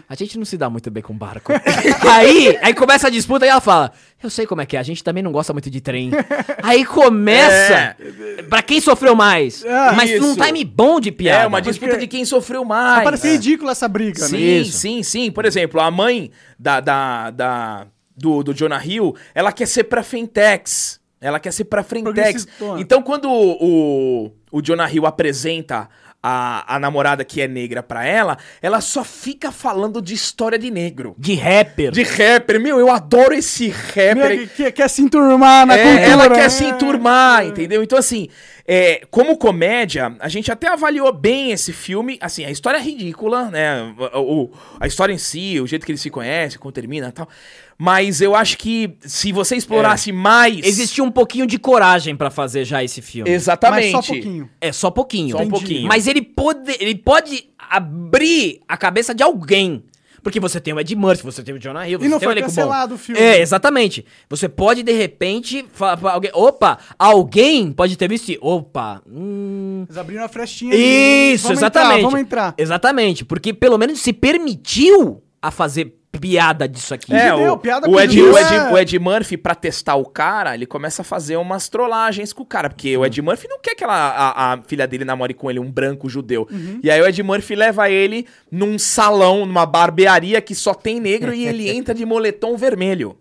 A gente não se dá muito bem com barco. aí, aí começa a disputa e ela fala, eu sei como é que é, a gente também não gosta muito de trem. Aí começa, é. pra quem sofreu mais. É, mas isso. num time bom de piada. É, uma disputa de quem sofreu mais. Parece ridículo essa briga, Sim, né? Isso. sim, sim. Por exemplo, a mãe da, da, da, do, do Jonah Hill, ela quer ser pra Frentex. Ela quer ser pra Frentex. Progressistona. Então, quando o, o, o Jonah Hill apresenta a, a namorada que é negra pra ela, ela só fica falando de história de negro. De rapper. De rapper. Meu, eu adoro esse rapper. Meu, que, quer se enturmar na É, cultura. ela quer né? se enturmar, entendeu? Então, assim, é, como comédia, a gente até avaliou bem esse filme. Assim, a história é ridícula, né? O, o- a história em si, o jeito que eles se conhecem, como termina e tal. Mas eu acho que se você explorasse mais... Existia um pouquinho de coragem pra fazer já esse filme. Exatamente. Mas só pouquinho. É só pouquinho. Só um Entendi. pouquinho. Mas ele pode, ele pode abrir a cabeça de alguém. Porque você tem o Ed Murphy, você tem o Jonah Hill, você E não tem o foi elenco bom. cancelado o filme. É, exatamente. Você pode, de repente, falar pra alguém... Opa, alguém pode ter visto... e, Opa, hum... Eles abriram a frestinha. ali. Isso, Vamos exatamente. Entrar, vamos entrar. Exatamente, porque pelo menos se permitiu a fazer piada disso aqui. É, Entendeu? o, Piada o, com Ed, isso. o, Ed, É. o Ed Murphy, pra testar o cara, ele começa a fazer umas trollagens com o cara. Porque o Ed Murphy não quer que ela, a, a filha dele namore com ele, um branco judeu. E aí o Ed Murphy leva ele num salão, numa barbearia que só tem negro e ele entra de moletom vermelho.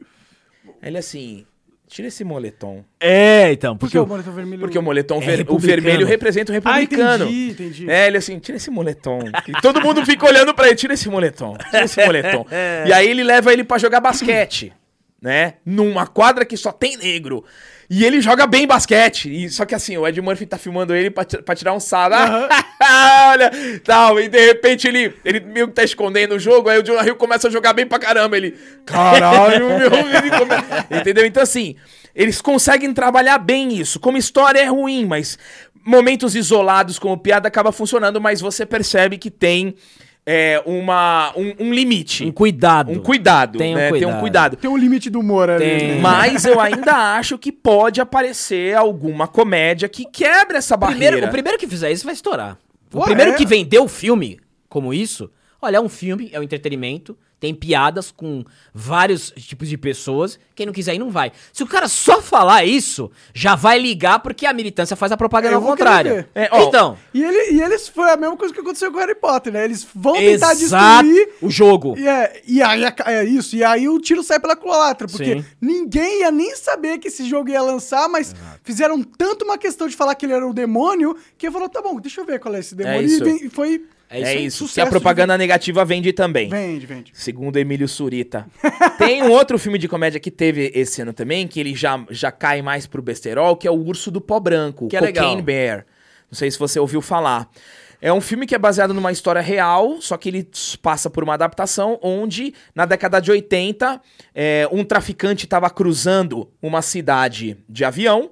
Ele assim, tira esse moletom. É, então, Por porque... que o o- moletom vermelho? Porque o moletom É ver- o republicano. vermelho representa o Ah, republicano. entendi, entendi. É, ele assim, tira esse moletom. E todo mundo fica olhando pra ele, tira esse moletom, tira esse moletom. E aí ele leva ele pra jogar basquete, né? Numa quadra que só tem negro. E ele joga bem basquete. E, só que assim, o Ed Murphy tá filmando ele pra, ti- pra tirar um sarro. Ah, olha, tal. E de repente ele, ele meio que tá escondendo o jogo. Aí o Jonah Hill começa a jogar bem pra caramba. Ele, caralho, meu. Ele come... Entendeu? Então assim, eles conseguem trabalhar bem isso. Como história é ruim, mas momentos isolados como piada acaba funcionando. Mas você percebe que tem é, uma, um, um limite. Um cuidado. Um cuidado, Tem um né? Tem um cuidado. cuidado. Tem um limite do humor ali. Tem. né? Mas eu ainda acho que pode aparecer alguma comédia que quebre essa barreira. Primeiro, o primeiro que fizer isso vai estourar. O Ué, primeiro é? que vendeu o filme como isso, olha, é um filme, é um entretenimento, tem piadas com vários tipos de pessoas. Quem não quiser ir, não vai. Se o cara só falar isso, já vai ligar porque a militância faz a propaganda Eu ao vou querer contrário. ver. É, ó, Então, E, ele, e eles foi a mesma coisa que aconteceu com o Harry Potter, né? Eles vão tentar exato destruir. o jogo. E, é, e aí a- é isso, e aí o tiro sai pela culatra, porque Sim. ninguém ia nem saber que esse jogo ia lançar, mas fizeram tanto uma questão de falar que ele era o demônio, que falou, tá bom, deixa eu ver qual é esse demônio. isso. E, vem- e foi É É isso aí. isso. Se sucesso a propaganda negativa vende também. Vende, vende. Segundo Emílio Surita. Tem um outro filme de comédia que teve esse ano também, que ele já, já cai mais pro besterol, que é o Urso do Pó Branco, Que é Cocaine legal. Bear. Não sei se você ouviu falar. É um filme que é baseado numa história real, só que ele passa por uma adaptação onde, na década de oitenta, é, um traficante estava cruzando uma cidade de avião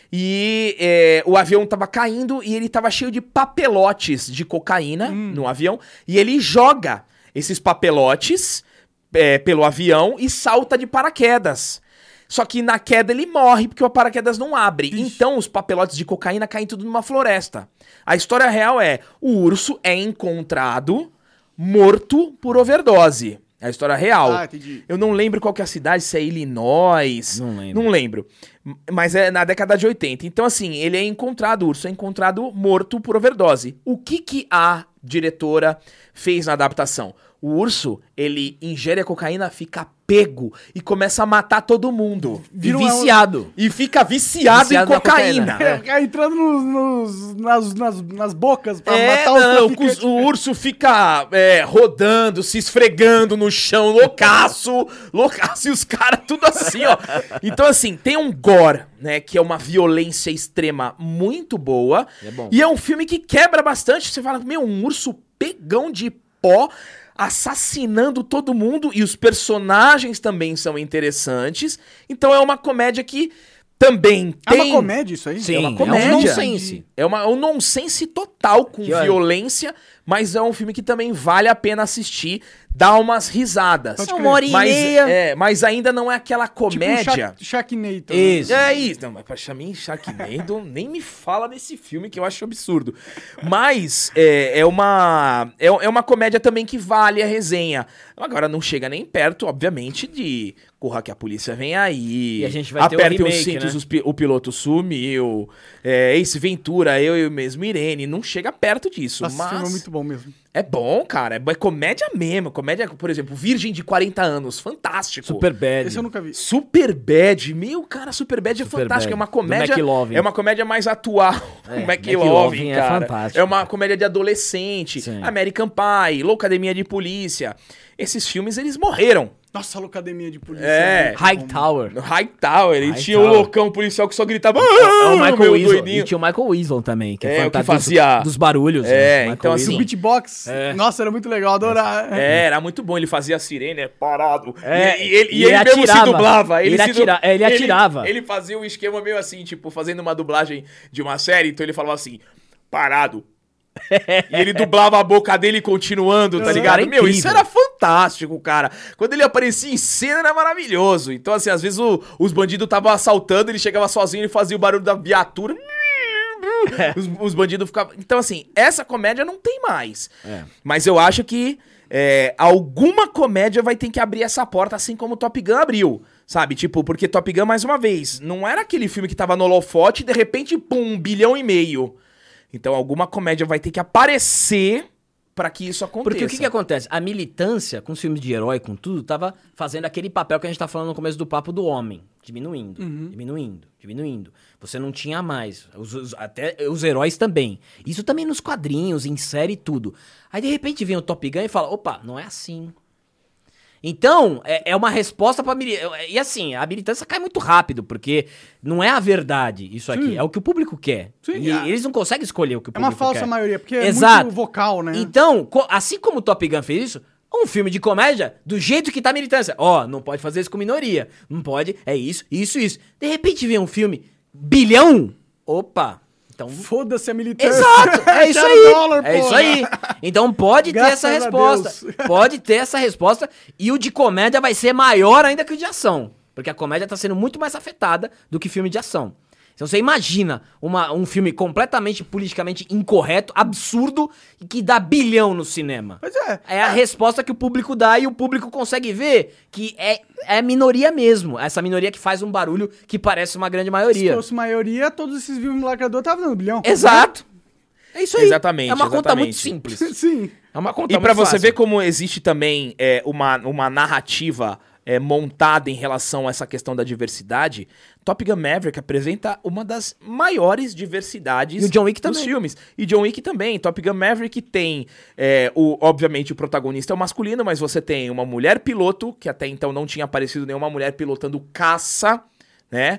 e é, o avião tava caindo e ele tava cheio de papelotes de cocaína no avião. E ele joga esses papelotes é, pelo avião e salta de paraquedas. Só que na queda ele morre porque o paraquedas não abre. Então os papelotes de cocaína caem tudo numa floresta. A história real é, o urso é encontrado morto por overdose. É a história real. Ah, entendi. Eu não lembro qual que é a cidade, se é Illinois. Não lembro. Não lembro. M- Mas é na década de oitenta. Então, assim, ele é encontrado, o urso é encontrado morto por overdose. O que que a diretora fez na adaptação? O urso, ele ingere a cocaína, fica pego e começa a matar todo mundo. E Vira um- viciado. E fica viciado, Viciado em na cocaína. cocaína. É, ficar entrando nos, nos- nas, nas, nas bocas pra É, matar os não, traficantes. o, o urso fica é, rodando, se esfregando no chão, loucaço, loucaço, e os caras tudo assim, ó. Então, assim, tem um gore, né, que é uma violência extrema muito boa, É bom. e é um filme que quebra bastante, você fala, meu, um urso pegão de pó, assassinando todo mundo, e os personagens também são interessantes, então é uma comédia que também É uma tem... comédia isso aí? Sim, É uma é um comédia. nonsense. É uma, um nonsense total, com Que olha- violência, mas é um filme que também vale a pena assistir, dá umas risadas. Pode É crer. uma hora e mas, meia. é, mas ainda não é aquela Tipo um comédia... Shark- Sharknado. Isso. É isso. Não, mas pra mim, Sharknado, nem me fala desse filme que eu acho absurdo. Mas é, é uma é, é uma comédia também que vale a resenha. Agora não chega nem perto, obviamente, de corra que a polícia vem aí. E a gente vai ter o aperte os remake, cintos, né? os pi- o piloto sumiu. É, Ace Ventura, eu e o mesmo Irene. Não chega perto disso. Nossa, esse filme é mas muito bom mesmo. é bom, cara. É comédia mesmo. Comédia, por exemplo, Virgem de quarenta anos. Fantástico. Super bad. Esse eu nunca vi. Superbad, meu, cara, Superbad é Superbad, fantástico, é uma do comédia, McLovin. é uma comédia mais atual, É, o McLovin, McLovin é cara, fantástico. é uma comédia de adolescente, Sim. American Pie, Loucademia de Polícia, esses filmes eles morreram, Nossa, a Locademia de Polícia. É. muito High bom. Tower. no Hightower, ele High tinha o Tower. loucão policial que só gritava, É o "Ah", Michael meu Weasel. doidinho. E tinha o Michael Weasel também, que É, é, o que fantástico fazia- dos, dos barulhos. É, né? Michael então, Weasel. assim, O beatbox. É. Nossa, era muito legal, adorava. É, era muito bom, ele fazia a sirene, é parado. É, e, e ele, e e ele ele mesmo se atirava. dublava. Ele se atira- é, ele atirava. Ele, fazia um esquema meio assim, tipo, fazendo uma dublagem de uma série, então ele falava assim, parado. E ele dublava a boca dele continuando, tá Cara, ligado? é Meu, isso incrível. era fantástico, cara. Quando ele aparecia em cena, era maravilhoso. Então, assim, às vezes o- os bandidos estavam assaltando, ele chegava sozinho e fazia o barulho da viatura. Os, os bandidos ficavam... Então, assim, essa comédia não tem mais. É. Mas eu acho que é, alguma comédia vai ter que abrir essa porta, assim como Top Gun abriu. Sabe? Tipo, porque Top Gun, mais uma vez, não era aquele filme que tava no holofote e de repente, pum, um bilhão e meio. Então, alguma comédia vai ter que aparecer pra que isso aconteça. Porque o que que acontece? A militância, com os filmes de herói, com tudo, tava fazendo aquele papel que a gente tá falando no começo do papo do homem. Diminuindo, diminuindo, diminuindo. Você não tinha mais. Os, os- até os heróis também. Isso também nos quadrinhos, em série e tudo. Aí, de repente, vem o Top Gun e fala, opa, não é assim. Então, é, é uma resposta pra militância. E assim, a militância cai muito rápido, porque não é a verdade isso aqui. Sim. É o que o público quer. Sim, e é. eles não conseguem escolher o que o É público uma falsa quer. maioria, porque é Exato. muito vocal, né? Então, co- assim como o Top Gun fez isso, um filme de comédia, do jeito que tá a militância. Ó, não pode fazer isso com minoria. Não pode, é isso, isso, isso. De repente vem um filme, bilhão. Opa, então... Foda-se a militância. Exato, é isso Quero aí. dólar, é isso porra. aí. Então pode ter Graças essa a resposta. Deus. Pode ter essa resposta. E o de comédia vai ser maior ainda que o de ação. Porque a comédia tá sendo muito mais afetada do que filme de ação. Então você imagina uma- um filme completamente politicamente incorreto, absurdo, e que dá bilhão no cinema. Pois é. É a resposta que o público dá e o público consegue ver que é, é minoria mesmo. Essa minoria que faz um barulho que parece uma grande Se maioria. fosse maioria, todos esses filmes lacrador estavam dando bilhão. Exato. É isso aí. Exatamente, É uma conta muito exatamente. simples. Sim. É uma conta E pra muito você fácil. ver como existe também é, uma, uma narrativa é, montada em relação a essa questão da diversidade, Top Gun Maverick apresenta uma das maiores diversidades E o John Wick dos também. filmes. E John Wick também. Top Gun Maverick tem, é, o, obviamente, o protagonista é o masculino, mas você tem uma mulher piloto, que até então não tinha aparecido nenhuma mulher pilotando caça, né?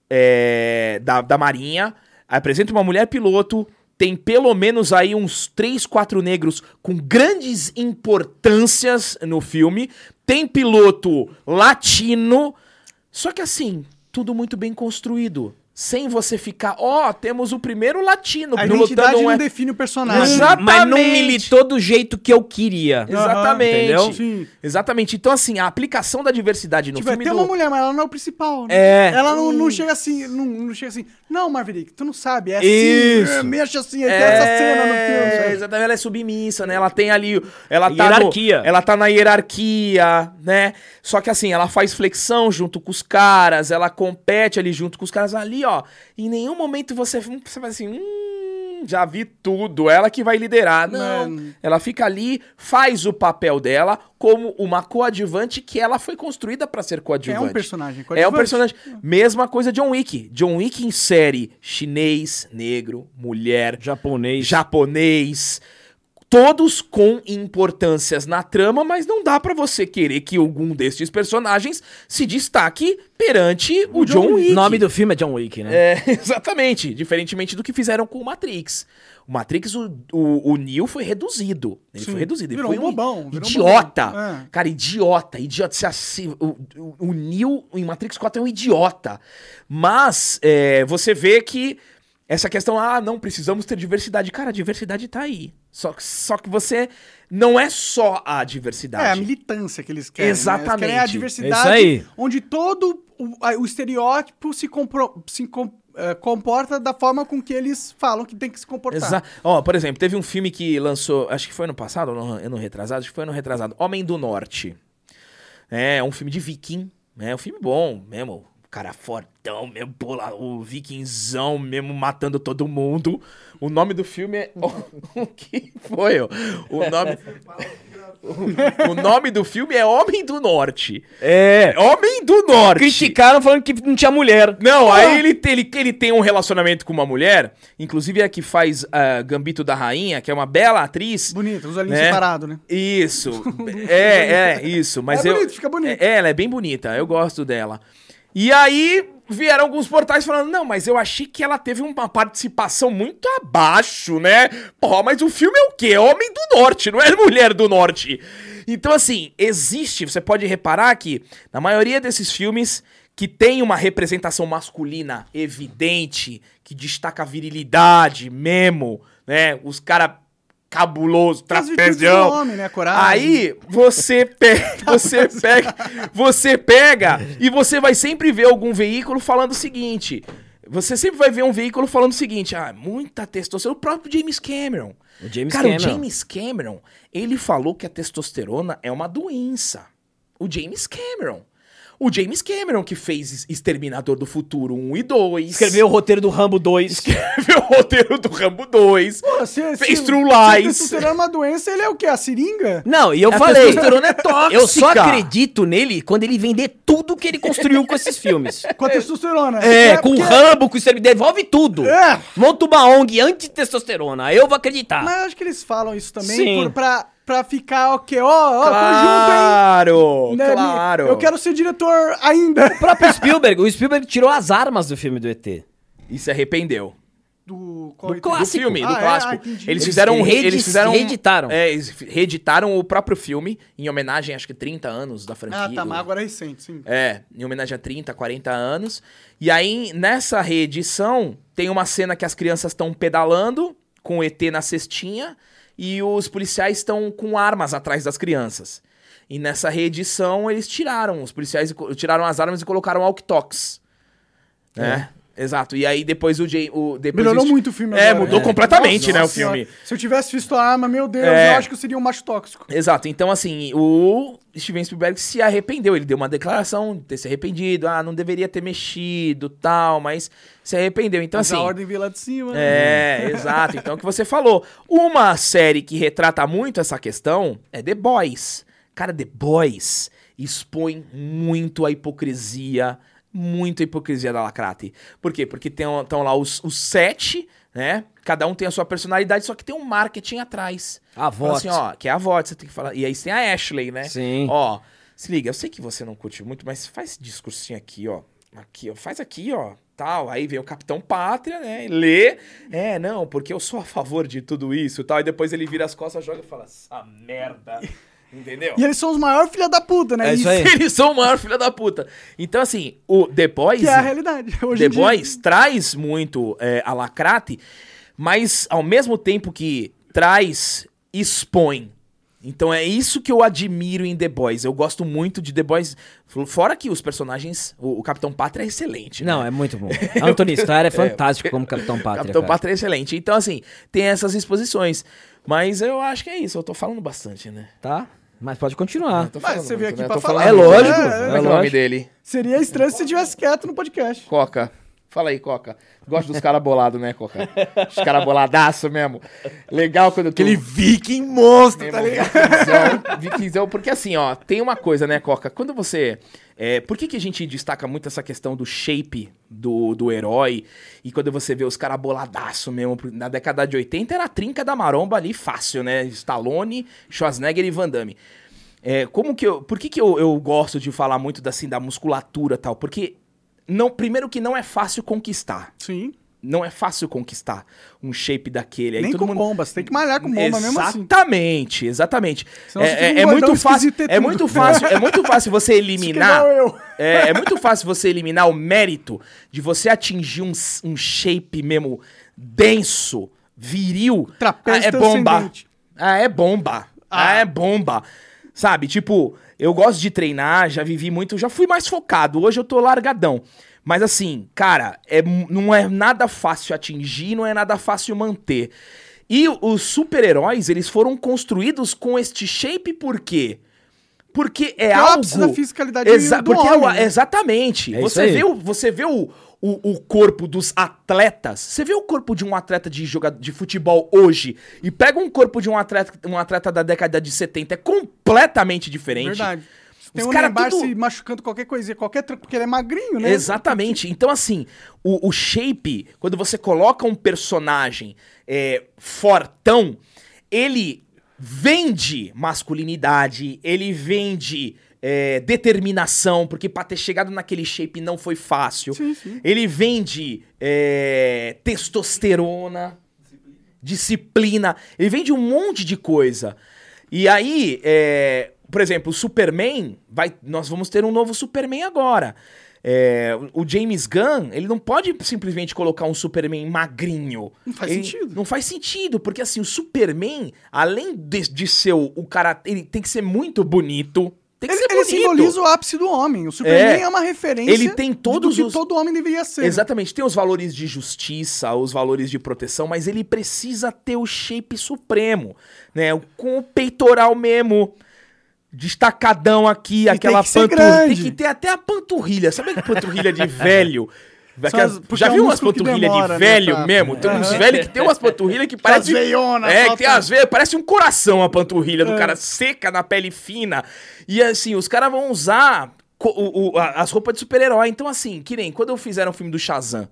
É, da, da Marinha. Apresenta uma mulher piloto. Tem pelo menos aí uns três, quatro negros com grandes importâncias no filme. Tem piloto latino. Só que assim, tudo muito bem construído. Sem você ficar, ó, temos o primeiro latino A pilotando identidade um- não define o personagem. Exato. Mas não Exatamente. militou do jeito que eu queria. Exatamente. Entendeu? Sim. Exatamente. Então, assim, a aplicação da diversidade no Tipo, filme tem do... uma mulher, mas ela não é o principal, né? É. Ela não, não chega assim, não, não chega assim, não, Maverick, tu não sabe, é assim, Isso. é, mexe assim, aí tem essa cena no filme. sabe? Exatamente, ela é submissa, né? Ela tem ali, ela tá Hierarquia. no- ela tá na hierarquia, né? Só que assim, ela faz flexão junto com os caras, ela compete ali junto com os caras ali, ó. Em nenhum momento você, você vai assim, hum, já vi tudo, ela que vai liderar. Não, Mano. ela fica ali, faz o papel dela como uma coadjuvante que ela foi construída pra ser É coadjuvante. um personagem. É um coadjuvante. personagem. Mesma coisa John Wick. John Wick em série. Chinês, negro, mulher, Japonês. japonês. Todos com importâncias na trama, mas não dá pra você querer que algum destes personagens se destaque perante o, John Wick. O nome do filme é John Wick, né? É, exatamente. Diferentemente do que fizeram com o Matrix. O O Matrix, o, o, o Neo foi reduzido. Ele Sim, foi reduzido. Ele virou foi um bobão, virou um idiota. bobão. É. Cara, idiota. Idiota. Se assim, o, o, o Neo em Matrix quatro é um idiota. Mas é, você vê que essa questão, ah, não, precisamos ter diversidade. Cara, a diversidade tá aí. Só, só que você... Não é só a diversidade. É, a militância que eles querem. Exatamente. Né? Eles querem a É isso diversidade aí. onde todo o, a- o estereótipo se, compro, se com- eh, comporta da forma com que eles falam que tem que se comportar. Exato. Ó, por exemplo, teve um filme que lançou, acho que foi ano passado, ou no, ano retrasado, acho que foi ano retrasado, Homem do Norte. É um filme de viking, é um filme bom mesmo. O cara fortão mesmo, pô, lá, o vikingzão mesmo matando todo mundo. O nome do filme é... O que foi? ó? O nome... O nome do filme é Homem do Norte. É. Homem do Norte. Criticaram falando que não tinha mulher. Não, aí ele, tem- ele, ele tem um relacionamento com uma mulher, inclusive é a que faz uh, Gambito da Rainha, que é uma bela atriz. Bonito, os olhinhos Né? separados, né? Isso. é, é, isso. Mas É eu, bonito, fica bonito. É, ela é bem bonita, eu gosto dela. E aí vieram alguns portais falando, não, mas eu achei que ela teve uma participação muito abaixo, né? Porra, mas o filme é o quê? É Homem do Norte, não é Mulher do Norte. Então, assim, existe, você pode reparar que na maioria desses filmes que tem uma representação masculina evidente, que destaca a virilidade mesmo, né? Os caras cabuloso, As virtudes do trapezão. homem, né? Coragem. Aí você pega, você pega, você pega e você vai sempre ver algum veículo falando o seguinte. Você sempre vai ver um veículo falando o seguinte: ah, muita testosterona. O próprio James Cameron. O James Cara, Cameron. o James Cameron, ele falou que a testosterona é uma doença. O James Cameron. O James Cameron que fez Exterminador do Futuro um e dois. Escreveu o roteiro do Rambo dois. Escreveu o roteiro do Rambo dois. Pô, se, Fez se, True se a Lies. testosterona é uma doença, ele é o quê? A seringa? Não, e eu A falei. testosterona é tóxica. Eu só acredito nele quando ele vender tudo que ele construiu com esses filmes. Com a testosterona. É, com o porque- Rambo, com o Exterminador, devolve tudo. É. Monta uma O N G anti-testosterona, eu vou acreditar. Mas eu acho que eles falam isso também Sim. por, pra, pra ficar, ok, ó, ó, Claro, tô junto, hein? Né, claro. Eu quero ser diretor ainda. O próprio Spielberg, o Spielberg tirou as armas do filme do E T. E se arrependeu. Do, Do é? clássico. Do filme, do Ah, é? clássico. Ah, entendi. eles Eles fizeram um re- reedi- eles fizeram um- reeditaram. É, eles reeditaram o próprio filme em homenagem, acho que trinta anos da franquia. Ah, tá, do- mas agora é recente, sim. É, em homenagem a trinta, quarenta anos. E aí, nessa reedição, tem uma cena que as crianças estão pedalando com o E T na cestinha e os policiais estão com armas atrás das crianças. E nessa reedição, eles tiraram, os policiais co- tiraram as armas e colocaram walkie-talkies. Né? Exato. E aí depois o Jay. O, depois Melhorou o- muito o filme É, agora, mudou né? completamente, Nossa né, o senhora. filme. Se eu tivesse visto a arma, meu Deus, É. eu acho que eu seria um macho tóxico. Exato. Então, assim, o Steven Spielberg se arrependeu. Ele deu uma declaração de ter se arrependido. Ah, não deveria ter mexido, tal, mas se arrependeu. Então, Mas assim... a ordem veio lá de cima. né? É, exato. Então, o que você falou. Uma série que retrata muito essa questão é The Boys. Cara, The Boys expõe muito a hipocrisia, muito a hipocrisia da Lacrate. Por quê? Porque estão lá os, os sete, né? Cada um tem a sua personalidade, só que tem um marketing atrás. A Fala voz. assim, ó, que é a voz, você tem que falar. E aí tem a Ashley, né? Sim. Ó, se liga, eu sei que você não curte muito, mas faz esse discursinho aqui, ó. Aqui, ó. Faz aqui, ó. Tal. Aí vem o Capitão Pátria, né? E lê. É, não, porque eu sou a favor de tudo isso, tal. E depois ele vira as costas, joga e fala, essa merda. Entendeu? E eles são os maiores filha da puta, né? É isso aí. Eles são o maior filho da puta. Então, assim, o The Boys... Que é a realidade. Hoje The em dia. Boys traz muito é, a Lacrate, mas ao mesmo tempo que traz, expõe. Então é isso que eu admiro em The Boys. Eu gosto muito de The Boys. Fora que os personagens, o, o Capitão Pátria é excelente. Não, né? é muito bom. Anthony Starr é fantástico como Capitão Pátria. Capitão cara. Pátria é excelente. Então, assim, tem essas exposições. Mas eu acho que é isso. Eu tô falando bastante, né? Tá? Mas pode continuar. Tô Mas você veio aqui né? pra Tô falar. É muito, né? lógico, É, é Como é que é o nome lógico. dele? Seria estranho se você estivesse quieto no podcast. Coca. Fala aí, Coca. Gosto dos caras bolados, né, Coca? Os caras boladaço mesmo. Legal quando tu... Aquele viking monstro, Meu tá irmão, ligado? Vikingzão, Vikingzão, porque assim, ó, tem uma coisa, né, Coca? Quando você... É, por que, que a gente destaca muito essa questão do shape do, do herói? E quando você vê os caras boladaço mesmo, na década de oitenta era a trinca da maromba ali fácil, né? Stallone, Schwarzenegger e Van Damme. É, como que eu, por que, que eu, eu gosto de falar muito da, assim, da musculatura e tal? Porque, não, primeiro que não é fácil conquistar. Sim. não é fácil conquistar um shape daquele. Aí Nem todo com mundo... bomba, você tem que malhar com bomba mesmo assim. Exatamente, exatamente. Senão você É, fica um é, é gordão muito fácil, esquisito ter é tudo. muito fácil, é muito fácil você eliminar. Isso que é igual eu. É, é muito fácil você eliminar o mérito de você atingir um, um shape mesmo denso, viril. Trapézio Ah, é bomba. transcendente. Ah, é bomba. Ah. Ah. é bomba. Sabe, tipo, eu gosto de treinar, já vivi muito, já fui mais focado. Hoje eu tô largadão. Mas assim, cara, é, não é nada fácil atingir, não é nada fácil manter. E os super-heróis, eles foram construídos com este shape por quê? Porque é É o algo... ápice da fisicalidade Exa do porque é o- homem, né? Exatamente. É isso você, aí. vê o, você vê o, o, o corpo dos atletas. Você vê o corpo de um atleta de, joga de futebol hoje e pega um corpo de um atleta, um atleta da década de setenta. É completamente diferente. Verdade. Tem Os um cara Neymar tudo- se machucando qualquer coisinha, qualquer tranco, porque ele é magrinho, né? Exatamente. Então, assim, o, o shape, quando você coloca um personagem é, fortão, ele vende masculinidade, ele vende é, determinação, porque pra ter chegado naquele shape não foi fácil. Sim, sim. Ele vende é, testosterona, disciplina, ele vende um monte de coisa. E aí, é, por exemplo, o Superman, vai, nós vamos ter um novo Superman agora. É, o James Gunn, ele não pode simplesmente colocar um Superman magrinho. Não faz Ele- sentido. Não faz sentido, porque assim, o Superman, além de, de ser o, o cara, ele tem que ser muito bonito. Tem que Ele, ser ele bonito. simboliza o ápice do homem. O Superman É. é, uma referência Ele tem todos do que os- todo homem deveria ser. Exatamente, tem os valores de justiça, os valores de proteção, mas ele precisa ter o shape supremo, né? O- Com o peitoral mesmo, destacadão aqui, aquela tem que ser panturrilha. grande. Tem que ter até a panturrilha. Sabe a panturrilha de velho? Aquelas- as- porque já é um viu umas músculo que panturrilhas demora, de né, velho pra- mesmo? Tem uns Aham. velhos que tem umas panturrilhas que Aquelas parece veionas, É, que falta- tem às vezes, parece um coração a panturrilha do É. cara, seca na pele fina. E assim, os caras vão usar co- o- o- a- as roupas de super-herói. Então assim, que nem quando fizeram o filme do Shazam,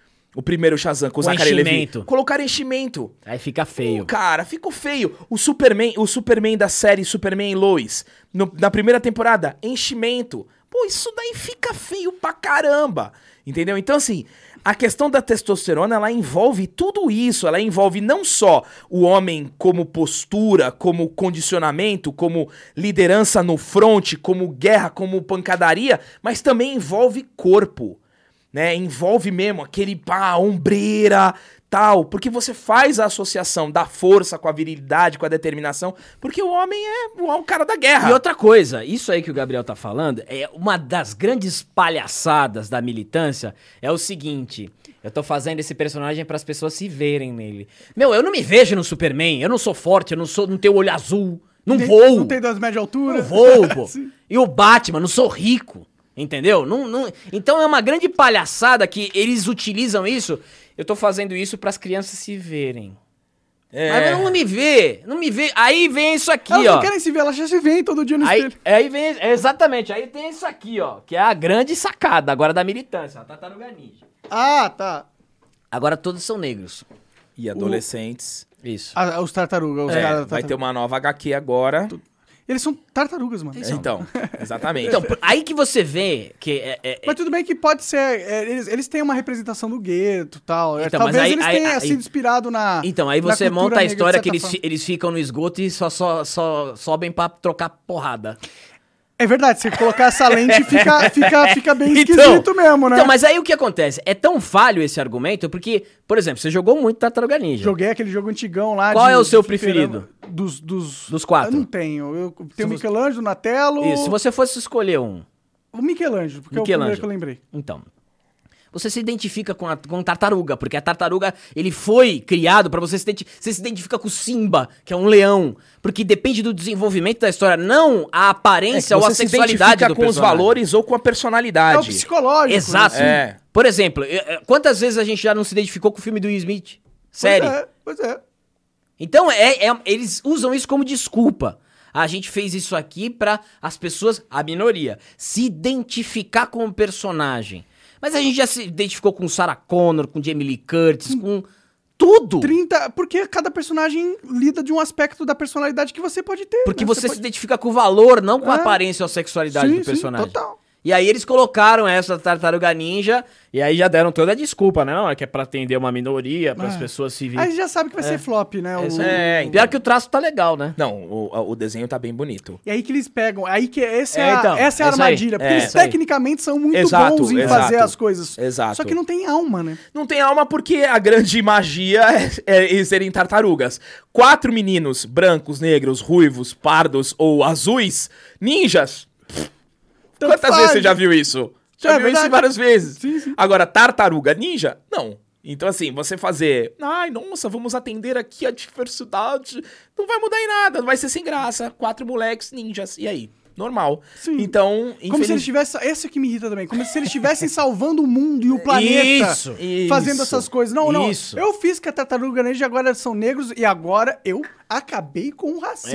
o primeiro Shazam com o Com Zachary Levi, enchimento. colocaram enchimento. Aí fica feio. Cara, ficou feio. O Superman, o Superman da série Superman e Lois, no- na primeira temporada, enchimento. Pô, isso daí fica feio pra caramba. Entendeu? Então, assim, a questão da testosterona, ela envolve tudo isso. Ela envolve não só o homem como postura, como condicionamento, como liderança no front, como guerra, como pancadaria, mas também envolve corpo. Né, envolve mesmo aquele pá, ombreira, tal, porque você faz a associação da força com a virilidade, com a determinação, porque o homem é o, o cara da guerra. E outra coisa, isso aí que o Gabriel tá falando, é uma das grandes palhaçadas da militância, é o seguinte, eu tô fazendo esse personagem para as pessoas se verem nele. Meu, eu não me vejo no Superman, eu não sou forte, eu não sou, não tenho olho azul, não Tem- vou. Não tem dois metros de altura. Não vou, pô. Sim. E o Batman, não sou rico. Entendeu? Não, não... Então é uma grande palhaçada que eles utilizam isso. Eu tô fazendo isso pras crianças se verem. É. Mas não me vê, não me vê. Aí vem isso aqui, Elas ó. não querem se ver, elas já se veem todo dia no Aí, espelho. aí vem, exatamente, aí tem isso aqui, ó, que é a grande sacada agora da militância, a Tartaruga Ninja. Ah, tá. Agora todos são negros. E adolescentes. Isso. Ah, os tartarugas, os É, caras. vai ter uma nova H Q agora. Eles são tartarugas, mano. Então, exatamente. Então, aí que você vê que é, é- é- Mas tudo bem que pode ser. é, eles, eles têm uma representação do gueto e tal. é, Então, Talvez mas aí- eles aí- tenham aí- sido inspirado na. Então, aí na você cultura monta a negra, de história certa que eles, forma. fi- eles ficam no esgoto e só, só, só sobem pra trocar porrada. É verdade, se colocar essa lente fica, fica, fica bem Então- esquisito mesmo, né? Então, mas aí o que acontece? É tão falho esse argumento porque, por exemplo, você jogou muito Tartaruga Ninja. Joguei aquele jogo antigão lá. Qual de- é o seu de fliperama. Dos, dos. Dos quatro? Eu não tenho. Eu tenho Se o você- Michelangelo, o Donatello. Isso, se você fosse escolher um. O Michelangelo, porque é o Michelangelo. primeiro que eu lembrei. Então, você se identifica com a com tartaruga, porque a tartaruga, ele foi criado pra você se identi- você se identifica com o Simba, que é um leão, porque depende do desenvolvimento da história, não a É que aparência ou a você se sexualidade identifica do com os personagem. valores ou com a É o personalidade. psicológico. Exato. né? É. Por exemplo, eu- eu- quantas vezes a gente já não se identificou com o filme do Will Smith? Série. Pois é, pois é. Então, é, é- eles usam isso como desculpa. A gente fez isso aqui pra as pessoas, a minoria, se identificar com o personagem. Mas a gente já se identificou com Sarah Connor, com Jamie Lee Curtis, com tudo. trinta. Porque cada personagem lida de um aspecto da personalidade que você pode ter. Porque né? você se pode... identifica com o valor, não com a É. aparência ou a sexualidade Sim, do sim, personagem. total. E aí eles colocaram essa Tartaruga Ninja, e aí já deram toda a desculpa, né? Não, é que é pra atender uma minoria, para as É. pessoas se virem. Aí já sabe que vai ser flop, né? O- É, Pior que o traço tá legal, né? Não, o, o desenho tá bem bonito. E aí que eles pegam, aí que essa é, É, a, então, essa é a é isso aí. armadilha, porque É, eles isso aí. tecnicamente são muito Exato, bons em exato. fazer as coisas. Exato. Só que não tem alma, né? Não tem alma porque a grande magia é, é eles serem tartarugas. Quatro meninos, brancos, negros, ruivos, pardos ou azuis, ninjas. Tanto Quantas faz. vezes você já viu isso? Já É viu verdade. isso várias vezes. Sim, sim. Agora, tartaruga ninja? Não. Então, assim, você fazer... Ai, nossa, vamos atender aqui a diversidade. Não vai mudar em nada, vai ser sem graça. Quatro moleques ninjas. E aí? Normal. Sim. Então, Como se eles infeliz... estivessem. Esse é que me irrita também. Como se eles estivessem salvando o mundo e o planeta. Isso, Fazendo isso, essas coisas. Não, não. isso. Eu fiz que a tartaruga ninja agora são negros e agora eu acabei com o racismo.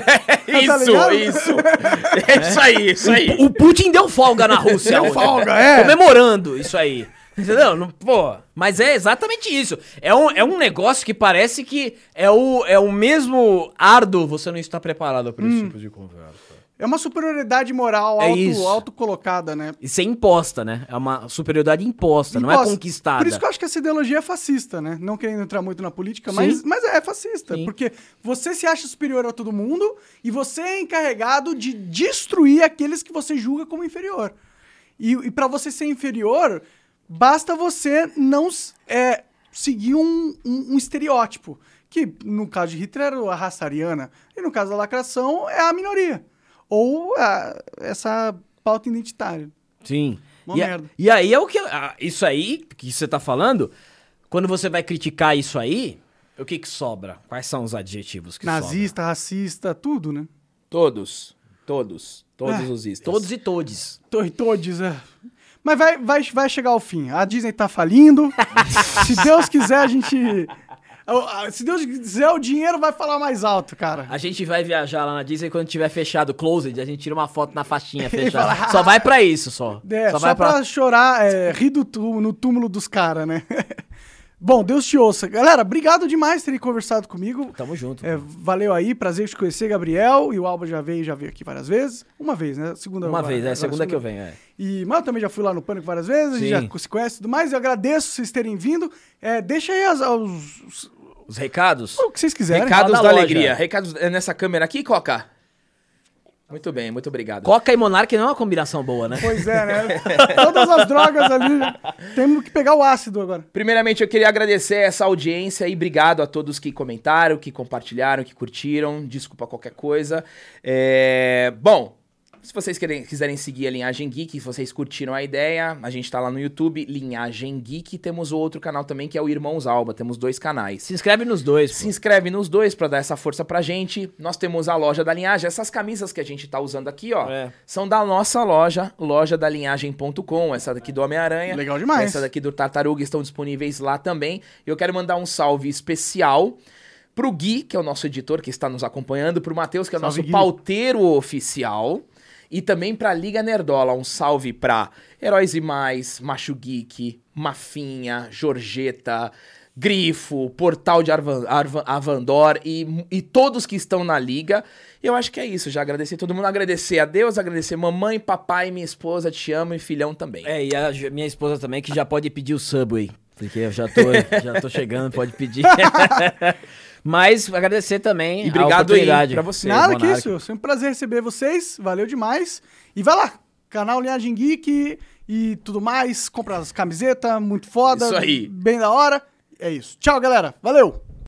É, Isso, ligado? isso. É isso aí, isso aí. o Putin deu folga na Rússia. Deu hoje. folga, é. Comemorando isso aí. Entendeu? Não, pô, mas é exatamente isso. É um, é um negócio que parece que é o, é o mesmo árduo. Você não está preparado para esse tipo de conversa. É uma superioridade moral É auto, isso. autocolocada, né? Isso é imposta, né? É uma superioridade imposta, não é Imposta. conquistada. Por isso que eu acho que essa ideologia é fascista, né? Não querendo entrar muito na política, Sim. mas, mas é fascista. Sim. Porque você se acha superior a todo mundo e você é encarregado de destruir aqueles que você julga como inferior. E, e para você ser inferior, basta você não é, seguir um, um, um estereótipo. Que no caso de Hitler era a raça ariana, e no caso da lacração é a minoria. Ou a- essa pauta identitária. Sim. Uma e, a- merda. e aí é o que. ah, Isso aí que você tá falando, quando você vai criticar isso aí, o que que sobra? Quais são os adjetivos que Nazista, racista, tudo, né? Todos, todos, todos Ah, os istas. sobram? Todos e todes. To- Todos, é. Mas vai, vai, vai chegar ao fim. A Disney tá falindo. Se Deus quiser, a gente... Se Deus quiser, o dinheiro vai falar mais alto, cara. A gente vai viajar lá na Disney quando tiver fechado o closet, a gente tira uma foto na faixinha fala, fechada. Só vai pra isso, só. É, só, vai pra, chorar, é, rir do túmulo, no túmulo dos caras, né? Bom, Deus te ouça. Galera, obrigado demais por terem conversado comigo. Tamo junto. É, valeu aí, prazer te conhecer, Gabriel. E o Alba já veio, já veio aqui várias vezes. Uma vez, né? Segunda Uma agora, vez, é a agora segunda que eu venho, é. E, mas eu também já fui lá no Pânico várias vezes, a gente Sim. já se conhece e tudo mais. Eu agradeço vocês terem vindo. É, deixa aí as- os, os- Os recados? o que vocês quiserem. Recados Fala da da loja. alegria. Recados é nessa câmera aqui, Coca? Muito bem, muito obrigado. Coca e Monark não é uma combinação boa, né? Pois é, né? Todas as drogas ali. Temos que pegar o ácido agora. Primeiramente, eu queria agradecer essa audiência e obrigado a todos que comentaram, que compartilharam, que curtiram. Desculpa qualquer coisa. É, Bom, se vocês querem, quiserem seguir a Linhagem Geek, se vocês curtiram a ideia, a gente tá lá no YouTube, Linhagem Geek. Temos o outro canal também, que é o Irmãos Alba. Temos dois canais. Se inscreve nos dois, Se pô. inscreve nos dois pra dar essa força pra gente. Nós temos a loja da Linhagem. Essas camisas que a gente tá usando aqui, ó, É. são da nossa loja, loja da linhagem ponto com. Essa daqui do Homem-Aranha. Legal demais. Essa daqui do Tartaruga estão disponíveis lá também. Eu quero mandar um salve especial pro Gui, que é o nosso editor que está nos acompanhando, pro Matheus, que é o Salve, nosso Gui. pauteiro oficial. E também pra Liga Nerdola, um salve pra Heróis e Mais, Macho Geek, Mafinha, Jorgeta, Grifo, Portal de Arvan, Arvan, Avandor e, e todos que estão na Liga. Eu acho que é isso, já agradecer todo mundo, agradecer a Deus, agradecer mamãe, papai, minha esposa, te amo e filhão também. É, e a j- minha esposa também, que já pode pedir o Subway. Porque eu já tô, já tô chegando, pode pedir. Mas agradecer também E obrigado a oportunidade. aí pra você. Nada que Monark. isso. Sempre um prazer receber vocês. Valeu demais. E vai lá. Canal Linhagem Geek e tudo mais. Compra as camisetas, muito foda. Isso aí. Bem da hora. É isso. Tchau, galera. Valeu.